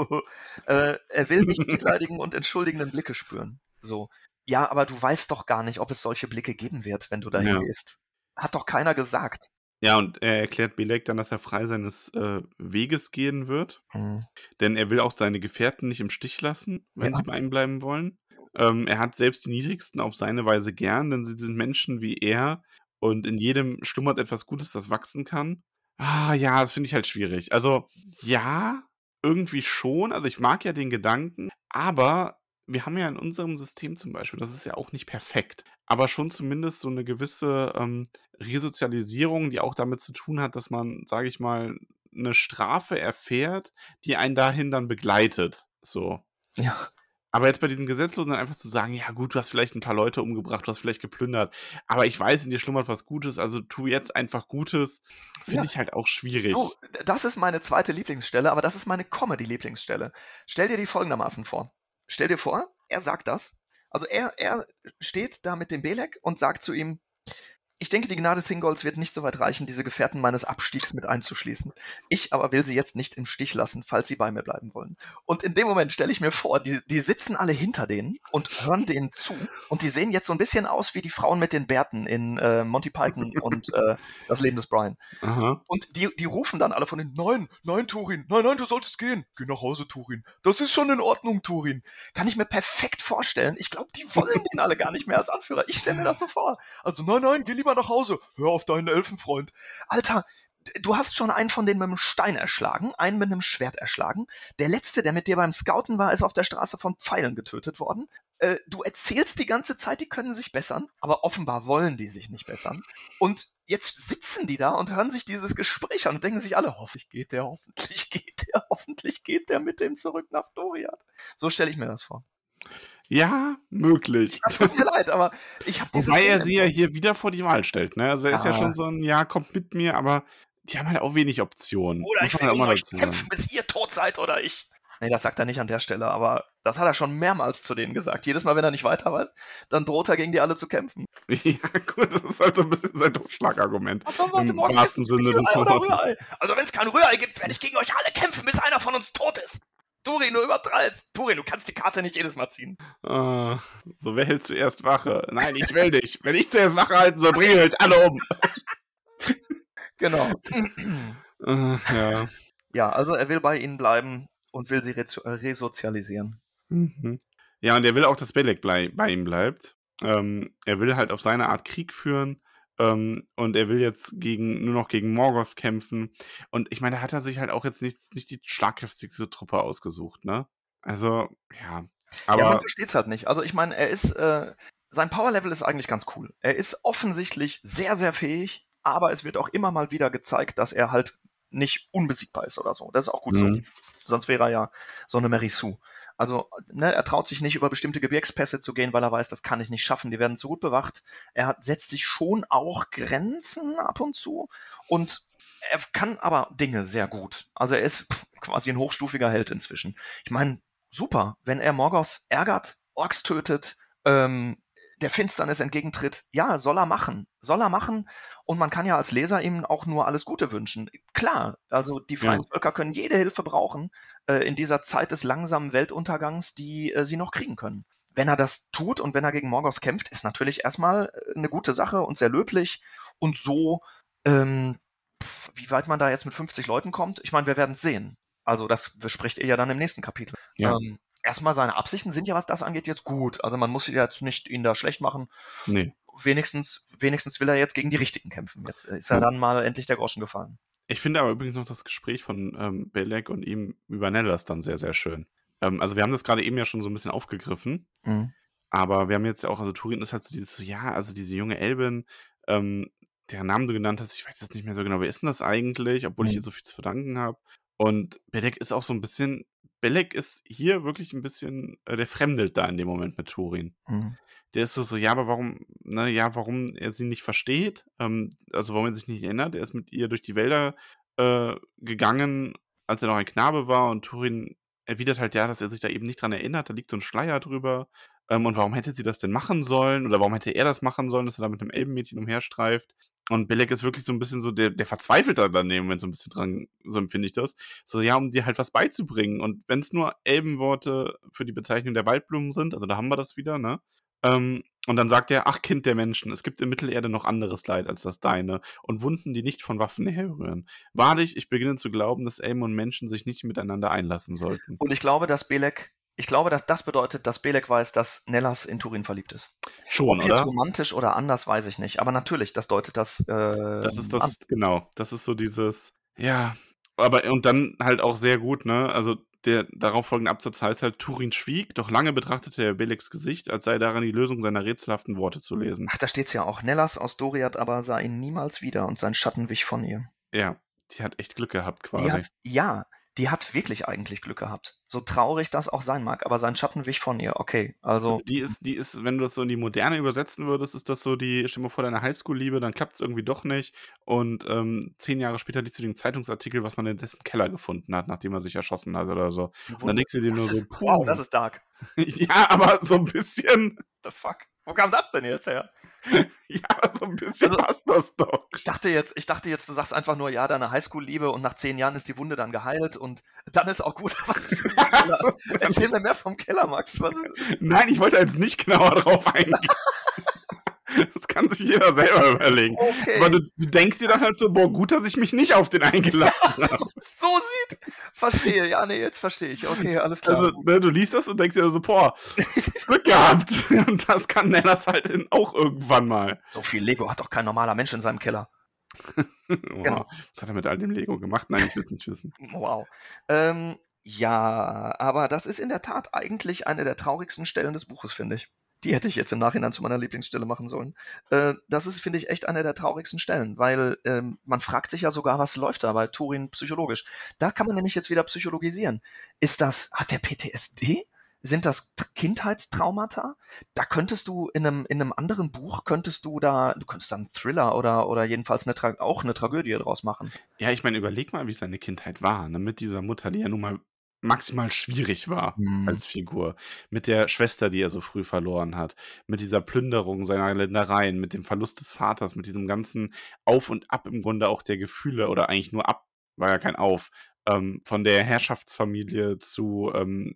Er will nicht die mitleidigen und entschuldigenden Blicke spüren. So. Ja, aber du weißt doch gar nicht, ob es solche Blicke geben wird, wenn du dahin gehst. Hat doch keiner gesagt. Ja, und er erklärt Belek dann, dass er frei seines Weges gehen wird. Denn er will auch seine Gefährten nicht im Stich lassen, wenn sie bei ihm bleiben wollen. Er hat selbst die Niedrigsten auf seine Weise gern, denn sie sind Menschen wie er und in jedem schlummert etwas Gutes, das wachsen kann. Ja, das finde ich halt schwierig. Also, ja, irgendwie schon. Also, ich mag ja den Gedanken, aber wir haben ja in unserem System zum Beispiel, das ist ja auch nicht perfekt, aber schon zumindest so eine gewisse Resozialisierung, die auch damit zu tun hat, dass man, sage ich mal, eine Strafe erfährt, die einen dahin dann begleitet. So. Ja. Aber jetzt bei diesen Gesetzlosen dann einfach zu sagen, ja gut, du hast vielleicht ein paar Leute umgebracht, du hast vielleicht geplündert, aber ich weiß, in dir schlummert was Gutes, also tu jetzt einfach Gutes, finde ich halt auch schwierig. Oh, das ist meine zweite Lieblingsstelle, aber das ist meine Comedy-Lieblingsstelle. Stell dir die folgendermaßen vor. Stell dir vor, er sagt das. Also er steht da mit dem Belek und sagt zu ihm, Ich denke, die Gnade Thingolls wird nicht so weit reichen, diese Gefährten meines Abstiegs mit einzuschließen. Ich aber will sie jetzt nicht im Stich lassen, falls sie bei mir bleiben wollen. Und in dem Moment stelle ich mir vor, die sitzen alle hinter denen und hören denen zu. Und die sehen jetzt so ein bisschen aus wie die Frauen mit den Bärten in Monty Python und Das Leben des Brian. Aha. Und die rufen dann alle von denen, nein, Turin, nein, du solltest gehen. Geh nach Hause, Turin. Das ist schon in Ordnung, Turin. Kann ich mir perfekt vorstellen. Ich glaube, die wollen den alle gar nicht mehr als Anführer. Ich stelle mir das so vor. Also, nein, geh lieber nach Hause. Hör auf deinen Elfenfreund. Alter, du hast schon einen von denen mit einem Stein erschlagen, einen mit einem Schwert erschlagen. Der letzte, der mit dir beim Scouten war, ist auf der Straße von Pfeilen getötet worden. Du erzählst die ganze Zeit, die können sich bessern, aber offenbar wollen die sich nicht bessern. Und jetzt sitzen die da und hören sich dieses Gespräch an und denken sich alle, hoffentlich geht der mit dem zurück nach Doriath. So stelle ich mir das vor. Ja, möglich. Das tut mir leid, aber ich habe dieses... Wobei er sie ja hier wieder vor die Wahl stellt, ne? Also er ist ja schon so ein, ja, kommt mit mir, aber die haben halt auch wenig Optionen. Oder ich will gegen euch kämpfen, bis ihr tot seid oder ich. Nee, das sagt er nicht an der Stelle, aber das hat er schon mehrmals zu denen gesagt. Jedes Mal, wenn er nicht weiter weiß, dann droht er gegen die alle zu kämpfen. Ja, gut, das ist halt so ein bisschen sein Totschlagargument. Was sollen wir heute Im Morgen wahrsten essen? Sinne des Wortes. Also wenn es kein Rührei gibt, werde ich gegen euch alle kämpfen, bis einer von uns tot ist. Turin, du übertreibst. Turin, du kannst die Karte nicht jedes Mal ziehen. So, wer hält zuerst Wache? Nein, ich will nicht. Wenn ich zuerst Wache halten soll, bringe ich halt alle um. Genau. Ja. Ja, also er will bei ihnen bleiben und will sie resozialisieren. Mhm. Ja, und er will auch, dass Belek bei ihm bleibt. Er will halt auf seine Art Krieg führen. Und er will jetzt nur noch gegen Morgoth kämpfen. Und ich meine, da hat er sich halt auch jetzt nicht die schlagkräftigste Truppe ausgesucht, ne? Also, ja. Aber ja, man versteht's halt nicht. Also ich meine, er ist, sein Powerlevel ist eigentlich ganz cool. Er ist offensichtlich sehr, sehr fähig, aber es wird auch immer mal wieder gezeigt, dass er halt nicht unbesiegbar ist oder so. Das ist auch gut so. Sonst wäre er ja so eine Mary Sue. Also, ne, er traut sich nicht, über bestimmte Gebirgspässe zu gehen, weil er weiß, das kann ich nicht schaffen, die werden zu gut bewacht. Er setzt sich schon auch Grenzen ab und zu und er kann aber Dinge sehr gut. Also er ist quasi ein hochstufiger Held inzwischen. Ich meine, super, wenn er Morgoth ärgert, Orks tötet, der Finsternis entgegentritt, ja, soll er machen. Und man kann ja als Leser ihm auch nur alles Gute wünschen. Klar, also die freien Völker können jede Hilfe brauchen in dieser Zeit des langsamen Weltuntergangs, die sie noch kriegen können. Wenn er das tut und wenn er gegen Morgoth kämpft, ist natürlich erstmal eine gute Sache und sehr löblich. Und so, wie weit man da jetzt mit 50 Leuten kommt, ich meine, wir werden es sehen. Also das bespricht ihr ja dann im nächsten Kapitel. Ja. Erstmal seine Absichten sind ja, was das angeht, jetzt gut. Also man muss jetzt nicht ihn da schlecht machen. Nee. Wenigstens will er jetzt gegen die Richtigen kämpfen. Jetzt ist er dann mal endlich der Groschen gefallen. Ich finde aber übrigens noch das Gespräch von Belek und ihm über Nellas dann sehr, sehr schön. Also wir haben das gerade eben ja schon so ein bisschen aufgegriffen. Aber wir haben jetzt auch, also Turin ist halt so dieses, also diese junge Elbin, deren Namen du genannt hast, ich weiß jetzt nicht mehr so genau, wer ist denn das eigentlich, obwohl ich ihr so viel zu verdanken habe. Und Belek ist auch so ein bisschen, Belek ist hier wirklich ein bisschen, der fremdelt da in dem Moment mit Turin. Der ist so, ja, aber warum er sie nicht versteht, also warum er sich nicht erinnert, er ist mit ihr durch die Wälder gegangen, als er noch ein Knabe war und Turin erwidert halt, dass er sich da eben nicht dran erinnert, da liegt so ein Schleier drüber und warum hätte sie das denn machen sollen oder warum hätte er das machen sollen, dass er da mit einem Elbenmädchen umherstreift. Und Belek ist wirklich so ein bisschen so, der verzweifelt da daneben, wenn so ein bisschen dran, so empfinde ich das. So, ja, um dir halt was beizubringen. Und wenn es nur Elbenworte für die Bezeichnung der Waldblumen sind, also da haben wir das wieder, ne? Und dann sagt er, ach Kind der Menschen, es gibt in Mittelerde noch anderes Leid als das deine und Wunden, die nicht von Waffen herrühren. Wahrlich, ich beginne zu glauben, dass Elben und Menschen sich nicht miteinander einlassen sollten. Und ich glaube, dass das bedeutet, dass Belek weiß, dass Nellas in Turin verliebt ist. Schon, Ob oder? jetzt romantisch oder anders, weiß ich nicht. Aber natürlich, das deutet das das ist das, genau. Das ist so dieses, ja, aber und dann halt auch sehr gut, ne? Also der darauffolgende Absatz heißt halt, Turin schwieg, doch lange betrachtete er Beleks Gesicht, als sei darin die Lösung seiner rätselhaften Worte zu lesen. Ach, da steht's ja auch. Nellas aus Doriath aber sah ihn niemals wieder und sein Schatten wich von ihr. Ja, die hat echt Glück gehabt quasi. Die hat wirklich eigentlich Glück gehabt. So traurig das auch sein mag, aber sein Schatten wich von ihr. Okay, also Die ist, wenn du das so in die Moderne übersetzen würdest, ist das so stell dir mal vor, deine Highschool-Liebe, dann klappt es irgendwie doch nicht. Und 10 Jahre später liest du den Zeitungsartikel, was man in dessen Keller gefunden hat, nachdem er sich erschossen hat oder so. Und dann denkst du dir nur so, wow, das ist dark. ja, aber so ein bisschen, The fuck? Wo kam das denn jetzt her? ja, so ein bisschen passt das doch. Ich dachte jetzt, du sagst einfach nur, ja, deine Highschool-Liebe und nach 10 Jahren ist die Wunde dann geheilt und dann ist auch gut. Was? Erzähl mir mehr vom Keller, Max. Was? Nein, ich wollte jetzt nicht genauer drauf eingehen. Das kann sich jeder selber überlegen. Okay. Aber du denkst dir dann halt so, boah, gut, dass ich mich nicht auf den eingelassen habe. So sieht. Verstehe. Ja, nee, jetzt verstehe ich. Okay, alles klar. Also, ne, du liest das und denkst dir so, boah, Glück gehabt. Und das kann Nellas halt auch irgendwann mal. So viel Lego hat doch kein normaler Mensch in seinem Keller. Genau. Was hat er mit all dem Lego gemacht? Nein, ich will es nicht wissen. Wow. Ja, aber das ist in der Tat eigentlich eine der traurigsten Stellen des Buches, finde ich. Die hätte ich jetzt im Nachhinein zu meiner Lieblingsstelle machen sollen. Das ist, finde ich, echt eine der traurigsten Stellen, weil man fragt sich ja sogar, was läuft da bei Turin psychologisch. Da kann man nämlich jetzt wieder psychologisieren. Hat der PTSD? Sind das Kindheitstraumata? Da könntest du in einem anderen Buch, du könntest dann einen Thriller oder jedenfalls auch eine Tragödie draus machen. Ja, ich meine, überleg mal, wie seine Kindheit war, ne? Mit dieser Mutter, die ja nun mal maximal schwierig war als Figur. Mit der Schwester, die er so früh verloren hat. Mit dieser Plünderung seiner Ländereien, mit dem Verlust des Vaters, mit diesem ganzen Auf und Ab im Grunde auch der Gefühle oder eigentlich nur Ab, war ja kein Auf. Von der Herrschaftsfamilie zu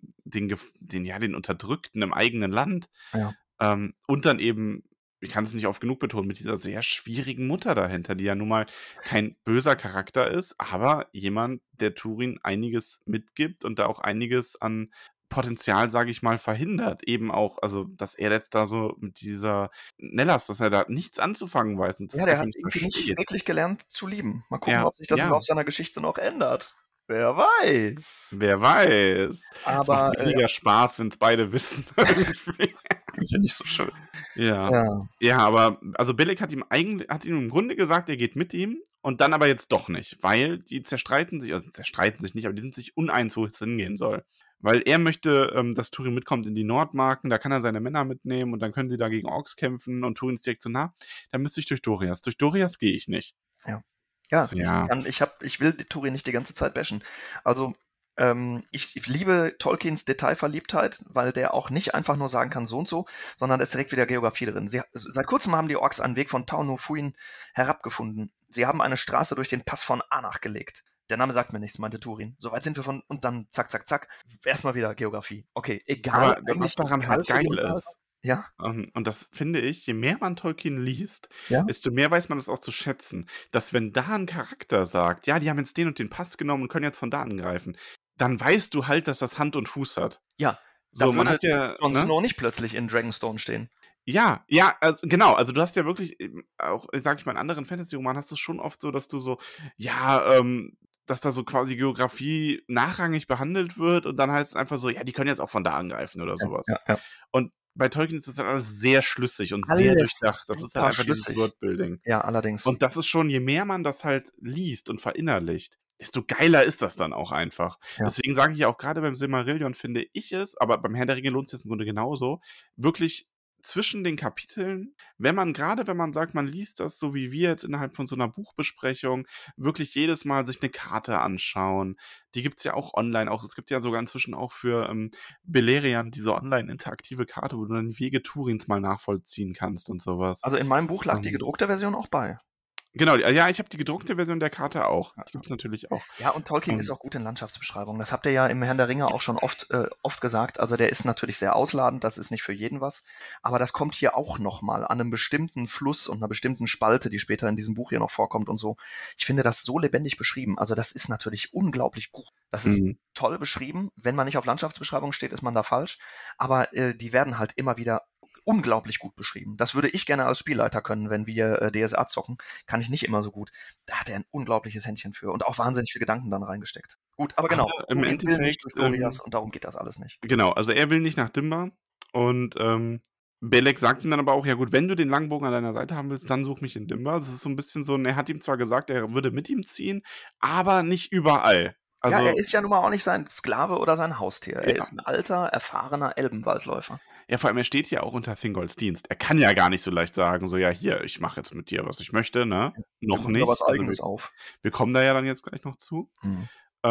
den Unterdrückten im eigenen Land. Ja. Und dann eben, ich kann es nicht oft genug betonen, mit dieser sehr schwierigen Mutter dahinter, die ja nun mal kein böser Charakter ist, aber jemand, der Turin einiges mitgibt und da auch einiges an Potenzial, sage ich mal, verhindert. Eben auch, also, dass er jetzt da so mit dieser Nellas, dass er da nichts anzufangen weiß. Und Ja, der hat irgendwie nicht wirklich gelernt zu lieben. Mal gucken, ob sich das im Laufe seiner Geschichte noch ändert. Wer weiß. Wer weiß. Aber es macht weniger Spaß, wenn es beide wissen. ist ja nicht so schön. Ja, aber also Bellick hat ihm im Grunde gesagt, er geht mit ihm und dann aber jetzt doch nicht, weil die zerstreiten sich nicht, aber die sind sich uneins, wo es hingehen soll. Weil er möchte, dass Turin mitkommt in die Nordmarken, da kann er seine Männer mitnehmen und dann können sie da gegen Orks kämpfen und Turin ist direkt so, dann müsste ich durch Dorias. Durch Dorias gehe ich nicht. Ja, Ja. ich will Turin nicht die ganze Zeit bashen. Also, ich liebe Tolkiens Detailverliebtheit, weil der auch nicht einfach nur sagen kann so und so, sondern es ist direkt wieder Geografie drin. Seit kurzem haben die Orks einen Weg von Tau No Fuin herabgefunden. Sie haben eine Straße durch den Pass von Anach gelegt. Der Name sagt mir nichts, meinte Turin. Soweit sind wir und dann zack, zack, zack. Erstmal wieder Geografie. Okay, egal. Aber was daran halt geil ist. Ja. Und das finde ich, je mehr man Tolkien liest, Ja. desto mehr weiß man das auch zu schätzen. Dass wenn da ein Charakter sagt, ja, die haben jetzt den und den Pass genommen und können jetzt von da angreifen, dann weißt du halt, dass das Hand und Fuß hat. Ja, So, da man würde hat ja, Jon ne? Snow nicht plötzlich in Dragonstone stehen. Ja, also, genau, also du hast ja wirklich, auch, sag ich mal, in anderen Fantasy-Romanen hast du schon oft so, dass du so, dass da so quasi Geografie nachrangig behandelt wird und dann heißt es einfach so, ja, die können jetzt auch von da angreifen oder sowas. Ja. Und bei Tolkien ist das halt alles sehr schlüssig und Alles sehr durchdacht. Das ist super halt einfach dieses schlüssig. Wordbuilding. Ja, allerdings. Und das ist schon, je mehr man das halt liest und verinnerlicht, desto geiler ist das dann auch einfach. Ja. Deswegen sage ich ja auch gerade beim Silmarillion finde ich es, aber beim Herr der Ringe lohnt es sich im Grunde genauso, wirklich zwischen den Kapiteln, wenn man sagt, man liest das so wie wir jetzt innerhalb von so einer Buchbesprechung, wirklich jedes Mal sich eine Karte anschauen. Die gibt's ja auch online, es gibt ja sogar inzwischen auch für Beleriand diese online-interaktive Karte, wo du dann die Wege Turins mal nachvollziehen kannst und sowas. Also in meinem Buch lag die gedruckte Version auch bei. Genau, ja, ich habe die gedruckte Version der Karte auch. Die gibt's natürlich auch. Ja, und Tolkien ist auch gut in Landschaftsbeschreibungen. Das habt ihr ja im Herrn der Ringe auch schon oft gesagt. Also der ist natürlich sehr ausladend, das ist nicht für jeden was. Aber das kommt hier auch nochmal an einem bestimmten Fluss und einer bestimmten Spalte, die später in diesem Buch hier noch vorkommt und so. Ich finde das so lebendig beschrieben. Also das ist natürlich unglaublich gut. Das ist toll beschrieben. Wenn man nicht auf Landschaftsbeschreibungen steht, ist man da falsch. Aber die werden halt immer wieder unglaublich gut beschrieben. Das würde ich gerne als Spielleiter können, wenn wir DSA zocken. Kann ich nicht immer so gut. Da hat er ein unglaubliches Händchen für und auch wahnsinnig viel Gedanken dann reingesteckt. Gut, aber genau. Im Turin will nicht Endeffekt, durch Dorias und darum geht das alles nicht. Genau, also er will nicht nach Dimbar und Belek sagt ihm dann aber auch, ja gut, wenn du den Langbogen an deiner Seite haben willst, dann such mich in Dimbar. Das ist so ein bisschen so, er hat ihm zwar gesagt, er würde mit ihm ziehen, aber nicht überall. Ja, Also, er ist ja nun mal auch nicht sein Sklave oder sein Haustier. Er ja. ist ein alter, erfahrener Elbenwaldläufer. Ja, vor allem, er steht ja auch unter Thingolds Dienst. Er kann ja gar nicht so leicht sagen, so, ja, hier, ich mache jetzt mit dir, was ich möchte, ne? Wir Noch machen da was nicht. Also, Eigenes auf. wir kommen da ja dann jetzt gleich noch zu. Mhm.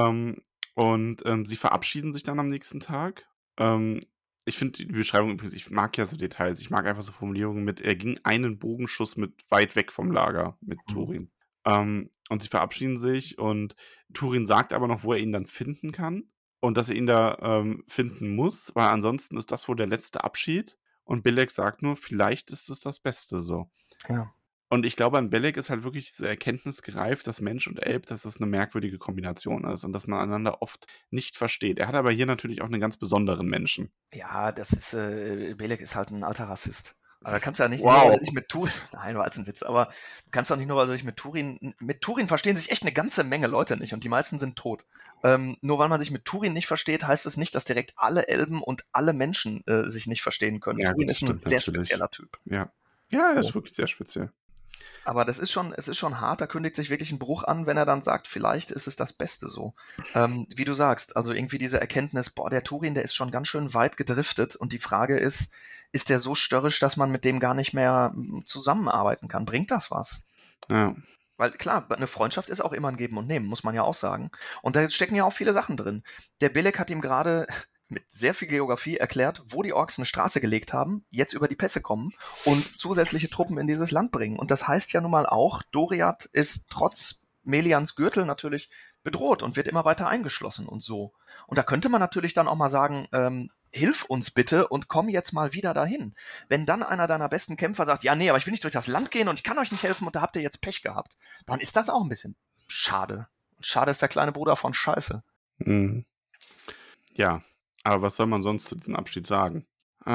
Sie verabschieden sich dann am nächsten Tag. Ich finde die Beschreibung übrigens, ich mag ja so Details. Ich mag einfach so Formulierungen mit, er ging einen Bogenschuss mit weit weg vom Lager mit Mhm. Turin. Und sie verabschieden sich und Turin sagt aber noch, wo er ihn dann finden kann und dass er ihn da finden muss, weil ansonsten ist das wohl der letzte Abschied. Und Belek sagt nur, vielleicht ist es das Beste so. Ja. Und ich glaube, an Belek ist halt wirklich diese Erkenntnis gereift, dass Mensch und Elb, dass das eine merkwürdige Kombination ist und dass man einander oft nicht versteht. Er hat aber hier natürlich auch einen ganz besonderen Menschen. Ja, das ist, Belek ist halt ein alter Rassist. Aber da kannst du ja nicht nur, Wow. weil du dich mit Turin, nein, war jetzt ein Witz, aber du kannst doch nicht nur, weil du dich mit Turin verstehen sich echt eine ganze Menge Leute nicht und die meisten sind tot. Nur weil man sich mit Turin nicht versteht, heißt es nicht, dass direkt alle Elben und alle Menschen sich nicht verstehen können. Ja, Turin gut, ist ein stimmt sehr natürlich. spezieller Typ. Ja. Ja, er So. ist wirklich sehr speziell. Aber es ist schon hart, da kündigt sich wirklich ein Bruch an, wenn er dann sagt, vielleicht ist es das Beste so. Wie du sagst, also irgendwie diese Erkenntnis, boah, der Turin, der ist schon ganz schön weit gedriftet und die Frage ist der so störrisch, dass man mit dem gar nicht mehr zusammenarbeiten kann? Bringt das was? Ja. Weil klar, eine Freundschaft ist auch immer ein Geben und Nehmen, muss man ja auch sagen. Und da stecken ja auch viele Sachen drin. Der Belek hat ihm gerade mit sehr viel Geografie erklärt, wo die Orks eine Straße gelegt haben, jetzt über die Pässe kommen und zusätzliche Truppen in dieses Land bringen. Und das heißt ja nun mal auch, Doriath ist trotz Melians Gürtel natürlich bedroht und wird immer weiter eingeschlossen und so. Und da könnte man natürlich dann auch mal sagen, hilf uns bitte und komm jetzt mal wieder dahin. Wenn dann einer deiner besten Kämpfer sagt, ja, nee, aber ich will nicht durch das Land gehen und ich kann euch nicht helfen und da habt ihr jetzt Pech gehabt, dann ist das auch ein bisschen schade. Und schade ist der kleine Bruder von Scheiße. Mhm. Ja, aber was soll man sonst zu diesem Abschied sagen?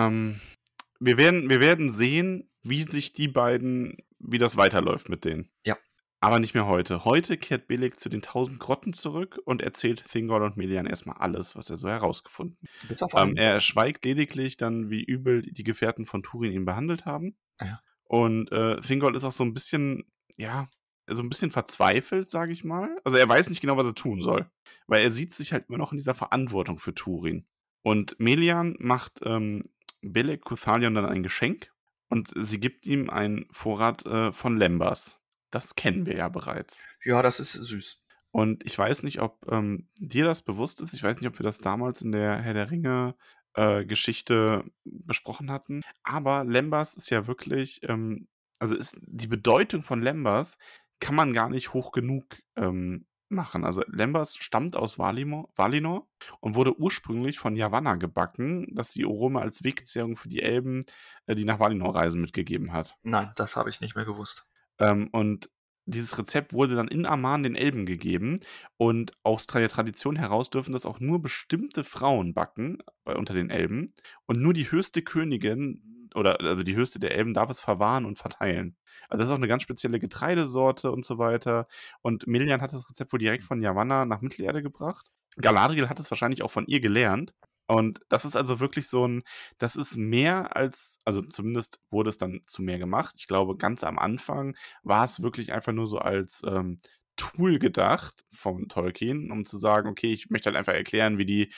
Wir werden sehen, wie sich die beiden, wie das weiterläuft mit denen. Ja. Aber nicht mehr heute. Heute kehrt Belek zu den 1000 Grotten zurück und erzählt Thingol und Melian erstmal alles, was er so herausgefunden hat. Bis auf einen. Er schweigt lediglich dann, wie übel die Gefährten von Turin ihn behandelt haben. Ja. Und Thingol ist auch so ein bisschen, ja, so ein bisschen verzweifelt, sage ich mal. Also er weiß nicht genau, was er tun soll. Weil er sieht sich halt immer noch in dieser Verantwortung für Turin. Und Melian macht Belek Cuthalion dann ein Geschenk und sie gibt ihm einen Vorrat von Lembas. Das kennen wir ja bereits. Ja, das ist süß. Und ich weiß nicht, ob dir das bewusst ist. Ich weiß nicht, ob wir das damals in der Herr der Ringe Geschichte besprochen hatten. Aber Lembas ist ja wirklich, also ist die Bedeutung von Lembas kann man gar nicht hoch genug machen. Also Lembas stammt aus Valinor und wurde ursprünglich von Yavanna gebacken, dass sie Orome als Wegzehrung für die Elben, die nach Valinor reisen, mitgegeben hat. Nein, das habe ich nicht mehr gewusst. Und dieses Rezept wurde dann in Aman den Elben gegeben und aus der Tradition heraus dürfen das auch nur bestimmte Frauen backen unter den Elben und nur die höchste Königin oder also die höchste der Elben darf es verwahren und verteilen. Also das ist auch eine ganz spezielle Getreidesorte und so weiter. Und Melian hat das Rezept wohl direkt von Yavanna nach Mittelerde gebracht. Galadriel hat es wahrscheinlich auch von ihr gelernt. Und das ist also wirklich das ist mehr als, also zumindest wurde es dann zu mehr gemacht. Ich glaube, ganz am Anfang war es wirklich einfach nur so als Tool gedacht von Tolkien, um zu sagen, okay, ich möchte halt einfach erklären, wie die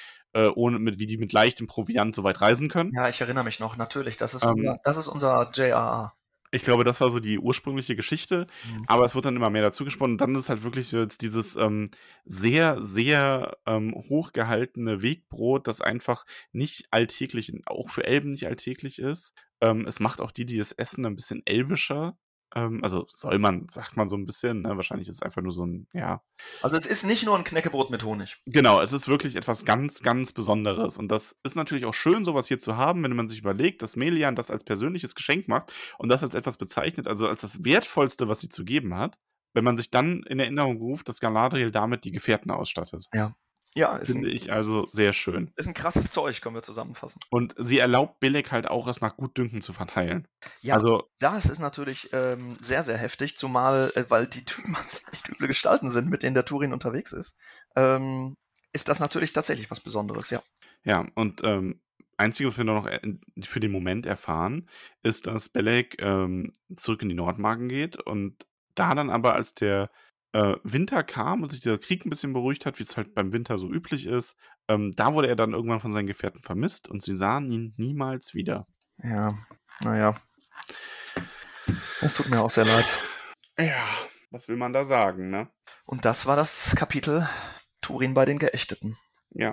mit leichtem Proviant so weit reisen können. Ja, ich erinnere mich noch, natürlich. Das ist unser JRA. Ich glaube, das war so die ursprüngliche Geschichte, aber es wird dann immer mehr dazu gesponnen. Und dann ist halt wirklich so jetzt dieses sehr, sehr hochgehaltene Wegbrot, das einfach nicht alltäglich, auch für Elben nicht alltäglich ist. Es macht auch die es essen, ein bisschen elbischer. Also sagt man so ein bisschen, ne? Wahrscheinlich ist es einfach nur so ein, ja. Also es ist nicht nur ein Knäckebrot mit Honig. Genau, es ist wirklich etwas ganz, ganz Besonderes. Und das ist natürlich auch schön, sowas hier zu haben, wenn man sich überlegt, dass Melian das als persönliches Geschenk macht und das als etwas bezeichnet, also als das Wertvollste, was sie zu geben hat, wenn man sich dann in Erinnerung ruft, dass Galadriel damit die Gefährten ausstattet. Ja. Ja, Finde ich also sehr schön. Ist ein krasses Zeug, können wir zusammenfassen. Und sie erlaubt Belek halt auch, es nach Gutdünken zu verteilen. Ja, also das ist natürlich sehr, sehr heftig, zumal, weil die Typen halt echt üble Gestalten sind, mit denen der Turin unterwegs ist. Ist das natürlich tatsächlich was Besonderes, ja. Ja, und Einzige, was wir noch für den Moment erfahren, ist, dass Belek zurück in die Nordmarken geht und da dann aber, als der Winter kam und sich der Krieg ein bisschen beruhigt hat, wie es halt beim Winter so üblich ist, da wurde er dann irgendwann von seinen Gefährten vermisst und sie sahen ihn niemals wieder. Ja, naja. Es tut mir auch sehr leid. Ja, was will man da sagen, ne? Und das war das Kapitel Turin bei den Geächteten. Ja.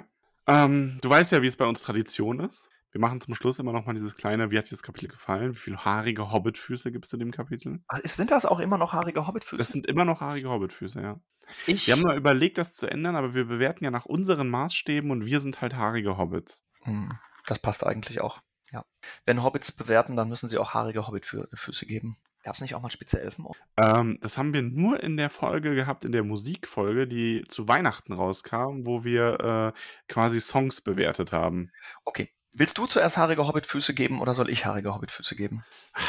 Du weißt ja, wie es bei uns Tradition ist. Wir machen zum Schluss immer noch mal dieses kleine, wie hat dir das Kapitel gefallen? Wie viele haarige Hobbitfüße gibst du dem Kapitel? Ach, sind das auch immer noch haarige Das Hobbitfüße? sind immer noch haarige Hobbitfüße, ja. Ich. Wir haben mal überlegt, das zu ändern, aber wir bewerten ja nach unseren Maßstäben und wir sind halt haarige Hobbits. Das passt eigentlich auch. Ja. Wenn Hobbits bewerten, dann müssen sie auch haarige Hobbitfüße geben. Gab es nicht auch mal spitze Elfen? Das haben wir nur in der Folge gehabt, in der Musikfolge, die zu Weihnachten rauskam, wo wir quasi Songs bewertet haben. Okay. Willst du zuerst haarige Hobbitfüße geben oder soll ich haarige Hobbitfüße geben?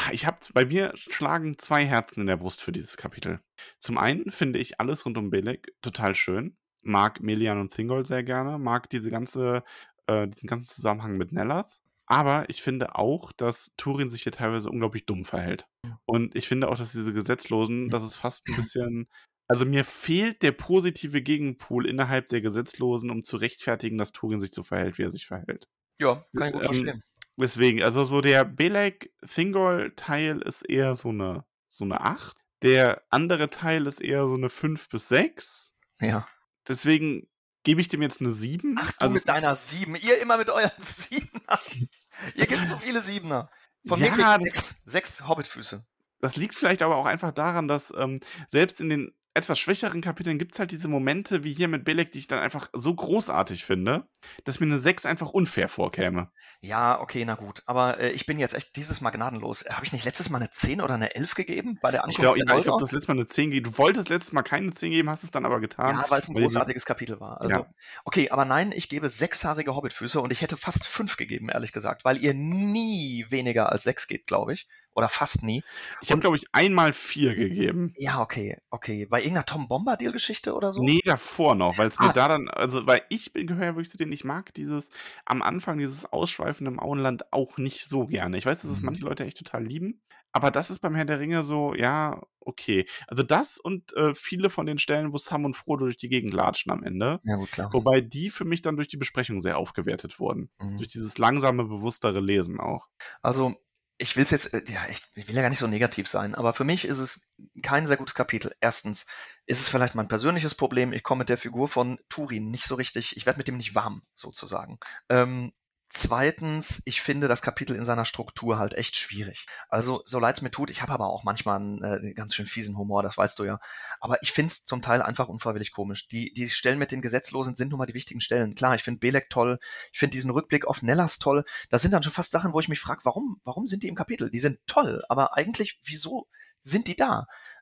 Bei mir schlagen 2 Herzen in der Brust für dieses Kapitel. Zum einen finde ich alles rund um Belek total schön. Mag Melian und Thingol sehr gerne, mag diesen ganzen Zusammenhang mit Nelleth. Aber ich finde auch, dass Turin sich hier teilweise unglaublich dumm verhält. Und ich finde auch, dass diese Gesetzlosen, das ist fast ein bisschen. Also mir fehlt der positive Gegenpol innerhalb der Gesetzlosen, um zu rechtfertigen, dass Turin sich so verhält, wie er sich verhält. Ja, kann ich gut verstehen. Deswegen, also so der Belek-Thingol-Teil ist eher so eine 8. Der andere Teil ist eher so eine 5 bis 6. Ja. Deswegen gebe ich dem jetzt eine 7. Ach, du mit deiner 7. Ihr immer mit euren 7er. Ihr gibt so viele 7er. Von mir kriegt 6 Hobbitfüße. Das liegt vielleicht aber auch einfach daran, dass selbst in den etwas schwächeren Kapiteln gibt es halt diese Momente wie hier mit Belek, die ich dann einfach so großartig finde, dass mir eine 6 einfach unfair vorkäme. Ja, okay, na gut. Aber ich bin jetzt echt dieses Mal gnadenlos. Habe ich nicht letztes Mal eine 10 oder eine 11 gegeben bei der Ankunft? Ich glaube, du hast letztes Mal eine 10 gegeben. Du wolltest letztes Mal keine 10 geben, hast es dann aber getan. Ja, weil es ein großartiges Kapitel war. Also, ja. Okay, aber nein, ich gebe 6-haarige Hobbitfüße und ich hätte fast 5 gegeben, ehrlich gesagt, weil ihr nie weniger als 6 gebt, glaube ich. Oder fast nie. Ich habe, glaube ich, einmal 4 gegeben. Ja, okay. Bei irgendeiner Tom Bombadil-Geschichte oder so? Nee, davor noch, weil es mir da dann, also weil gehöre ja wirklich zu denen, ich mag am Anfang dieses Ausschweifen im Auenland auch nicht so gerne. Ich weiß, dass es manche Leute echt total lieben, aber das ist beim Herr der Ringe so, ja, okay. Also das und viele von den Stellen, wo Sam und Frodo durch die Gegend latschen am Ende. Ja, gut, klar. Wobei die für mich dann durch die Besprechung sehr aufgewertet wurden. Durch dieses langsame, bewusstere Lesen auch. Also, ich will ja gar nicht so negativ sein, aber für mich ist es kein sehr gutes Kapitel. Erstens ist es vielleicht mein persönliches Problem. Ich komme mit der Figur von Turin nicht so richtig, ich werde mit dem nicht warm, sozusagen. Zweitens, ich finde das Kapitel in seiner Struktur halt echt schwierig. Also, so leid es mir tut, ich habe aber auch manchmal einen ganz schön fiesen Humor, das weißt du ja. Aber ich finde es zum Teil einfach unfreiwillig komisch. Die Stellen mit den Gesetzlosen sind nun mal die wichtigen Stellen. Klar, ich finde Belek toll, ich finde diesen Rückblick auf Nellas toll. Das sind dann schon fast Sachen, wo ich mich frage, warum sind die im Kapitel? Die sind toll, aber eigentlich, wieso sind die da?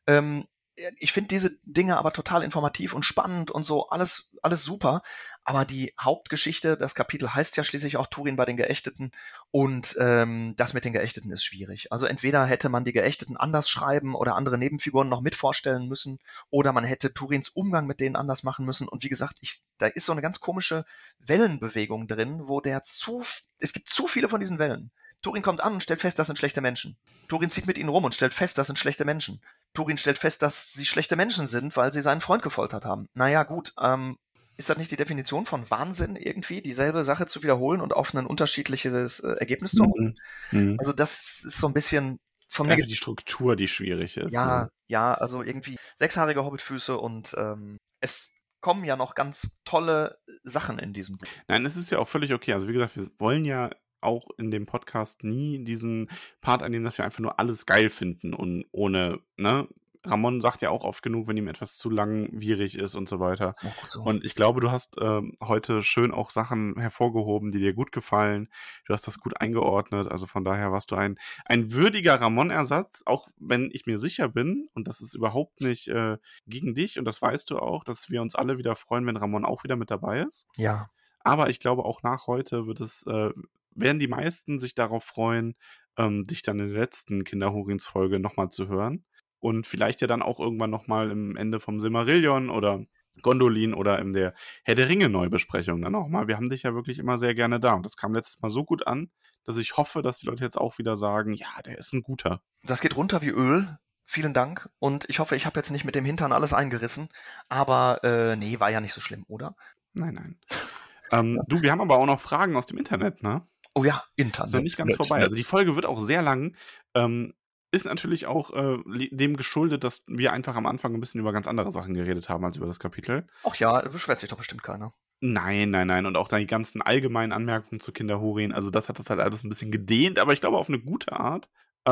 Ich finde diese Dinge aber total informativ und spannend und so, alles super. Aber die Hauptgeschichte, das Kapitel heißt ja schließlich auch Turin bei den Geächteten und das mit den Geächteten ist schwierig. Also entweder hätte man die Geächteten anders schreiben oder andere Nebenfiguren noch mit vorstellen müssen oder man hätte Turins Umgang mit denen anders machen müssen. Und wie gesagt, da ist so eine ganz komische Wellenbewegung drin, wo es gibt zu viele von diesen Wellen. Turin kommt an und stellt fest, das sind schlechte Menschen. Turin zieht mit ihnen rum und stellt fest, das sind schlechte Menschen. Turin stellt fest, dass sie schlechte Menschen sind, weil sie seinen Freund gefoltert haben. Naja, gut, ist das nicht die Definition von Wahnsinn irgendwie, dieselbe Sache zu wiederholen und auf ein unterschiedliches Ergebnis zu holen? Also das ist so ein bisschen von mir... die Struktur, die schwierig ist. Ja, also irgendwie 6-haarige Hobbitfüße und es kommen ja noch ganz tolle Sachen in diesem Buch. Nein, es ist ja auch völlig okay. Also wie gesagt, wir wollen ja auch in dem Podcast nie diesen Part annehmen, dass wir einfach nur alles geil finden und ohne, ne? Ramon sagt ja auch oft genug, wenn ihm etwas zu langwierig ist und so weiter. Das ist auch gut so. Und ich glaube, du hast heute schön auch Sachen hervorgehoben, die dir gut gefallen. Du hast das gut eingeordnet. Also von daher warst du ein würdiger Ramon-Ersatz, auch wenn ich mir sicher bin, und das ist überhaupt nicht gegen dich, und das weißt du auch, dass wir uns alle wieder freuen, wenn Ramon auch wieder mit dabei ist. Ja. Aber ich glaube, auch nach heute werden die meisten sich darauf freuen, dich dann in der letzten Kinderhurins-Folge nochmal zu hören. Und vielleicht ja dann auch irgendwann nochmal im Ende vom Silmarillion oder Gondolin oder in der Herr der Ringe-Neubesprechung dann auch mal. Wir haben dich ja wirklich immer sehr gerne da. Und das kam letztes Mal so gut an, dass ich hoffe, dass die Leute jetzt auch wieder sagen, ja, der ist ein guter. Das geht runter wie Öl. vielen Dank. Und ich hoffe, ich habe jetzt nicht mit dem Hintern alles eingerissen. Aber nee, war ja nicht so schlimm, oder? Nein, nein. Du, wir haben aber auch noch Fragen aus dem Internet, ne? Oh ja, Ist noch nicht Internet. ganz vorbei. Also die Folge wird auch sehr lang. Ist natürlich auch dem geschuldet, dass wir einfach am Anfang ein bisschen über ganz andere Sachen geredet haben als über das Kapitel. Ach ja, beschwert sich doch bestimmt keiner. Nein, nein, nein. Und auch dann die ganzen allgemeinen Anmerkungen zu Kinderhurien. Also das hat das halt alles ein bisschen gedehnt, aber ich glaube auf eine gute Art.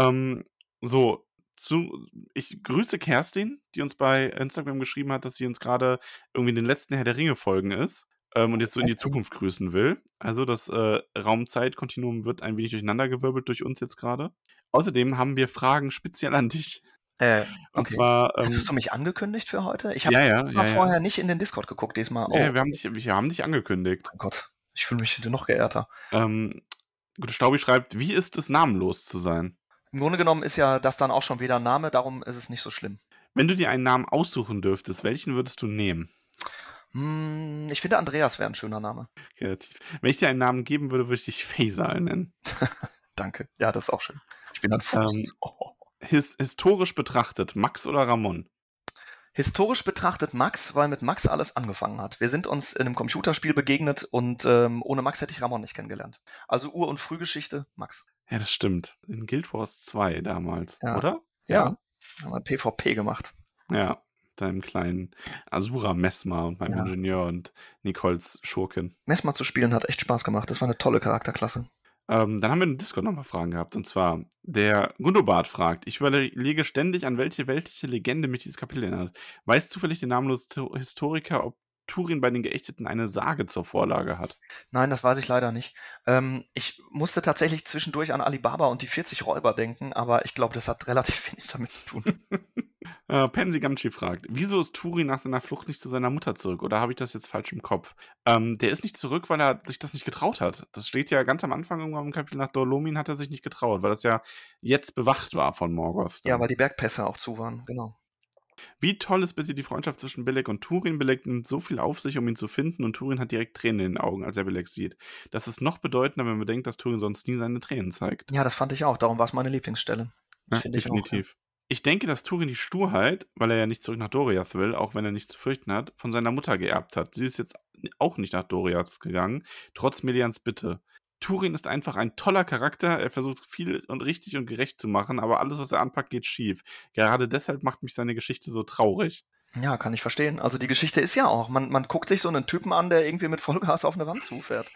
So, ich grüße Kerstin, die uns bei Instagram geschrieben hat, dass sie uns gerade irgendwie in den letzten Herr der Ringe-Folgen ist und jetzt so in die Kerstin. Zukunft grüßen will. Also das Raum-Zeit-Kontinuum wird ein wenig durcheinandergewirbelt durch uns jetzt gerade. Außerdem haben wir Fragen speziell an dich. Und Okay. zwar, Hattest du mich angekündigt für heute? Ich habe ja. vorher nicht in den Discord geguckt, diesmal. Oh, Wir haben dich angekündigt. mein Gott. Ich fühle mich noch geehrter. Gute Staubi schreibt, wie ist es, namenlos zu sein? Im Grunde genommen ist ja das dann auch schon wieder ein Name, darum ist es nicht so schlimm. Wenn du dir einen Namen aussuchen dürftest, welchen würdest du nehmen? Ich finde, Andreas wäre ein schöner Name. Kreativ. Wenn ich dir einen Namen geben würde, würde ich dich Faisal nennen. Danke. Ja, das ist auch schön. Ich bin ein Fuchs. Historisch betrachtet, Max oder Ramon? Historisch betrachtet Max, weil mit Max alles angefangen hat. Wir sind uns in einem Computerspiel begegnet und ohne Max hätte ich Ramon nicht kennengelernt. Also Ur- und Frühgeschichte, Max. Ja, das stimmt. In Guild Wars 2 damals, Ja. oder? Ja. Haben wir PvP gemacht. Ja, deinem kleinen Asura Messmer und meinem Ja. Ingenieur und Nicoles Schurken. Messmer zu spielen hat echt Spaß gemacht. Das war eine tolle Charakterklasse. Dann haben wir in Discord nochmal Fragen gehabt. Und zwar, der Gundobart fragt, ich überlege ständig, an welche weltliche Legende mich dieses Kapitel erinnert. Weiß zufällig der namenlose Historiker, ob Turin bei den Geächteten eine Sage zur Vorlage hat? Nein, das weiß ich leider nicht. Ich musste tatsächlich zwischendurch an Alibaba und die 40 Räuber denken, aber ich glaube, das hat relativ wenig damit zu tun. Pensi Gamchi fragt, wieso ist Turin nach seiner Flucht nicht zu seiner Mutter zurück? Oder habe ich das jetzt falsch im Kopf? Der ist nicht zurück, weil er sich das nicht getraut hat. Das steht ja ganz am Anfang irgendwann im Kapitel nach Dolomin hat er sich nicht getraut, weil das ja jetzt bewacht war von Morgoth. Ja, weil die Bergpässe auch zu waren, genau. Wie toll ist bitte die Freundschaft zwischen Belek und Turin? Belek nimmt so viel auf sich, um ihn zu finden, und Turin hat direkt Tränen in den Augen, als er Belek sieht. Das ist noch bedeutender, wenn man bedenkt, dass Turin sonst nie seine Tränen zeigt. Ja, das fand ich auch. Darum war es meine Lieblingsstelle. Das Ja, finde ich auch. Ja. definitiv. Ich denke, dass Turin die Sturheit, weil er ja nicht zurück nach Doriath will, auch wenn er nichts zu fürchten hat, von seiner Mutter geerbt hat. Sie ist jetzt auch nicht nach Doriath gegangen, trotz Melians Bitte. Turin ist einfach ein toller Charakter, er versucht viel und richtig und gerecht zu machen, aber alles, was er anpackt, geht schief. Gerade deshalb macht mich seine Geschichte so traurig. Ja, kann ich verstehen. Also die Geschichte ist ja auch, man guckt sich so einen Typen an, der irgendwie mit Vollgas auf eine Wand zufährt.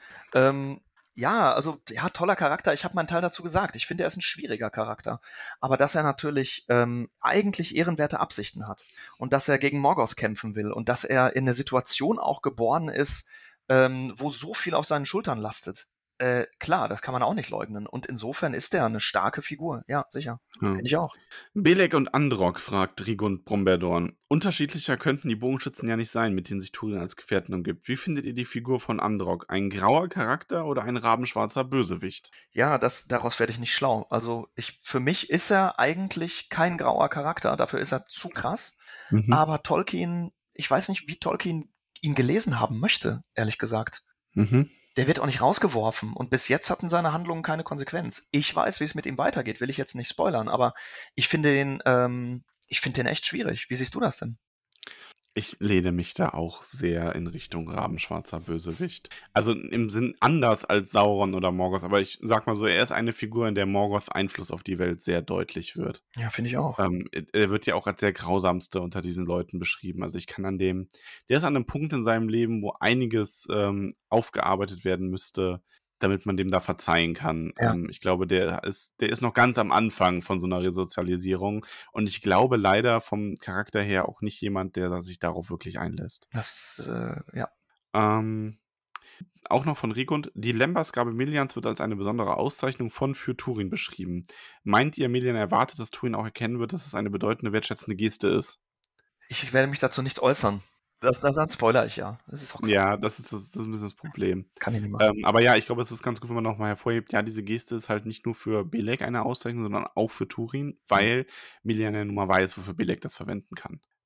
Ja, also, ja, toller Charakter. Ich habe meinen Teil dazu gesagt. Ich finde, er ist ein schwieriger Charakter. Aber dass er natürlich eigentlich ehrenwerte Absichten hat und dass er gegen Morgoth kämpfen will und dass er in eine Situation auch geboren ist, wo so viel auf seinen Schultern lastet. Klar, das kann man auch nicht leugnen. Und insofern ist er eine starke Figur. Ja, sicher. Ja. Finde ich auch. Belek und Androck, fragt Rigund Bromberdorn. Unterschiedlicher könnten die Bogenschützen ja nicht sein, mit denen sich Turin als Gefährten umgibt. Wie findet ihr die Figur von Androck? Ein grauer Charakter oder ein rabenschwarzer Bösewicht? Ja, daraus werde ich nicht schlau. Also für mich ist er eigentlich kein grauer Charakter. Dafür ist er zu krass. Aber Tolkien, ich weiß nicht, wie Tolkien ihn gelesen haben möchte, ehrlich gesagt. Der wird auch nicht rausgeworfen und bis jetzt hatten seine Handlungen keine Konsequenz. Ich weiß, wie es mit ihm weitergeht, will ich jetzt nicht spoilern, aber ich finde den echt schwierig. Wie siehst du das denn? Ich lehne mich da auch sehr in Richtung rabenschwarzer Bösewicht. Also im Sinn anders als Sauron oder Morgoth, aber ich sag mal so, er ist eine Figur, in der Morgoths Einfluss auf die Welt sehr deutlich wird. Ja, finde ich auch. Er wird ja auch als der grausamste unter diesen Leuten beschrieben. Also ich kann der ist an einem Punkt in seinem Leben, wo einiges aufgearbeitet werden müsste, damit man dem da verzeihen kann. Ja. Ich glaube, der ist noch ganz am Anfang von so einer Resozialisierung und ich glaube leider vom Charakter her auch nicht jemand, der sich darauf wirklich einlässt. Ja. Auch noch von Rigund, die Lembersgabe Melians wird als eine besondere Auszeichnung für Turin beschrieben. Meint ihr, Melian erwartet, dass Turin auch erkennen wird, dass es eine bedeutende, wertschätzende Geste ist? Ich werde mich dazu nicht äußern. Das spoiler ich ja. Das ist doch cool. Ja, das ist ein bisschen das Problem. Kann ich nicht machen. Aber ja, ich glaube, es ist ganz gut, wenn man nochmal hervorhebt, ja, diese Geste ist halt nicht nur für Belek eine Auszeichnung, sondern auch für Turin, weil Melian ja nun mal weiß, wofür Belek das verwenden kann.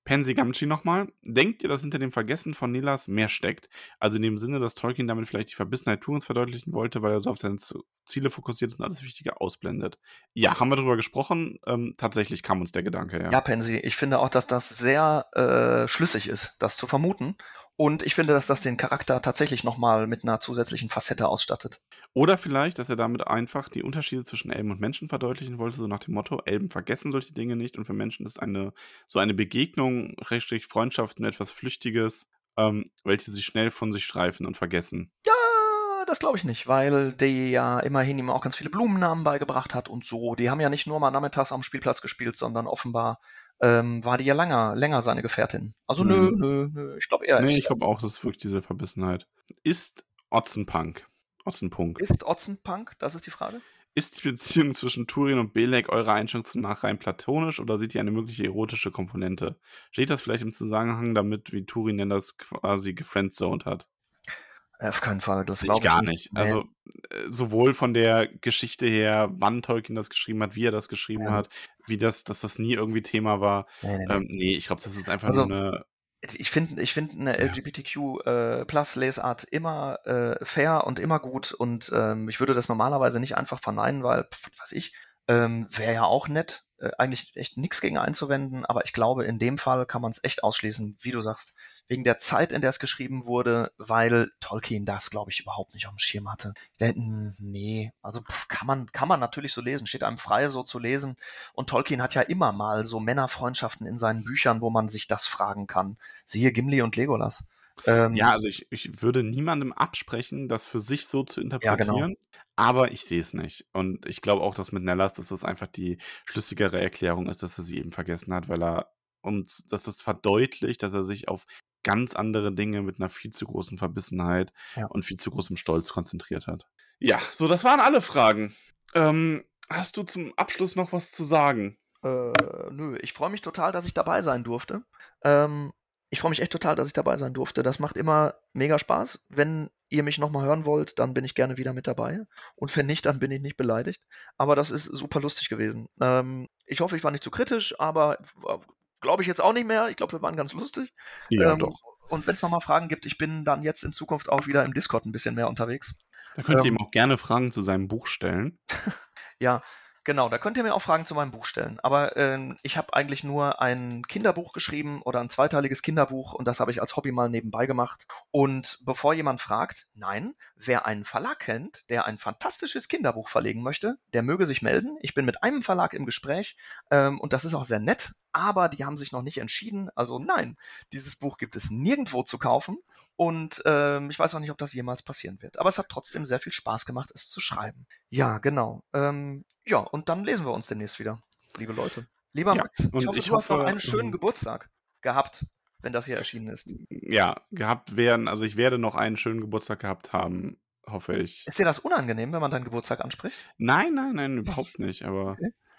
Pansy Gamgee nochmal. Denkt ihr, dass hinter dem Vergessen von Nelas mehr steckt? Also in dem Sinne, dass Tolkien damit vielleicht die Verbissenheit Turins verdeutlichen wollte, weil er so auf seine Ziele fokussiert ist und alles Wichtige ausblendet. Ja, haben wir darüber gesprochen. Tatsächlich kam uns der Gedanke, ja. Ja, Pansy, ich finde auch, dass das sehr schlüssig ist, das zu vermuten. Und ich finde, dass das den Charakter tatsächlich nochmal mit einer zusätzlichen Facette ausstattet. Oder vielleicht, dass er damit einfach die Unterschiede zwischen Elben und Menschen verdeutlichen wollte, so nach dem Motto, Elben vergessen solche Dinge nicht und für Menschen ist so eine Begegnung, Schrägstrich Freundschaft, nur etwas Flüchtiges, welche sie schnell von sich streifen und vergessen. Ja, das glaube ich nicht, weil die ja immerhin ihm auch ganz viele Blumennamen beigebracht hat und so. Die haben ja nicht nur mal nachmittags am Spielplatz gespielt, sondern offenbar war die ja länger seine Gefährtin. Also nö, ich glaube eher. Nee, ich glaube auch, das ist wirklich diese Verbissenheit. Ist Otzenpunk, Ist Otzenpunk? Das ist die Frage. ist die Beziehung zwischen Turin und Belek eurer Einschätzung nach rein platonisch oder seht ihr eine mögliche erotische Komponente? Steht das vielleicht im Zusammenhang damit, wie Turin denn das quasi gefriendzoned hat? Auf keinen Fall, das Ich glaube ich gar nicht. Nee. Also sowohl von der Geschichte her, wann Tolkien das geschrieben hat, wie er das geschrieben hat, wie dass das nie irgendwie Thema war. Nee, ich glaube, das ist einfach Also, nur eine. Ich finde eine LGBTQ plus Lesart immer fair und immer gut und ich würde das normalerweise nicht einfach verneinen, weil, was weiß ich, wäre ja auch nett, eigentlich echt nichts gegen einzuwenden, aber ich glaube, in dem Fall kann man es echt ausschließen, wie du sagst, wegen der Zeit, in der es geschrieben wurde, weil Tolkien das, glaube ich, überhaupt nicht auf dem Schirm hatte. Nee, also kann man natürlich so lesen, steht einem frei, so zu lesen. Und Tolkien hat ja immer mal so Männerfreundschaften in seinen Büchern, wo man sich das fragen kann. Siehe Gimli und Legolas. Ja, also ich würde niemandem absprechen, das für sich so zu interpretieren, aber ich sehe es nicht. Und ich glaube auch, dass mit Nellas, dass das einfach die schlüssigere Erklärung ist, dass er sie eben vergessen hat, weil er uns, dass das verdeutlicht, dass er sich auf ganz andere Dinge mit einer viel zu großen Verbissenheit und viel zu großem Stolz konzentriert hat. Ja, so, das waren alle Fragen. Hast du zum Abschluss noch was zu sagen? Nö, ich freue mich total, dass ich dabei sein durfte. Ich freue mich echt total, dass ich dabei sein durfte. Das macht immer mega Spaß. Wenn ihr mich nochmal hören wollt, dann bin ich gerne wieder mit dabei. Und wenn nicht, dann bin ich nicht beleidigt. Aber das ist super lustig gewesen. Ich hoffe, ich war nicht zu kritisch, aber glaube ich jetzt auch nicht mehr. Ich glaube, wir waren ganz lustig. Ja, doch. Und wenn es nochmal Fragen gibt, ich bin dann jetzt in Zukunft auch wieder im Discord ein bisschen mehr unterwegs. Da könnt ihr ihm auch gerne Fragen zu seinem Buch stellen. Ja, genau, da könnt ihr mir auch Fragen zu meinem Buch stellen. Aber ich habe eigentlich nur ein Kinderbuch geschrieben oder ein zweiteiliges Kinderbuch und das habe ich als Hobby mal nebenbei gemacht. Und bevor jemand fragt, nein, wer einen Verlag kennt, der ein fantastisches Kinderbuch verlegen möchte, der möge sich melden. Ich bin mit einem Verlag im Gespräch und das ist auch sehr nett, aber die haben sich noch nicht entschieden. Also nein, dieses Buch gibt es nirgendwo zu kaufen. Und ich weiß auch nicht, ob das jemals passieren wird. Aber es hat trotzdem sehr viel Spaß gemacht, es zu schreiben. Ja, genau. Ja, und dann lesen wir uns demnächst wieder, liebe Leute. Lieber Max, ich hoffe, du hast noch einen schönen Geburtstag gehabt, wenn das hier erschienen ist. Ja, gehabt werden. Also ich werde noch einen schönen Geburtstag gehabt haben, hoffe ich. Ist dir das unangenehm, wenn man deinen Geburtstag anspricht? Nein, überhaupt nicht. Aber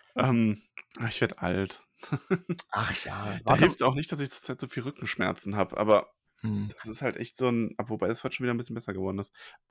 ich werde alt. Ach ja. Da hilft es auch nicht, dass ich zurzeit so viel Rückenschmerzen habe. Aber das ist halt echt so ein, wobei es heute schon wieder ein bisschen besser geworden ist.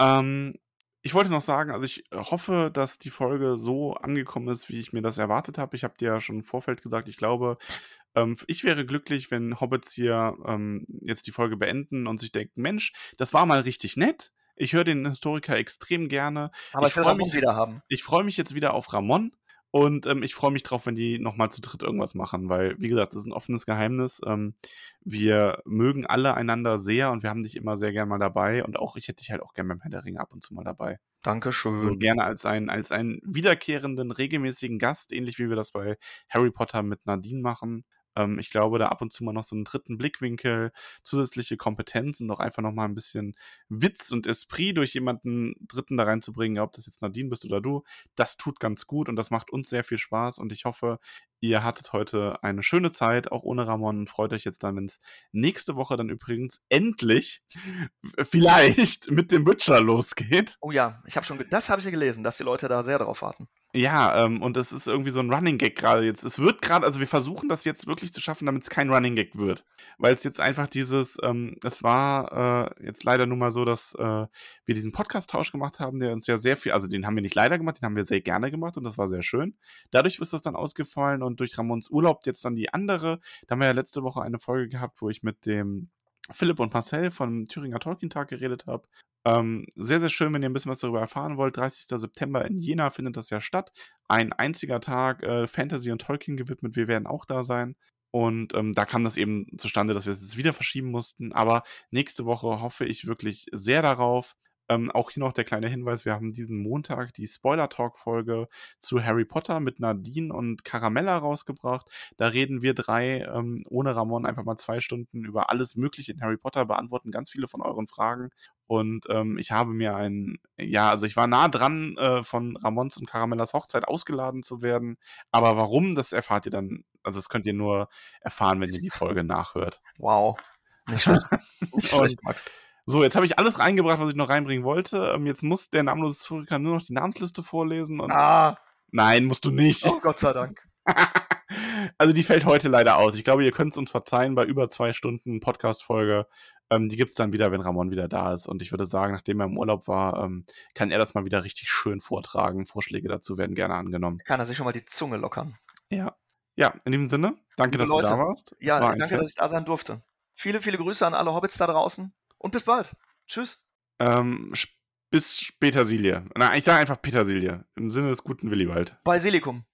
Ich wollte noch sagen, also ich hoffe, dass die Folge so angekommen ist, wie ich mir das erwartet habe. Ich habe dir ja schon im Vorfeld gesagt, ich glaube, ich wäre glücklich, wenn Hobbits hier jetzt die Folge beenden und sich denken, Mensch, das war mal richtig nett. Ich höre den Historiker extrem gerne. Aber ich will Ramon wieder haben. Ich freue mich jetzt wieder auf Ramon. Und ich freue mich drauf, wenn die nochmal zu dritt irgendwas machen, weil, wie gesagt, das ist ein offenes Geheimnis. Wir mögen alle einander sehr und wir haben dich immer sehr gern mal dabei. Und auch ich hätte dich halt auch gern beim Herr der Ringe ab und zu mal dabei. Dankeschön. So gerne als einen wiederkehrenden, regelmäßigen Gast, ähnlich wie wir das bei Harry Potter mit Nadine machen. Ich glaube, da ab und zu mal noch so einen dritten Blickwinkel, zusätzliche Kompetenz und auch einfach nochmal ein bisschen Witz und Esprit durch jemanden Dritten da reinzubringen, ob das jetzt Nadine bist oder du, das tut ganz gut und das macht uns sehr viel Spaß und ich hoffe, ihr hattet heute eine schöne Zeit, auch ohne Ramon und freut euch jetzt dann, wenn es nächste Woche dann übrigens endlich vielleicht mit dem Witcher losgeht. Oh ja, das habe ich ja gelesen, dass die Leute da sehr drauf warten. Ja, und es ist irgendwie so ein Running Gag gerade jetzt. Es wird gerade, also wir versuchen das jetzt wirklich zu schaffen, damit es kein Running Gag wird. Weil es jetzt einfach es war jetzt leider nun mal so, dass wir diesen Podcast-Tausch gemacht haben, der uns ja sehr viel, also den haben wir nicht leider gemacht, den haben wir sehr gerne gemacht und das war sehr schön. Dadurch ist das dann ausgefallen und durch Ramons Urlaub jetzt dann die andere. Da haben wir ja letzte Woche eine Folge gehabt, wo ich mit dem Philipp und Marcel von Thüringer Tolkien-Tag geredet habe. Sehr, sehr schön, wenn ihr ein bisschen was darüber erfahren wollt. 30. September in Jena findet das ja statt. Ein einziger Tag, Fantasy und Tolkien gewidmet. Wir werden auch da sein. Und da kam das eben zustande, dass wir es jetzt wieder verschieben mussten. Aber nächste Woche hoffe ich wirklich sehr darauf. Auch hier noch der kleine Hinweis, wir haben diesen Montag die Spoiler-Talk-Folge zu Harry Potter mit Nadine und Caramella rausgebracht. Da reden wir 3 ohne Ramon einfach mal 2 Stunden über alles Mögliche in Harry Potter, beantworten ganz viele von euren Fragen. Und ich habe mir also ich war nah dran, von Ramons und Caramellas Hochzeit ausgeladen zu werden. Aber warum, das erfahrt ihr dann, also das könnt ihr nur erfahren, wenn ihr die Folge nachhört. Wow. Nicht schlecht. Nicht schlecht, Max. So, jetzt habe ich alles reingebracht, was ich noch reinbringen wollte. Jetzt muss der namenlose Historiker nur noch die Namensliste vorlesen. Und Nein, musst du nicht. Oh, Gott sei Dank. Also die fällt heute leider aus. Ich glaube, ihr könnt es uns verzeihen bei über 2 Stunden Podcast-Folge. Die gibt es dann wieder, wenn Ramon wieder da ist. Und ich würde sagen, nachdem er im Urlaub war, kann er das mal wieder richtig schön vortragen. Vorschläge dazu werden gerne angenommen. Kann er sich schon mal die Zunge lockern. Ja. Ja, in dem Sinne, danke, dass du da warst. Ja, danke, dass ich da sein durfte. Viele, viele Grüße an alle Hobbits da draußen. Und bis bald. Tschüss. Bis Petersilie. Na, ich sage einfach Petersilie. Im Sinne des guten Willibald. Basilikum.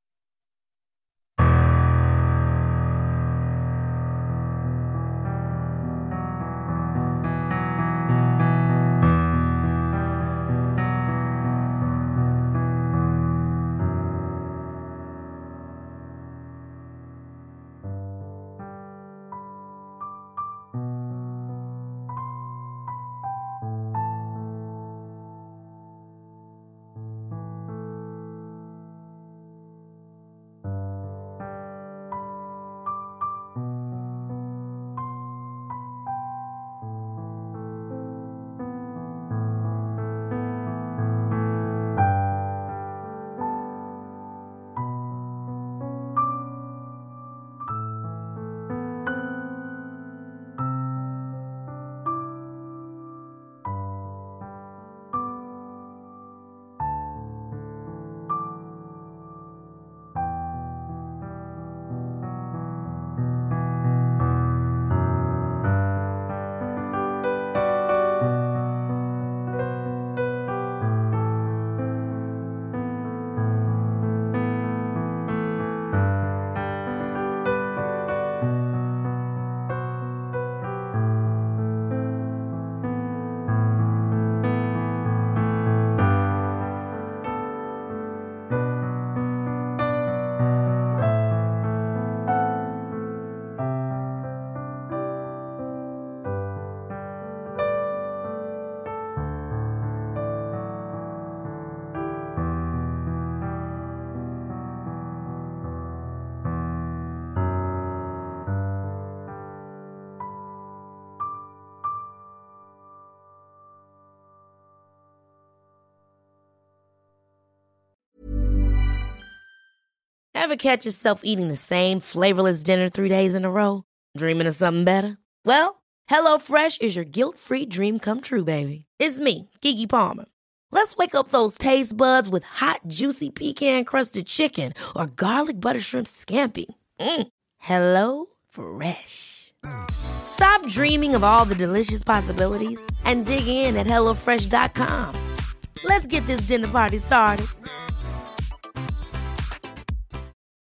Ever catch yourself eating the same flavorless dinner 3 days in a row? Dreaming of something better? Well, HelloFresh is your guilt-free dream come true, baby. It's me, Keke Palmer. Let's wake up those taste buds with hot, juicy pecan-crusted chicken or garlic butter shrimp scampi. Hello Fresh. Stop dreaming of all the delicious possibilities and dig in at HelloFresh.com. Let's get this dinner party started.